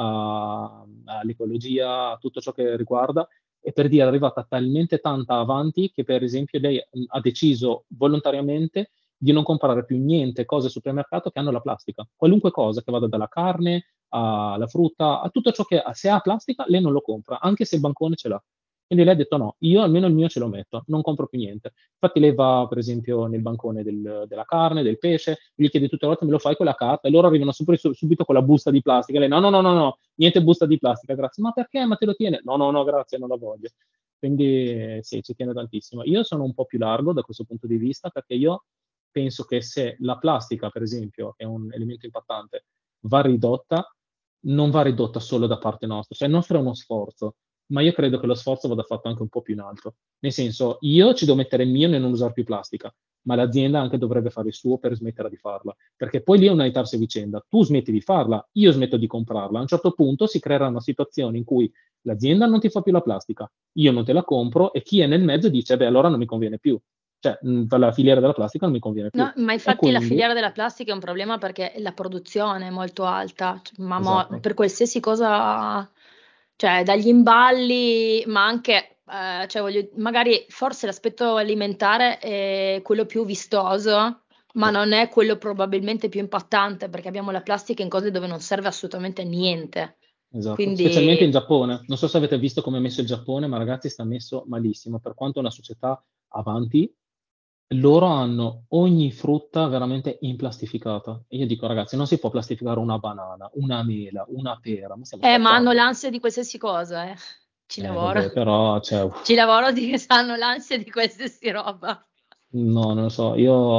all'ecologia, a tutto ciò che riguarda, e per dire è arrivata talmente tanta avanti che per esempio lei ha deciso volontariamente di non comprare più niente, cose al supermercato che hanno la plastica. Qualunque cosa che vada dalla carne alla frutta, a tutto ciò che se ha plastica, lei non lo compra, anche se il bancone ce l'ha. Quindi lei ha detto no, io almeno il mio ce lo metto, non compro più niente. Infatti lei va, per esempio, nel bancone della carne, del pesce, gli chiede tutte le volte me lo fai con la carta e loro arrivano subito con la busta di plastica. E lei no, no, no, no, no, niente busta di plastica, grazie. Ma perché? Ma te lo tiene? No, no, no, grazie, non la voglio. Quindi sì, ci tiene tantissimo. Io sono un po' più largo da questo punto di vista perché io penso che se la plastica, per esempio, è un elemento impattante, va ridotta, non va ridotta solo da parte nostra, cioè il nostro è uno sforzo, ma io credo che lo sforzo vada fatto anche un po' più in alto. Nel senso, io ci devo mettere il mio nel non usare più plastica, ma l'azienda anche dovrebbe fare il suo per smettere di farla, perché poi lì è un'aiutarsi a vicenda. Tu smetti di farla, io smetto di comprarla. A un certo punto si creerà una situazione in cui l'azienda non ti fa più la plastica, io non te la compro e chi è nel mezzo dice, beh, allora non mi conviene più. Cioè, la filiera della plastica non mi conviene più. No, ma E infatti la quindi, filiera della plastica è un problema perché la produzione è molto alta, cioè, esatto, per qualsiasi cosa, cioè dagli imballi, ma anche, cioè, magari forse l'aspetto alimentare è quello più vistoso, ma non è quello probabilmente più impattante perché abbiamo la plastica in cose dove non serve assolutamente a niente. esatto. Specialmente in Quindi Giappone. Non so se avete visto come è messo il Giappone, ma ragazzi, sta messo malissimo. Per quanto è una società avanti, loro hanno ogni frutta veramente implastificata. E io dico, ragazzi, non si può plastificare una banana, una mela, una pera, ma stiamo ma hanno scherzando. l'ansia di qualsiasi cosa, eh. Ci lavoro. Vabbè, però, cioè, Ci lavoro di che sanno l'ansia di qualsiasi roba. no, non lo so.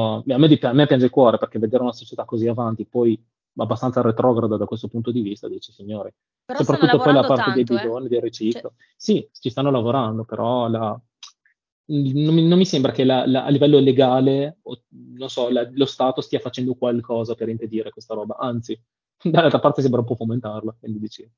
A me piange il cuore perché vedere una società così avanti, poi abbastanza retrograda da questo punto di vista, dici, signori, Però stanno soprattutto poi la lavorando parte dei tanto, eh. bidoni, del Cioè, riciclo. Sì, ci stanno lavorando, però non mi sembra che a livello legale, non so, lo Stato stia facendo qualcosa per impedire questa roba. Anzi, dall'altra parte sembra un po' fomentarla, quindi dici,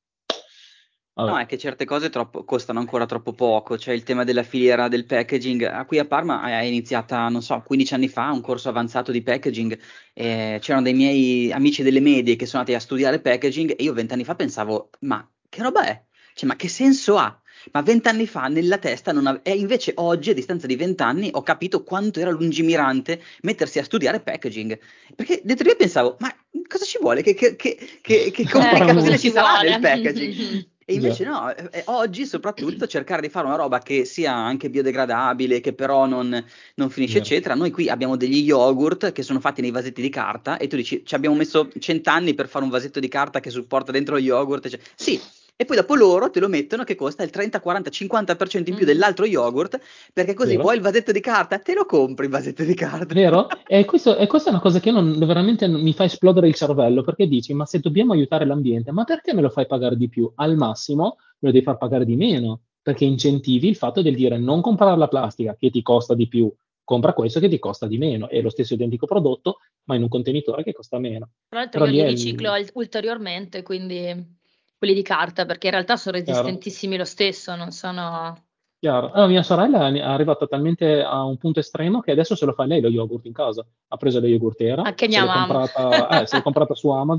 No, vabbè, è che certe cose costano ancora troppo poco. C'è il tema della filiera del packaging. Qui a Parma è iniziata, non so, 15 anni fa, un corso avanzato di packaging. C'erano dei miei amici delle medie che sono andati a studiare packaging e io 20 anni fa pensavo, ma che roba è? Cioè, ma che senso ha? Ma 20 anni fa nella testa non ave- E invece oggi, a distanza di 20 anni, ho capito quanto era lungimirante mettersi a studiare packaging. Perché dentro di me pensavo, ma cosa ci vuole? Che fare cosa complicazione ci ci sarà vuole? nel packaging? E già, invece no, oggi soprattutto cercare di fare una roba che sia anche biodegradabile, che però non finisce, vero. eccetera. Noi qui abbiamo degli yogurt che sono fatti nei vasetti di carta e tu dici, ci abbiamo messo 100 anni per fare un vasetto di carta che supporta dentro lo yogurt. Sì, e poi dopo loro te lo mettono che costa il 30, 40, 50% in più Mm. dell'altro yogurt, perché così Vero? vuoi il vasetto di carta, te lo compri il vasetto di carta. Vero? E questa è una cosa che veramente mi fa esplodere il cervello, perché dici, ma se dobbiamo aiutare l'ambiente, ma perché me lo fai pagare di più? Al massimo me lo devi far pagare di meno, perché incentivi il fatto del dire non comprare la plastica che ti costa di più, compra questo che ti costa di meno, è lo stesso identico prodotto, ma in un contenitore che costa meno. Tra l'altro Però io lì li è riciclo ulteriormente, quindi quelli di carta, perché in realtà sono chiaro. resistentissimi lo stesso, non sono... Chiaro. Allora, mia sorella è arrivata talmente a un punto estremo che adesso se lo fa lei lo yogurt in casa. Ha preso la yogurtera, Anche mia mamma. se l'è comprata su Amazon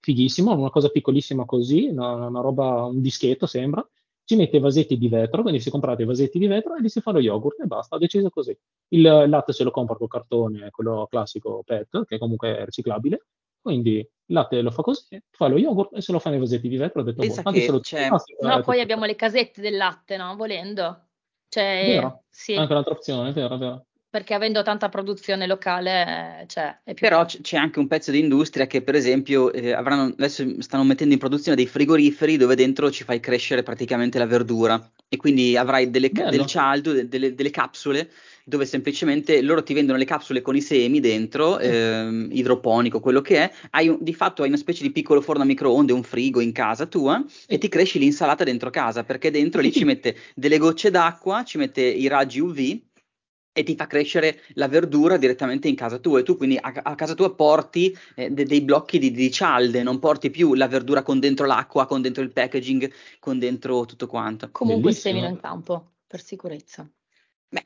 fighissimo, una cosa piccolissima così, una roba, un dischetto sembra, ci mette i vasetti di vetro, quindi si comprate i vasetti di vetro e lì si fa lo yogurt e basta, ha deciso così. Il latte se lo compra col cartone, quello classico PET, che comunque è riciclabile, quindi il latte lo fa così, fa lo yogurt e se lo fa nei vasetti di vetro, ho detto, boh, Pensa tanti se che lo c'è, No, poi tutto. abbiamo le casette del latte, no? Volendo. Cioè, Vero, sì, anche un'altra opzione, vero, vero. perché avendo tanta produzione locale, cioè, è più però facile. c'è anche un pezzo di industria che, per esempio, adesso stanno mettendo in produzione dei frigoriferi dove dentro ci fai crescere praticamente la verdura e quindi avrai del Bello. cialdo, delle capsule dove semplicemente loro ti vendono le capsule con i semi dentro, Sì, idroponico, quello che è, di fatto hai una specie di piccolo forno a microonde, un frigo in casa tua e sì. ti cresci l'insalata dentro casa perché È dentro lì ci fighissimo. mette delle gocce d'acqua, ci mette i raggi UV e ti fa crescere la verdura direttamente in casa tua e tu quindi a casa tua porti dei blocchi di cialde, non porti più la verdura con dentro l'acqua, con dentro il packaging, con dentro tutto quanto. Comunque semino in Bellissimo. campo, per sicurezza. Beh,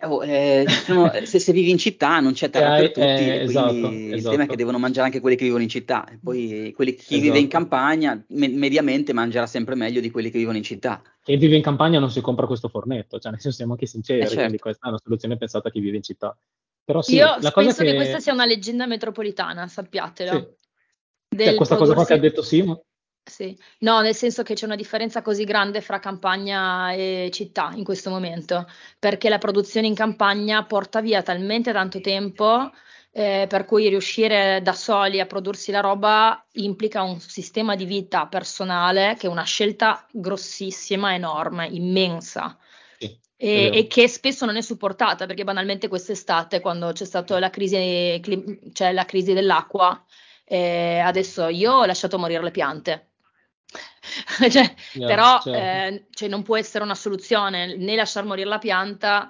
se vivi in città non c'è E terra per tutti e esatto, quindi il tema è che esatto, devono mangiare anche quelli che vivono in città. E poi chi vive in esatto. campagna mediamente mangerà sempre meglio di quelli che vivono in città. Chi vive in campagna non si compra questo fornetto, cioè nel senso siamo anche sinceri, quindi Certo. questa è una soluzione pensata a chi vive in città. Però sì, Io la cosa penso che questa che... sia una leggenda metropolitana, Sì, sappiatelo, cioè del questa cosa qua che ha prodursi. detto Simo, Sì, no, nel senso che c'è una differenza così grande fra campagna e città in questo momento, perché la produzione in campagna porta via talmente tanto tempo, per cui riuscire da soli a prodursi la roba implica un sistema di vita personale che è una scelta grossissima, enorme, immensa. sì, è E vero. che spesso non è supportata perché banalmente quest'estate, quando c'è stata la crisi, cioè la crisi dell'acqua, adesso io ho lasciato morire le piante. Cioè, Yeah, però certo. cioè, non può essere una soluzione né lasciar morire la pianta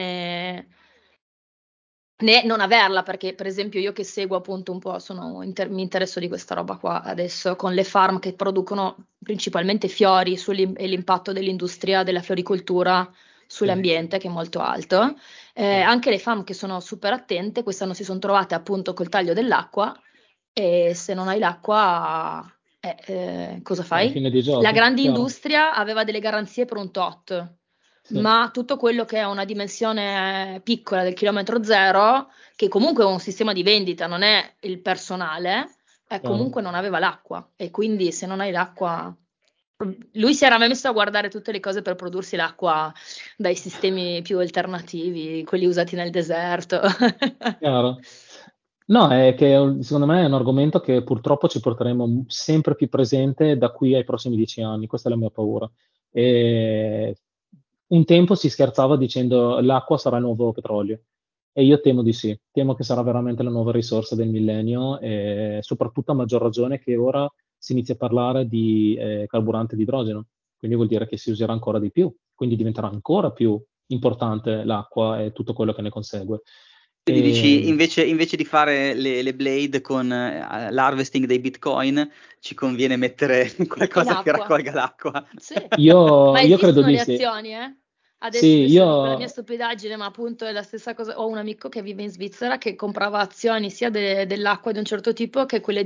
né non averla, perché per esempio io che seguo appunto un po', mi interesso di questa roba qua adesso, con le farm che producono principalmente fiori e l'impatto dell'industria della floricoltura Sì, sull'ambiente che è molto alto. sì. Anche le farm che sono super attente, quest'anno si sono trovate appunto col taglio dell'acqua e se non hai l'acqua, cosa fai? Fine di La gioco, grande chiaro. industria aveva delle garanzie per un tot, Sì, ma tutto quello che è una dimensione piccola del chilometro zero, che comunque è un sistema di vendita, non è il personale, chiaro. comunque non aveva l'acqua e quindi se non hai l'acqua... Lui si era messo a guardare tutte le cose per prodursi l'acqua dai sistemi più alternativi, quelli usati nel deserto. Chiaro. No, è che secondo me è un argomento che purtroppo ci porteremo sempre più presente da qui ai prossimi 10 anni, questa è la mia paura. E un tempo si scherzava dicendo l'acqua sarà il nuovo petrolio e io temo di sì, temo che sarà veramente la nuova risorsa del millennio e soprattutto a maggior ragione che ora si inizia a parlare di carburante di idrogeno, quindi vuol dire che si userà ancora di più, quindi diventerà ancora più importante l'acqua e tutto quello che ne consegue. Quindi dici, E, invece di fare le blade con l'harvesting dei bitcoin, ci conviene mettere In qualcosa che acqua. raccolga l'acqua. Sì, ma io credo esistono di le sì. azioni, eh? Sì, Adesso dico la mia io... stupidaggine, ma appunto è la stessa cosa. Ho un amico che vive in Svizzera che comprava azioni sia dell'acqua di un certo tipo che quelle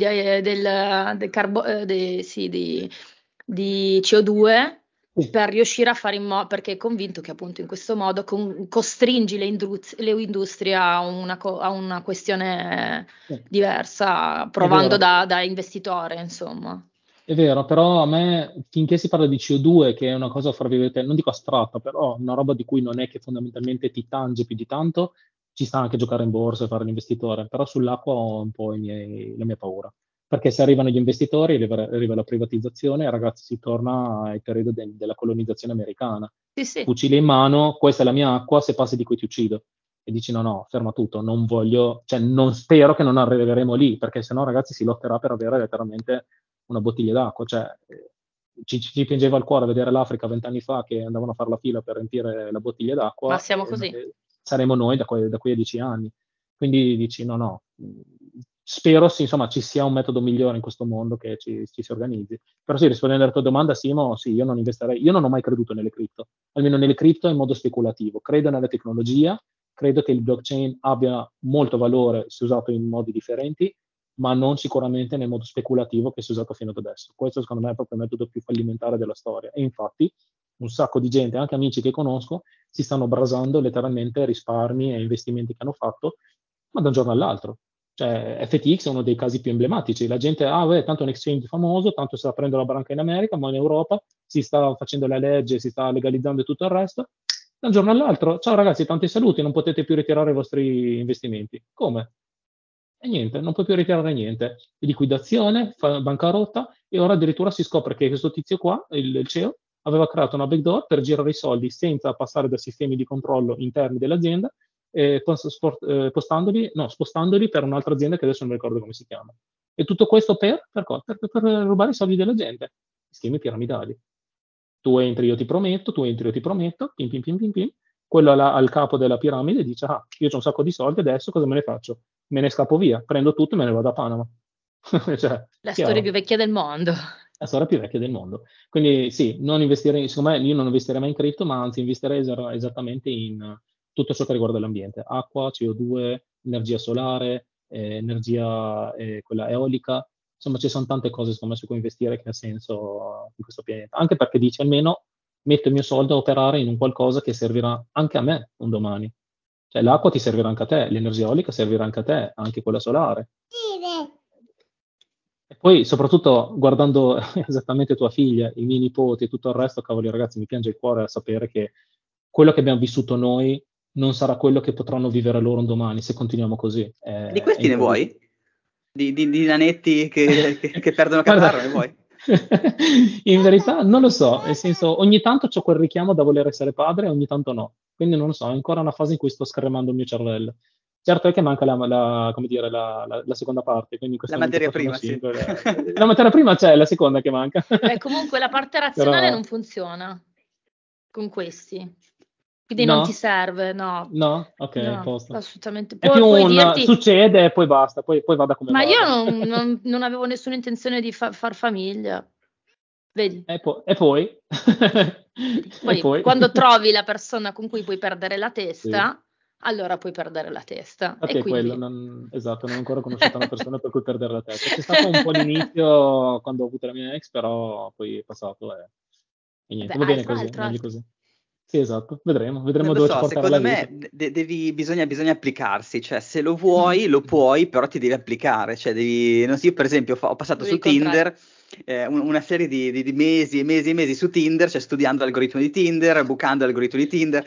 sì, di CO2 sì, per riuscire a fare in modo, perché è convinto che appunto in questo modo costringi le industrie a una questione sì, diversa, è provando vero. da investitore, insomma. È vero, però a me, finché si parla di CO2, che è una cosa, fra virgolette, non dico astratta, però una roba di cui non è che fondamentalmente ti tange più di tanto, ci sta anche giocare in borsa e fare l'investitore, però sull'acqua ho un po' la mia paura. Perché se arrivano gli investitori, arriva la privatizzazione, ragazzi, si torna al periodo della colonizzazione americana. Sì, sì. Fucile in mano, questa è la mia acqua, se passi di qui ti uccido. E dici no, no, ferma tutto, non voglio, cioè non spero che non arriveremo lì, perché sennò ragazzi si lotterà per avere letteralmente una bottiglia d'acqua, cioè ci piangeva il cuore vedere l'Africa 20 anni fa che andavano a fare la fila per riempire la bottiglia Ma d'acqua siamo così. e saremo noi da qui a 10 anni. Quindi dici no, no, spero sì, insomma ci sia un metodo migliore in questo mondo che ci si organizzi. Però sì, rispondendo alla tua domanda, Simo, sì, io non investirei, io non ho mai creduto nelle cripto, almeno nelle cripto in modo speculativo. Credo nella tecnologia, credo che il blockchain abbia molto valore se usato in modi differenti, ma non sicuramente nel modo speculativo che si è usato fino ad adesso. Questo secondo me è proprio il metodo più fallimentare della storia. E infatti un sacco di gente, anche amici che conosco, si stanno brasando letteralmente risparmi e investimenti che hanno fatto, ma da un giorno all'altro. Cioè, FTX è uno dei casi più emblematici. La gente, tanto è un exchange famoso, tanto si sta prendendo la branca in America, ma in Europa si sta facendo la legge, si sta legalizzando e tutto il resto. Da un giorno all'altro, ciao ragazzi, tanti saluti, non potete più ritirare i vostri investimenti. Come? E niente, non puoi più ritirare niente. Liquidazione, bancarotta, e ora addirittura si scopre che questo tizio qua, il CEO, aveva creato una backdoor per girare i soldi senza passare da sistemi di controllo interni dell'azienda, spostandoli per un'altra azienda che adesso non mi ricordo come si chiama. E tutto questo per rubare i soldi della gente. Schemi piramidali. Tu entri, io ti prometto, tu entri, io ti prometto, pim pim pim pim pim. Quello al capo della piramide dice, io ho un sacco di soldi, adesso cosa me ne faccio? Me ne scappo via, prendo tutto e me ne vado a Panama. Cioè, La storia chiaro, più vecchia del mondo. la storia più vecchia del mondo. Quindi sì, non investirei, secondo me io non investirei mai in cripto, ma anzi investirei esattamente in tutto ciò che riguarda l'ambiente. Acqua, CO2, energia solare, energia quella eolica. Insomma, ci sono tante cose secondo me su cui investire che ha senso in questo pianeta. Anche perché dici almeno metto il mio soldo a operare in un qualcosa che servirà anche a me un domani. Cioè l'acqua ti servirà anche a te, l'energia eolica servirà anche a te, anche quella solare. E poi, soprattutto, guardando esattamente tua figlia, i miei nipoti e tutto il resto, cavoli ragazzi, mi piange il cuore a sapere che quello che abbiamo vissuto noi non sarà quello che potranno vivere loro un domani se continuiamo così. Di È questi ne incredibile. vuoi? Di nanetti che perdono Guarda, caparra, ne vuoi? in verità non lo so, nel senso ogni tanto c'ho quel richiamo da voler essere padre, ogni tanto no. Quindi non lo so, è ancora una fase in cui sto scremando il mio cervello. Certo è che manca come dire, la seconda parte, quindi in La questo momento materia sono prima, sì. single. La materia prima c'è, la seconda che manca. Beh, comunque la parte razionale Però non funziona con questi. Quindi non ti no, serve, no. no, ok, a No, posto. assolutamente. È più Puoi un dirti, succede e poi basta, poi vada come ma io vada. non avevo nessuna intenzione di far famiglia. Vedi? E poi, e Poi, poi, quando trovi la persona con cui puoi perdere la sì. testa, allora puoi perdere la testa. E Infatti è quello, quindi... esatto, non ho ancora conosciuto una persona per cui perdere la testa. C'è stato un po' l'inizio quando ho avuto la mia ex, però poi è passato e niente, Vabbè, va bene altro, così, altro, meglio altro. così. Sì, esatto, vedremo, Non vedremo lo dove ci so, porterà la secondo vita. me bisogna applicarsi, cioè se lo vuoi, lo puoi, però ti devi applicare, cioè non so, io per esempio ho passato Lui su il contrario. Tinder una serie di mesi e mesi e mesi su Tinder, cioè studiando l'algoritmo di Tinder, bucando l'algoritmo di Tinder.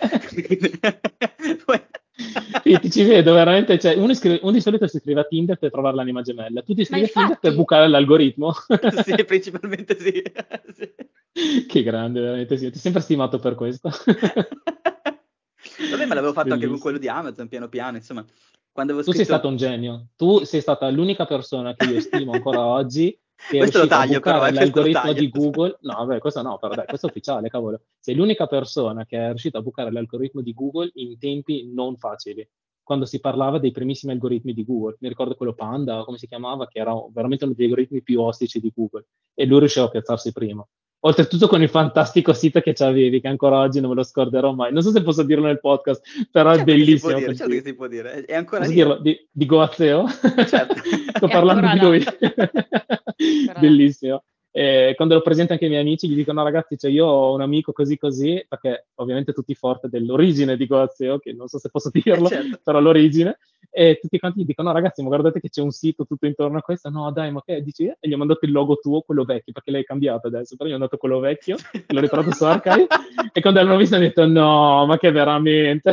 Poi- Sì, ti ci vedo veramente, cioè, uno di solito si iscrive a Tinder per trovare l'anima gemella, tu ti Ma iscrivi a Tinder per infatti, bucare l'algoritmo. Sì, principalmente sì. Sì. Che grande, veramente sì, ti ho sempre stimato per questo. Vabbè, ma l'avevo fatto anche con quello Bellissimo. di Amazon, piano piano, insomma, quando avevo Tu sei scritto... stato un genio, tu sei stata l'unica persona che io stimo ancora oggi che è Questo lo riuscita a taglio però, bucare questo lo l'algoritmo taglio. di Google. No, vabbè, questo no, però dai, questo è ufficiale, cavolo. Sei l'unica persona che è riuscita a bucare l'algoritmo di Google in tempi non facili. Quando si parlava dei primissimi algoritmi di Google, mi ricordo quello Panda, come si chiamava, che era veramente uno degli algoritmi più ostici di Google, e lui riusciva a piazzarsi prima. Oltretutto con il fantastico sito che c'avevi, che ancora oggi non me lo scorderò mai. Non so se posso dirlo nel podcast, però è Certo che si può bellissimo dire, quel certo che sito. si può dire, è ancora Posso lì, dirlo? Di Goazeo? certo. Sto è parlando ancora di là. lui. Ancora là. Bellissimo. Quando lo presento anche ai miei amici, gli dico: No, ragazzi, cioè io ho un amico così così, perché ovviamente tutti forte dell'origine di Goazeo, che non so se posso dirlo, Certo. però l'origine. E tutti quanti gli dicono: No, ragazzi, ma guardate che c'è un sito tutto intorno a questo. No, dai, ma che dici? E gli ho mandato il logo tuo, quello vecchio, perché l'hai cambiato adesso, però gli ho mandato quello vecchio, e l'ho ritrovato su Archive. E quando l'hanno visto hanno detto: No, ma che veramente.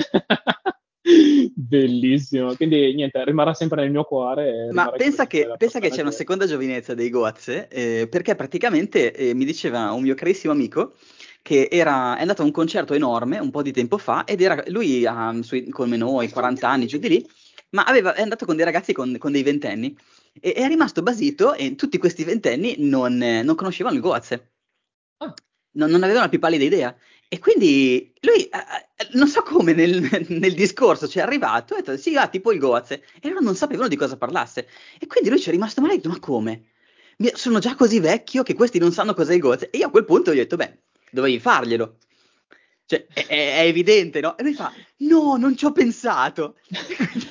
Bellissimo. Quindi niente, rimarrà sempre nel mio cuore e Ma rimarrà come sempre la pensa che persona c'è una che... seconda giovinezza dei Goaz, perché praticamente mi diceva un mio carissimo amico che è andato a un concerto enorme un po' di tempo fa ed era lui come noi, 40 anni, giù di lì, ma è andato con dei ragazzi con dei ventenni e è rimasto basito e tutti questi ventenni non conoscevano il Goaz. Ah, Non avevano la più pallida idea. E quindi lui, non so come nel discorso ci è arrivato, e ha detto sì, tipo il Goaz. E loro non sapevano di cosa parlasse. E quindi lui ci è rimasto male e ha detto, ma come? Sono già così vecchio che questi non sanno cos'è il Goaz. E io a quel punto gli ho detto, beh, dovevi farglielo. Cioè, è evidente, no? E lui fa, no, non ci ho pensato.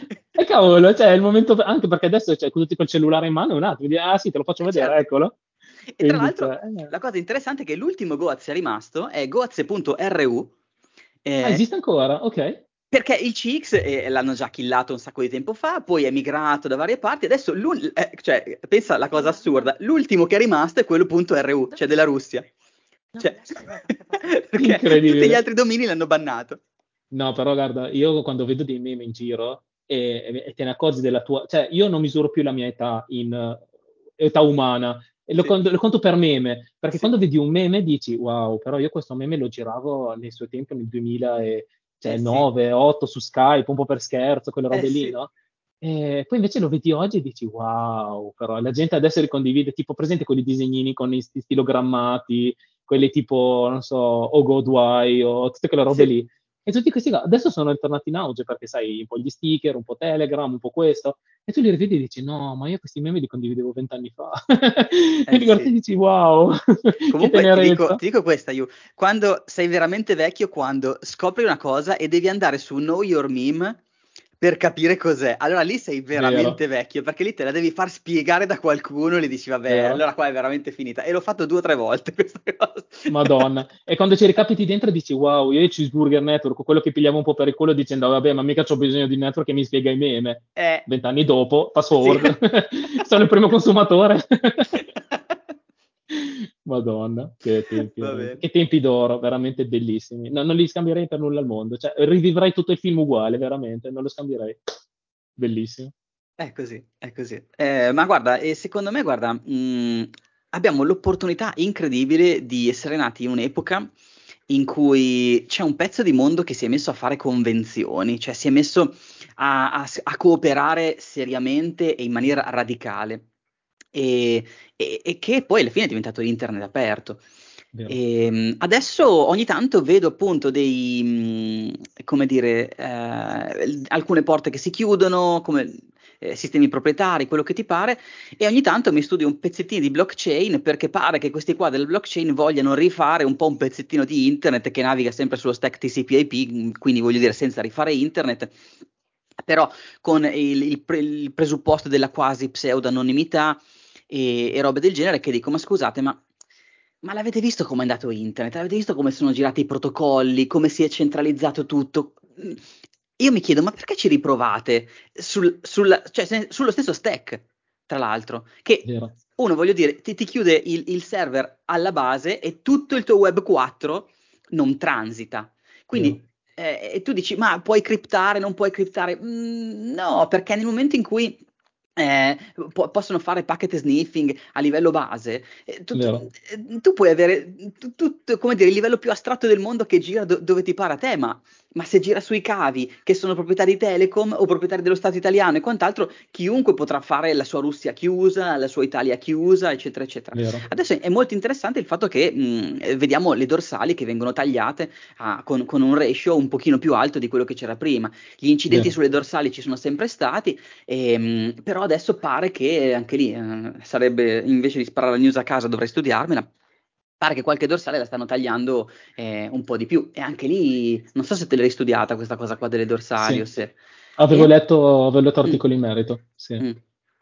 cavolo, cioè, è il momento, anche perché adesso c'è tutti col cellulare in mano, un attimo, ah sì, te lo faccio vedere, Certo. eccolo. E tra Quindi, l'altro, cioè, la cosa interessante è che l'ultimo Goaz è rimasto, è Goaz.ru, esiste ancora, ok. perché il CX l'hanno già killato un sacco di tempo fa, poi è migrato da varie parti, adesso, cioè, pensa alla cosa assurda, l'ultimo che è rimasto è quello.ru, cioè della Russia. Cioè, perché tutti gli Incredibile. altri domini l'hanno bannato. No, però guarda, io quando vedo dei meme in giro e te ne accorgi della tua, cioè io non misuro più la mia età in età umana, e Sì, lo conto per meme, perché sì, quando vedi un meme dici, wow, però io questo meme lo giravo nei suoi tempi nel 2009, sì, 2008 su Skype, un po' per scherzo, quelle robe lì, sì. no? E poi invece lo vedi oggi e dici, wow, però la gente adesso ricondivide, tipo presente quei disegnini con i stilogrammati, quelli tipo, non so, Oh God Why, o tutte quelle robe Sì. lì. E tutti questi qua adesso sono tornati in auge perché sai, un po' gli sticker, un po' Telegram, un po' questo, e tu li rivedi e dici: No, ma io questi meme li condividevo 20 anni fa. E Eh li guardi e sì. dici: Wow, che Comunque tenerezza. ti dico questa, quando sei veramente vecchio, quando scopri una cosa e devi andare su Know Your Meme per capire cos'è, allora lì sei veramente Vero, vecchio, perché lì te la devi far spiegare da qualcuno e gli dici, vabbè, vero. allora qua è veramente finita. E l'ho fatto 2 o 3 volte questa cosa. Madonna. E quando ci ricapiti dentro dici: Wow, io il Cheeseburger Network, quello che pigliavo un po' per il culo dicendo: Vabbè, ma mica c'ho bisogno di un network che mi spiega i meme. Eh, 20 anni dopo, fast sì. forward, sono il primo consumatore. Madonna, Va bene. che tempi d'oro, veramente bellissimi. No, non li scambierei per nulla al mondo. Cioè, rivivrei tutto il film uguale, veramente, non lo scambierei. Bellissimo. È così, è così. Ma guarda, secondo me, guarda, abbiamo l'opportunità incredibile di essere nati in un'epoca in cui c'è un pezzo di mondo che si è messo a fare convenzioni, cioè si è messo a cooperare seriamente e in maniera radicale, e, e che poi alla fine è diventato internet aperto. Vero. Adesso ogni tanto vedo appunto come dire, alcune porte che si chiudono, come sistemi proprietari, quello che ti pare, e ogni tanto mi studio un pezzettino di blockchain perché pare che questi qua del blockchain vogliano rifare un po' un pezzettino di internet che naviga sempre sullo stack TCP/IP, quindi voglio dire senza rifare internet, però con il presupposto della quasi pseudo-anonimità e robe del genere, che dico, ma scusate, ma l'avete visto come è andato internet? Avete visto come sono girati i protocolli, come si è centralizzato tutto? Io mi chiedo, ma perché ci riprovate cioè, sullo stesso stack, tra l'altro? Che Vero, uno, voglio dire, ti chiude il server alla base e tutto il tuo web 4 non transita. vero. Quindi, e tu dici, ma puoi criptare, non puoi criptare? No, perché nel momento in cui eh, possono fare packet sniffing a livello base, Vero. tu puoi avere tutto, come dire, il livello più astratto del mondo che gira dove ti pare a te, ma se gira sui cavi che sono proprietà di Telecom o proprietà dello Stato italiano e quant'altro, chiunque potrà fare la sua Russia chiusa, la sua Italia chiusa, eccetera, eccetera. Vero, Adesso è molto interessante il fatto che vediamo le dorsali che vengono tagliate con un ratio un pochino più alto di quello che c'era prima. Gli incidenti vero. sulle dorsali ci sono sempre stati, però adesso pare che anche lì sarebbe, invece di sparare la news a casa, dovrei studiarmela. Pare che qualche dorsale la stanno tagliando un po' di più. E anche lì, non so se te l'hai studiata questa cosa qua delle dorsali o Sì, se. E avevo letto mm, articoli in merito, sì. mm.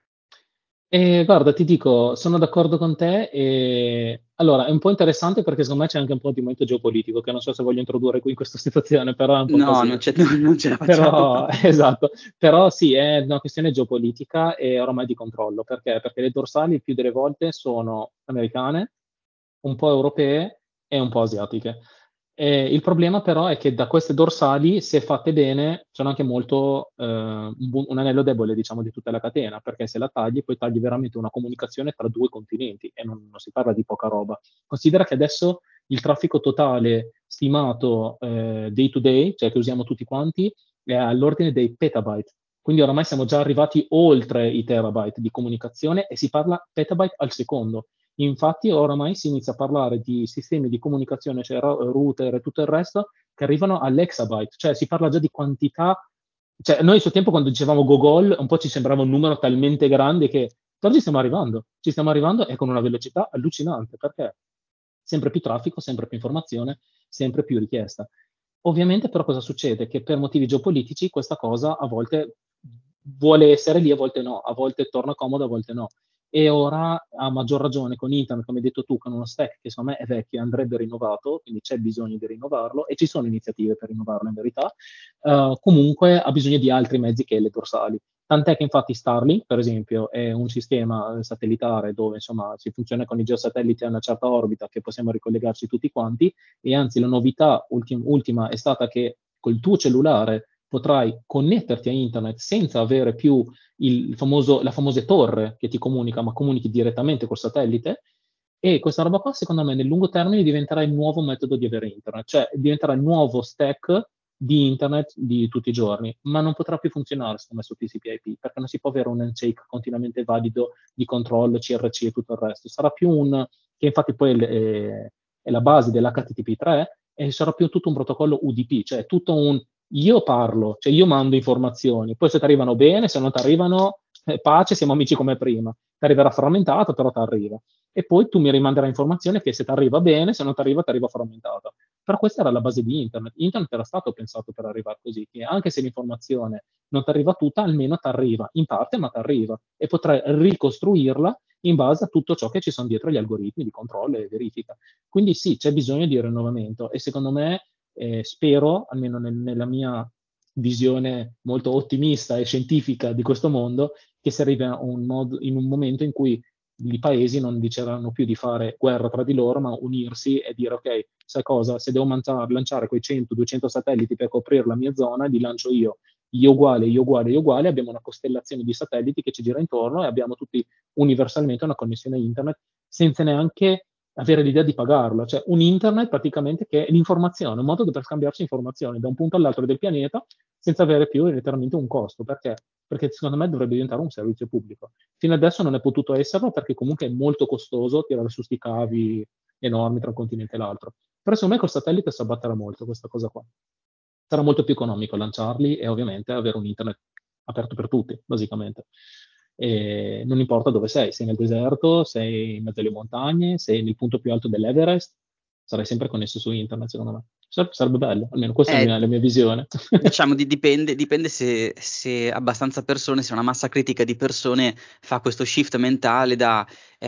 E guarda, ti dico, sono d'accordo con te e allora è un po' interessante perché secondo me c'è anche un po' di momento geopolitico che non so se voglio introdurre qui in questa situazione, però è un po' un No, non casino. c'è- non ce la facciamo. Però, esatto, però sì, è una questione geopolitica e oramai di controllo. Perché? Perché le dorsali il più delle volte sono americane, un po' europee e un po' asiatiche. Il problema però è che da queste dorsali, se fatte bene, sono anche molto un anello debole, diciamo, di tutta la catena, perché se la tagli, poi tagli veramente una comunicazione tra due continenti e non si parla di poca roba. Considera che adesso il traffico totale stimato day to day, cioè che usiamo tutti quanti, è all'ordine dei petabyte. Quindi oramai siamo già arrivati oltre i terabyte di comunicazione e si parla petabyte al secondo. Infatti oramai si inizia a parlare di sistemi di comunicazione, cioè router e tutto il resto, che arrivano all'exabyte, cioè si parla già di quantità. Cioè, noi a suo tempo quando dicevamo Gogol un po' ci sembrava un numero talmente grande che oggi ci stiamo arrivando e con una velocità allucinante, perché sempre più traffico, sempre più informazione, sempre più richiesta. Ovviamente però cosa succede? Che per motivi geopolitici questa cosa a volte vuole essere lì, a volte no, a volte torna comodo, a volte no. E ora, a maggior ragione, con internet, come hai detto tu, con uno stack che secondo me è vecchio e andrebbe rinnovato, quindi c'è bisogno di rinnovarlo, e ci sono iniziative per rinnovarlo in verità, comunque ha bisogno di altri mezzi che le dorsali. Tant'è che infatti Starlink, per esempio, è un sistema satellitare dove insomma si funziona con i geosatelliti a una certa orbita che possiamo ricollegarci tutti quanti, e anzi la novità ultima è stata che col tuo cellulare potrai connetterti a internet senza avere più la famosa torre che ti comunica, ma comunichi direttamente col satellite. E questa roba qua, secondo me, nel lungo termine diventerà il nuovo metodo di avere internet, cioè diventerà il nuovo stack di internet di tutti i giorni, ma non potrà più funzionare, secondo me, su TCP/IP, perché non si può avere un handshake continuamente valido di controllo, CRC e tutto il resto. Sarà più che infatti poi è la base dell'HTTP3, e sarà più tutto un protocollo UDP, cioè tutto io parlo, cioè io mando informazioni, poi se ti arrivano bene, se non ti arrivano, pace, siamo amici come prima. Ti arriverà frammentato, però ti arriva. E poi tu mi rimanderai informazione che se ti arriva bene, se non ti arriva frammentata. Però questa era la base di Internet. Internet era stato pensato per arrivare così, che anche se l'informazione non ti arriva tutta, almeno ti arriva in parte, ma ti arriva. E potrai ricostruirla in base a tutto ciò che ci sono dietro gli algoritmi di controllo e verifica. Quindi sì, c'è bisogno di rinnovamento, e secondo me, spero, almeno nella mia visione molto ottimista e scientifica di questo mondo, che si arrivi in un momento in cui i paesi non decideranno più di fare guerra tra di loro, ma unirsi e dire: ok, sai cosa, se devo lanciare quei 100-200 satelliti per coprire la mia zona, li lancio io uguale, io uguale, io uguale, abbiamo una costellazione di satelliti che ci gira intorno e abbiamo tutti universalmente una connessione internet senza neanche avere l'idea di pagarla, cioè un internet praticamente che è l'informazione, un modo per scambiarsi informazioni da un punto all'altro del pianeta senza avere più letteralmente un costo. Perché? Perché secondo me dovrebbe diventare un servizio pubblico. Fino adesso non è potuto esserlo perché comunque è molto costoso tirare su sti cavi enormi tra un continente e l'altro. Però secondo me col satellite si abbatterà molto questa cosa qua. Sarà molto più economico lanciarli e ovviamente avere un internet aperto per tutti, basicamente. E non importa dove sei nel deserto, sei in mezzo alle montagne, sei nel punto più alto dell'Everest, sarai sempre connesso su internet, secondo me. Sarebbe bello, almeno questa è Eh, la mia visione. diciamo, dipende se abbastanza persone, se una massa critica di persone fa questo shift mentale da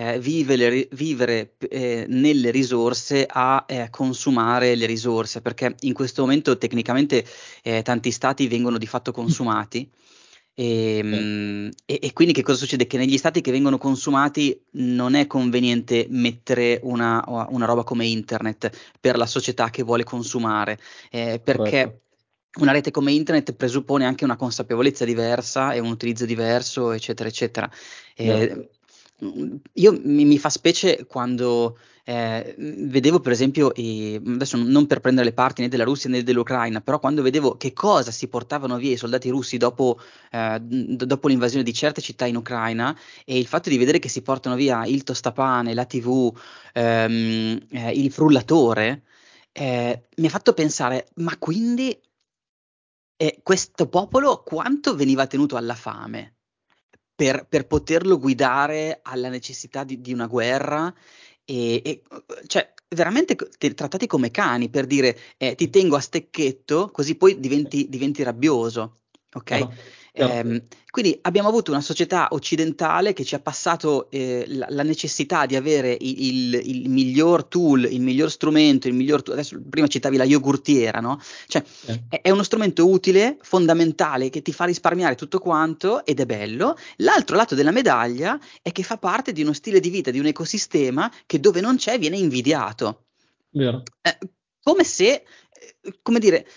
vivere nelle risorse a consumare le risorse, perché in questo momento tecnicamente tanti stati vengono di fatto consumati. Sì, E quindi che cosa succede? Che negli stati che vengono consumati non è conveniente mettere una roba come internet per la società che vuole consumare, corretto. perché una rete come internet presuppone anche una consapevolezza diversa e un utilizzo diverso, eccetera, eccetera. Vero. Io mi fa specie quando vedevo, per esempio, adesso non per prendere le parti né della Russia né dell'Ucraina, però quando vedevo che cosa si portavano via i soldati russi dopo l'invasione di certe città in Ucraina, e il fatto di vedere che si portano via il tostapane, la TV, il frullatore, mi ha fatto pensare, ma quindi questo popolo quanto veniva tenuto alla fame per poterlo guidare alla necessità di una guerra? Cioè, veramente trattati come cani, per dire ti tengo a stecchetto così poi diventi rabbioso, ok? Chiaro, chiaro. Quindi abbiamo avuto una società occidentale che ci ha passato la necessità di avere il miglior tool, il miglior strumento, adesso prima citavi la yogurtiera, no? Cioè, Sì, è uno strumento utile, fondamentale, che ti fa risparmiare tutto quanto ed è bello. L'altro lato della medaglia è che fa parte di uno stile di vita, di un ecosistema che dove non c'è viene invidiato. vero. Eh, come se, come dire,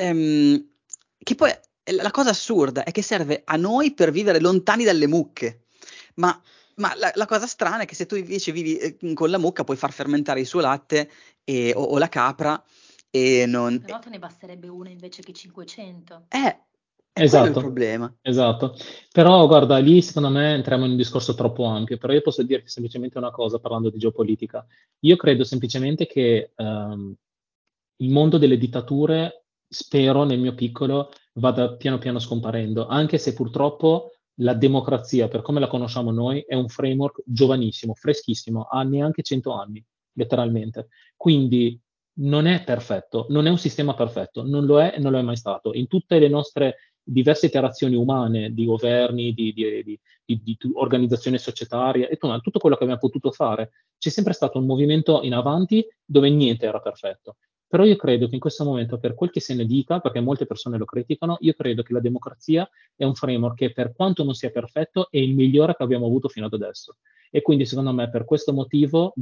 che poi la cosa assurda è che serve a noi per vivere lontani dalle mucche, ma, ma la cosa strana è che se tu invece vivi con la mucca puoi far fermentare il suo latte o la capra e non... Però te ne basterebbe una invece che 500. È quello il Esatto, problema. esatto. Però guarda, lì secondo me entriamo in un discorso troppo ampio, però io posso dirti semplicemente una cosa parlando di geopolitica. Io credo semplicemente che il mondo delle dittature, spero nel mio piccolo, vada piano piano scomparendo, anche se purtroppo la democrazia, per come la conosciamo noi, è un framework giovanissimo, freschissimo, ha neanche 100 anni, letteralmente. Quindi non è perfetto, non è un sistema perfetto, non lo è e non lo è mai stato. In tutte le nostre diverse interazioni umane, di governi, di organizzazioni societarie, e tutto quello che abbiamo potuto fare. C'è sempre stato un movimento in avanti dove niente era perfetto. Però io credo che in questo momento, per quel che se ne dica, perché molte persone lo criticano, io credo che la democrazia è un framework che, per quanto non sia perfetto, è il migliore che abbiamo avuto fino ad adesso. E quindi, secondo me, per questo motivo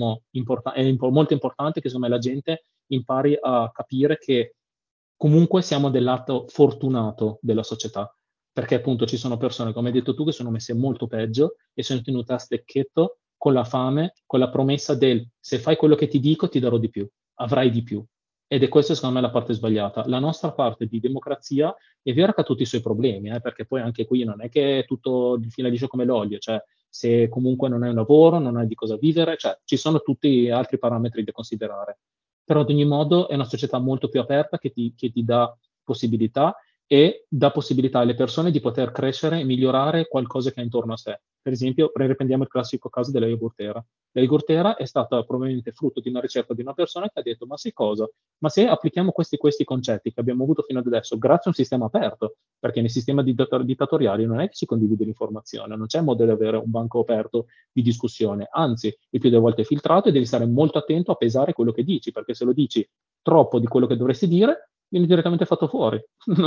molto importante che, secondo me, la gente impari a capire che comunque siamo del lato fortunato della società, perché appunto ci sono persone, come hai detto tu, che sono messe molto peggio e sono tenute a stecchetto con la fame, con la promessa del se fai quello che ti dico ti darò di più, avrai di più. Ed è questa secondo me la parte sbagliata. La nostra parte di democrazia è vero che ha tutti i suoi problemi, perché poi anche qui non è che è tutto di fila liscio come l'olio, cioè se comunque non hai un lavoro, non hai di cosa vivere, cioè ci sono tutti altri parametri da considerare. Però ad ogni modo è una società molto più aperta che ti dà possibilità e dà possibilità alle persone di poter crescere e migliorare qualcosa che ha intorno a sé. Per esempio, riprendiamo il classico caso della yogurtera. La yogurtera è stata probabilmente frutto di una ricerca di una persona che ha detto, ma sai cosa? Ma se applichiamo questi concetti che abbiamo avuto fino ad adesso, grazie a un sistema aperto, perché nei sistemi dittatoriali non è che si condivide l'informazione, non c'è modo di avere un banco aperto di discussione, anzi, il più delle volte è filtrato e devi stare molto attento a pesare quello che dici, perché se lo dici troppo di quello che dovresti dire, vieni direttamente fatto fuori,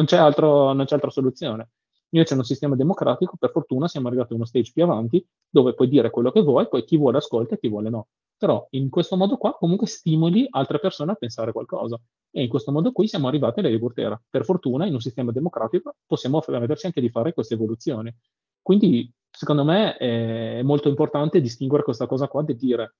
non c'è altra soluzione. Invece, in un sistema democratico, per fortuna, siamo arrivati a uno stage più avanti dove puoi dire quello che vuoi, poi chi vuole ascolta e chi vuole no. Però in questo modo qua comunque stimoli altre persone a pensare qualcosa. E in questo modo qui siamo arrivati alla yogurtera. Per fortuna, in un sistema democratico, possiamo permetterci anche di fare queste evoluzioni. Quindi, secondo me, è molto importante distinguere questa cosa qua e dire,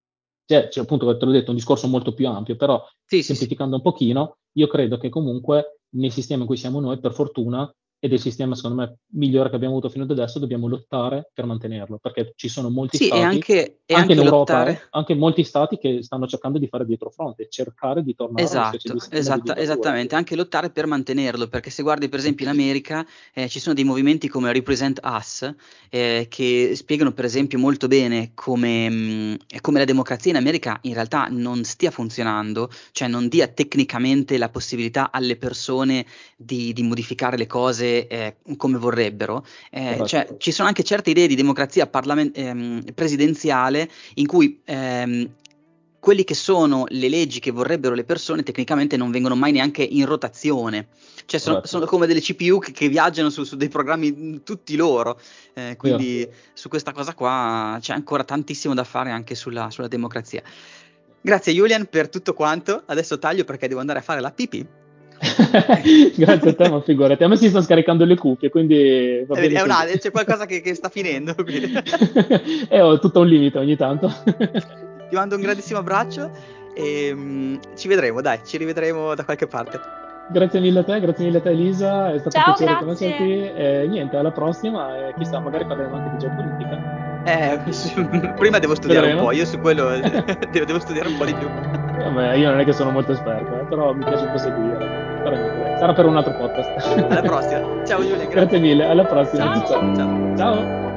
c'è appunto, te l'ho detto, un discorso molto più ampio, però Sì, sì, sì. semplificando un pochino, io credo che comunque nel sistema in cui siamo noi, per fortuna, ed è il sistema secondo me migliore che abbiamo avuto fino ad adesso, dobbiamo lottare per mantenerlo, perché ci sono molti Sì, stati, e anche in anche Europa, lottare. anche molti stati che stanno cercando di fare dietrofront, cercare di tornare a una specie Esatto, di sistema di dittatura. esattamente, anche lottare per mantenerlo, perché se guardi per esempio in America ci sono dei movimenti come Represent Us che spiegano per esempio molto bene come la democrazia in America in realtà non stia funzionando, cioè non dia tecnicamente la possibilità alle persone di modificare le cose come vorrebbero. Cioè, Corretto. ci sono anche certe idee di democrazia presidenziale in cui quelli che sono le leggi che vorrebbero le persone tecnicamente non vengono mai neanche in rotazione, cioè Corretto. sono come delle CPU che viaggiano su dei programmi tutti loro. Vero. Quindi su questa cosa qua c'è ancora tantissimo da fare anche sulla democrazia. Grazie Julian per tutto quanto, adesso taglio perché devo andare a fare la pipì. Grazie a te, ma figurati. A me si stanno scaricando le cuffie, quindi va bene così. C'è qualcosa che sta finendo qui. E ho tutto un limite ogni tanto. Ti mando un grandissimo abbraccio e ci vedremo, dai, ci rivedremo da qualche parte. Grazie mille a te Elisa, è stato un Ciao, piacere conoscerti grazie. e niente, alla prossima e chissà, magari parleremo anche di geopolitica. Prima devo studiare un po', Vedremo. io su quello devo studiare un po' di più. Vabbè, io non è che sono molto esperto, però mi piace un po' seguire. Però niente, dai, sarà per un altro podcast. Alla prossima. Ciao Julian, Grazie grazie. mille, alla prossima. Ciao, Ciao ciao, ciao. ciao. Ciao.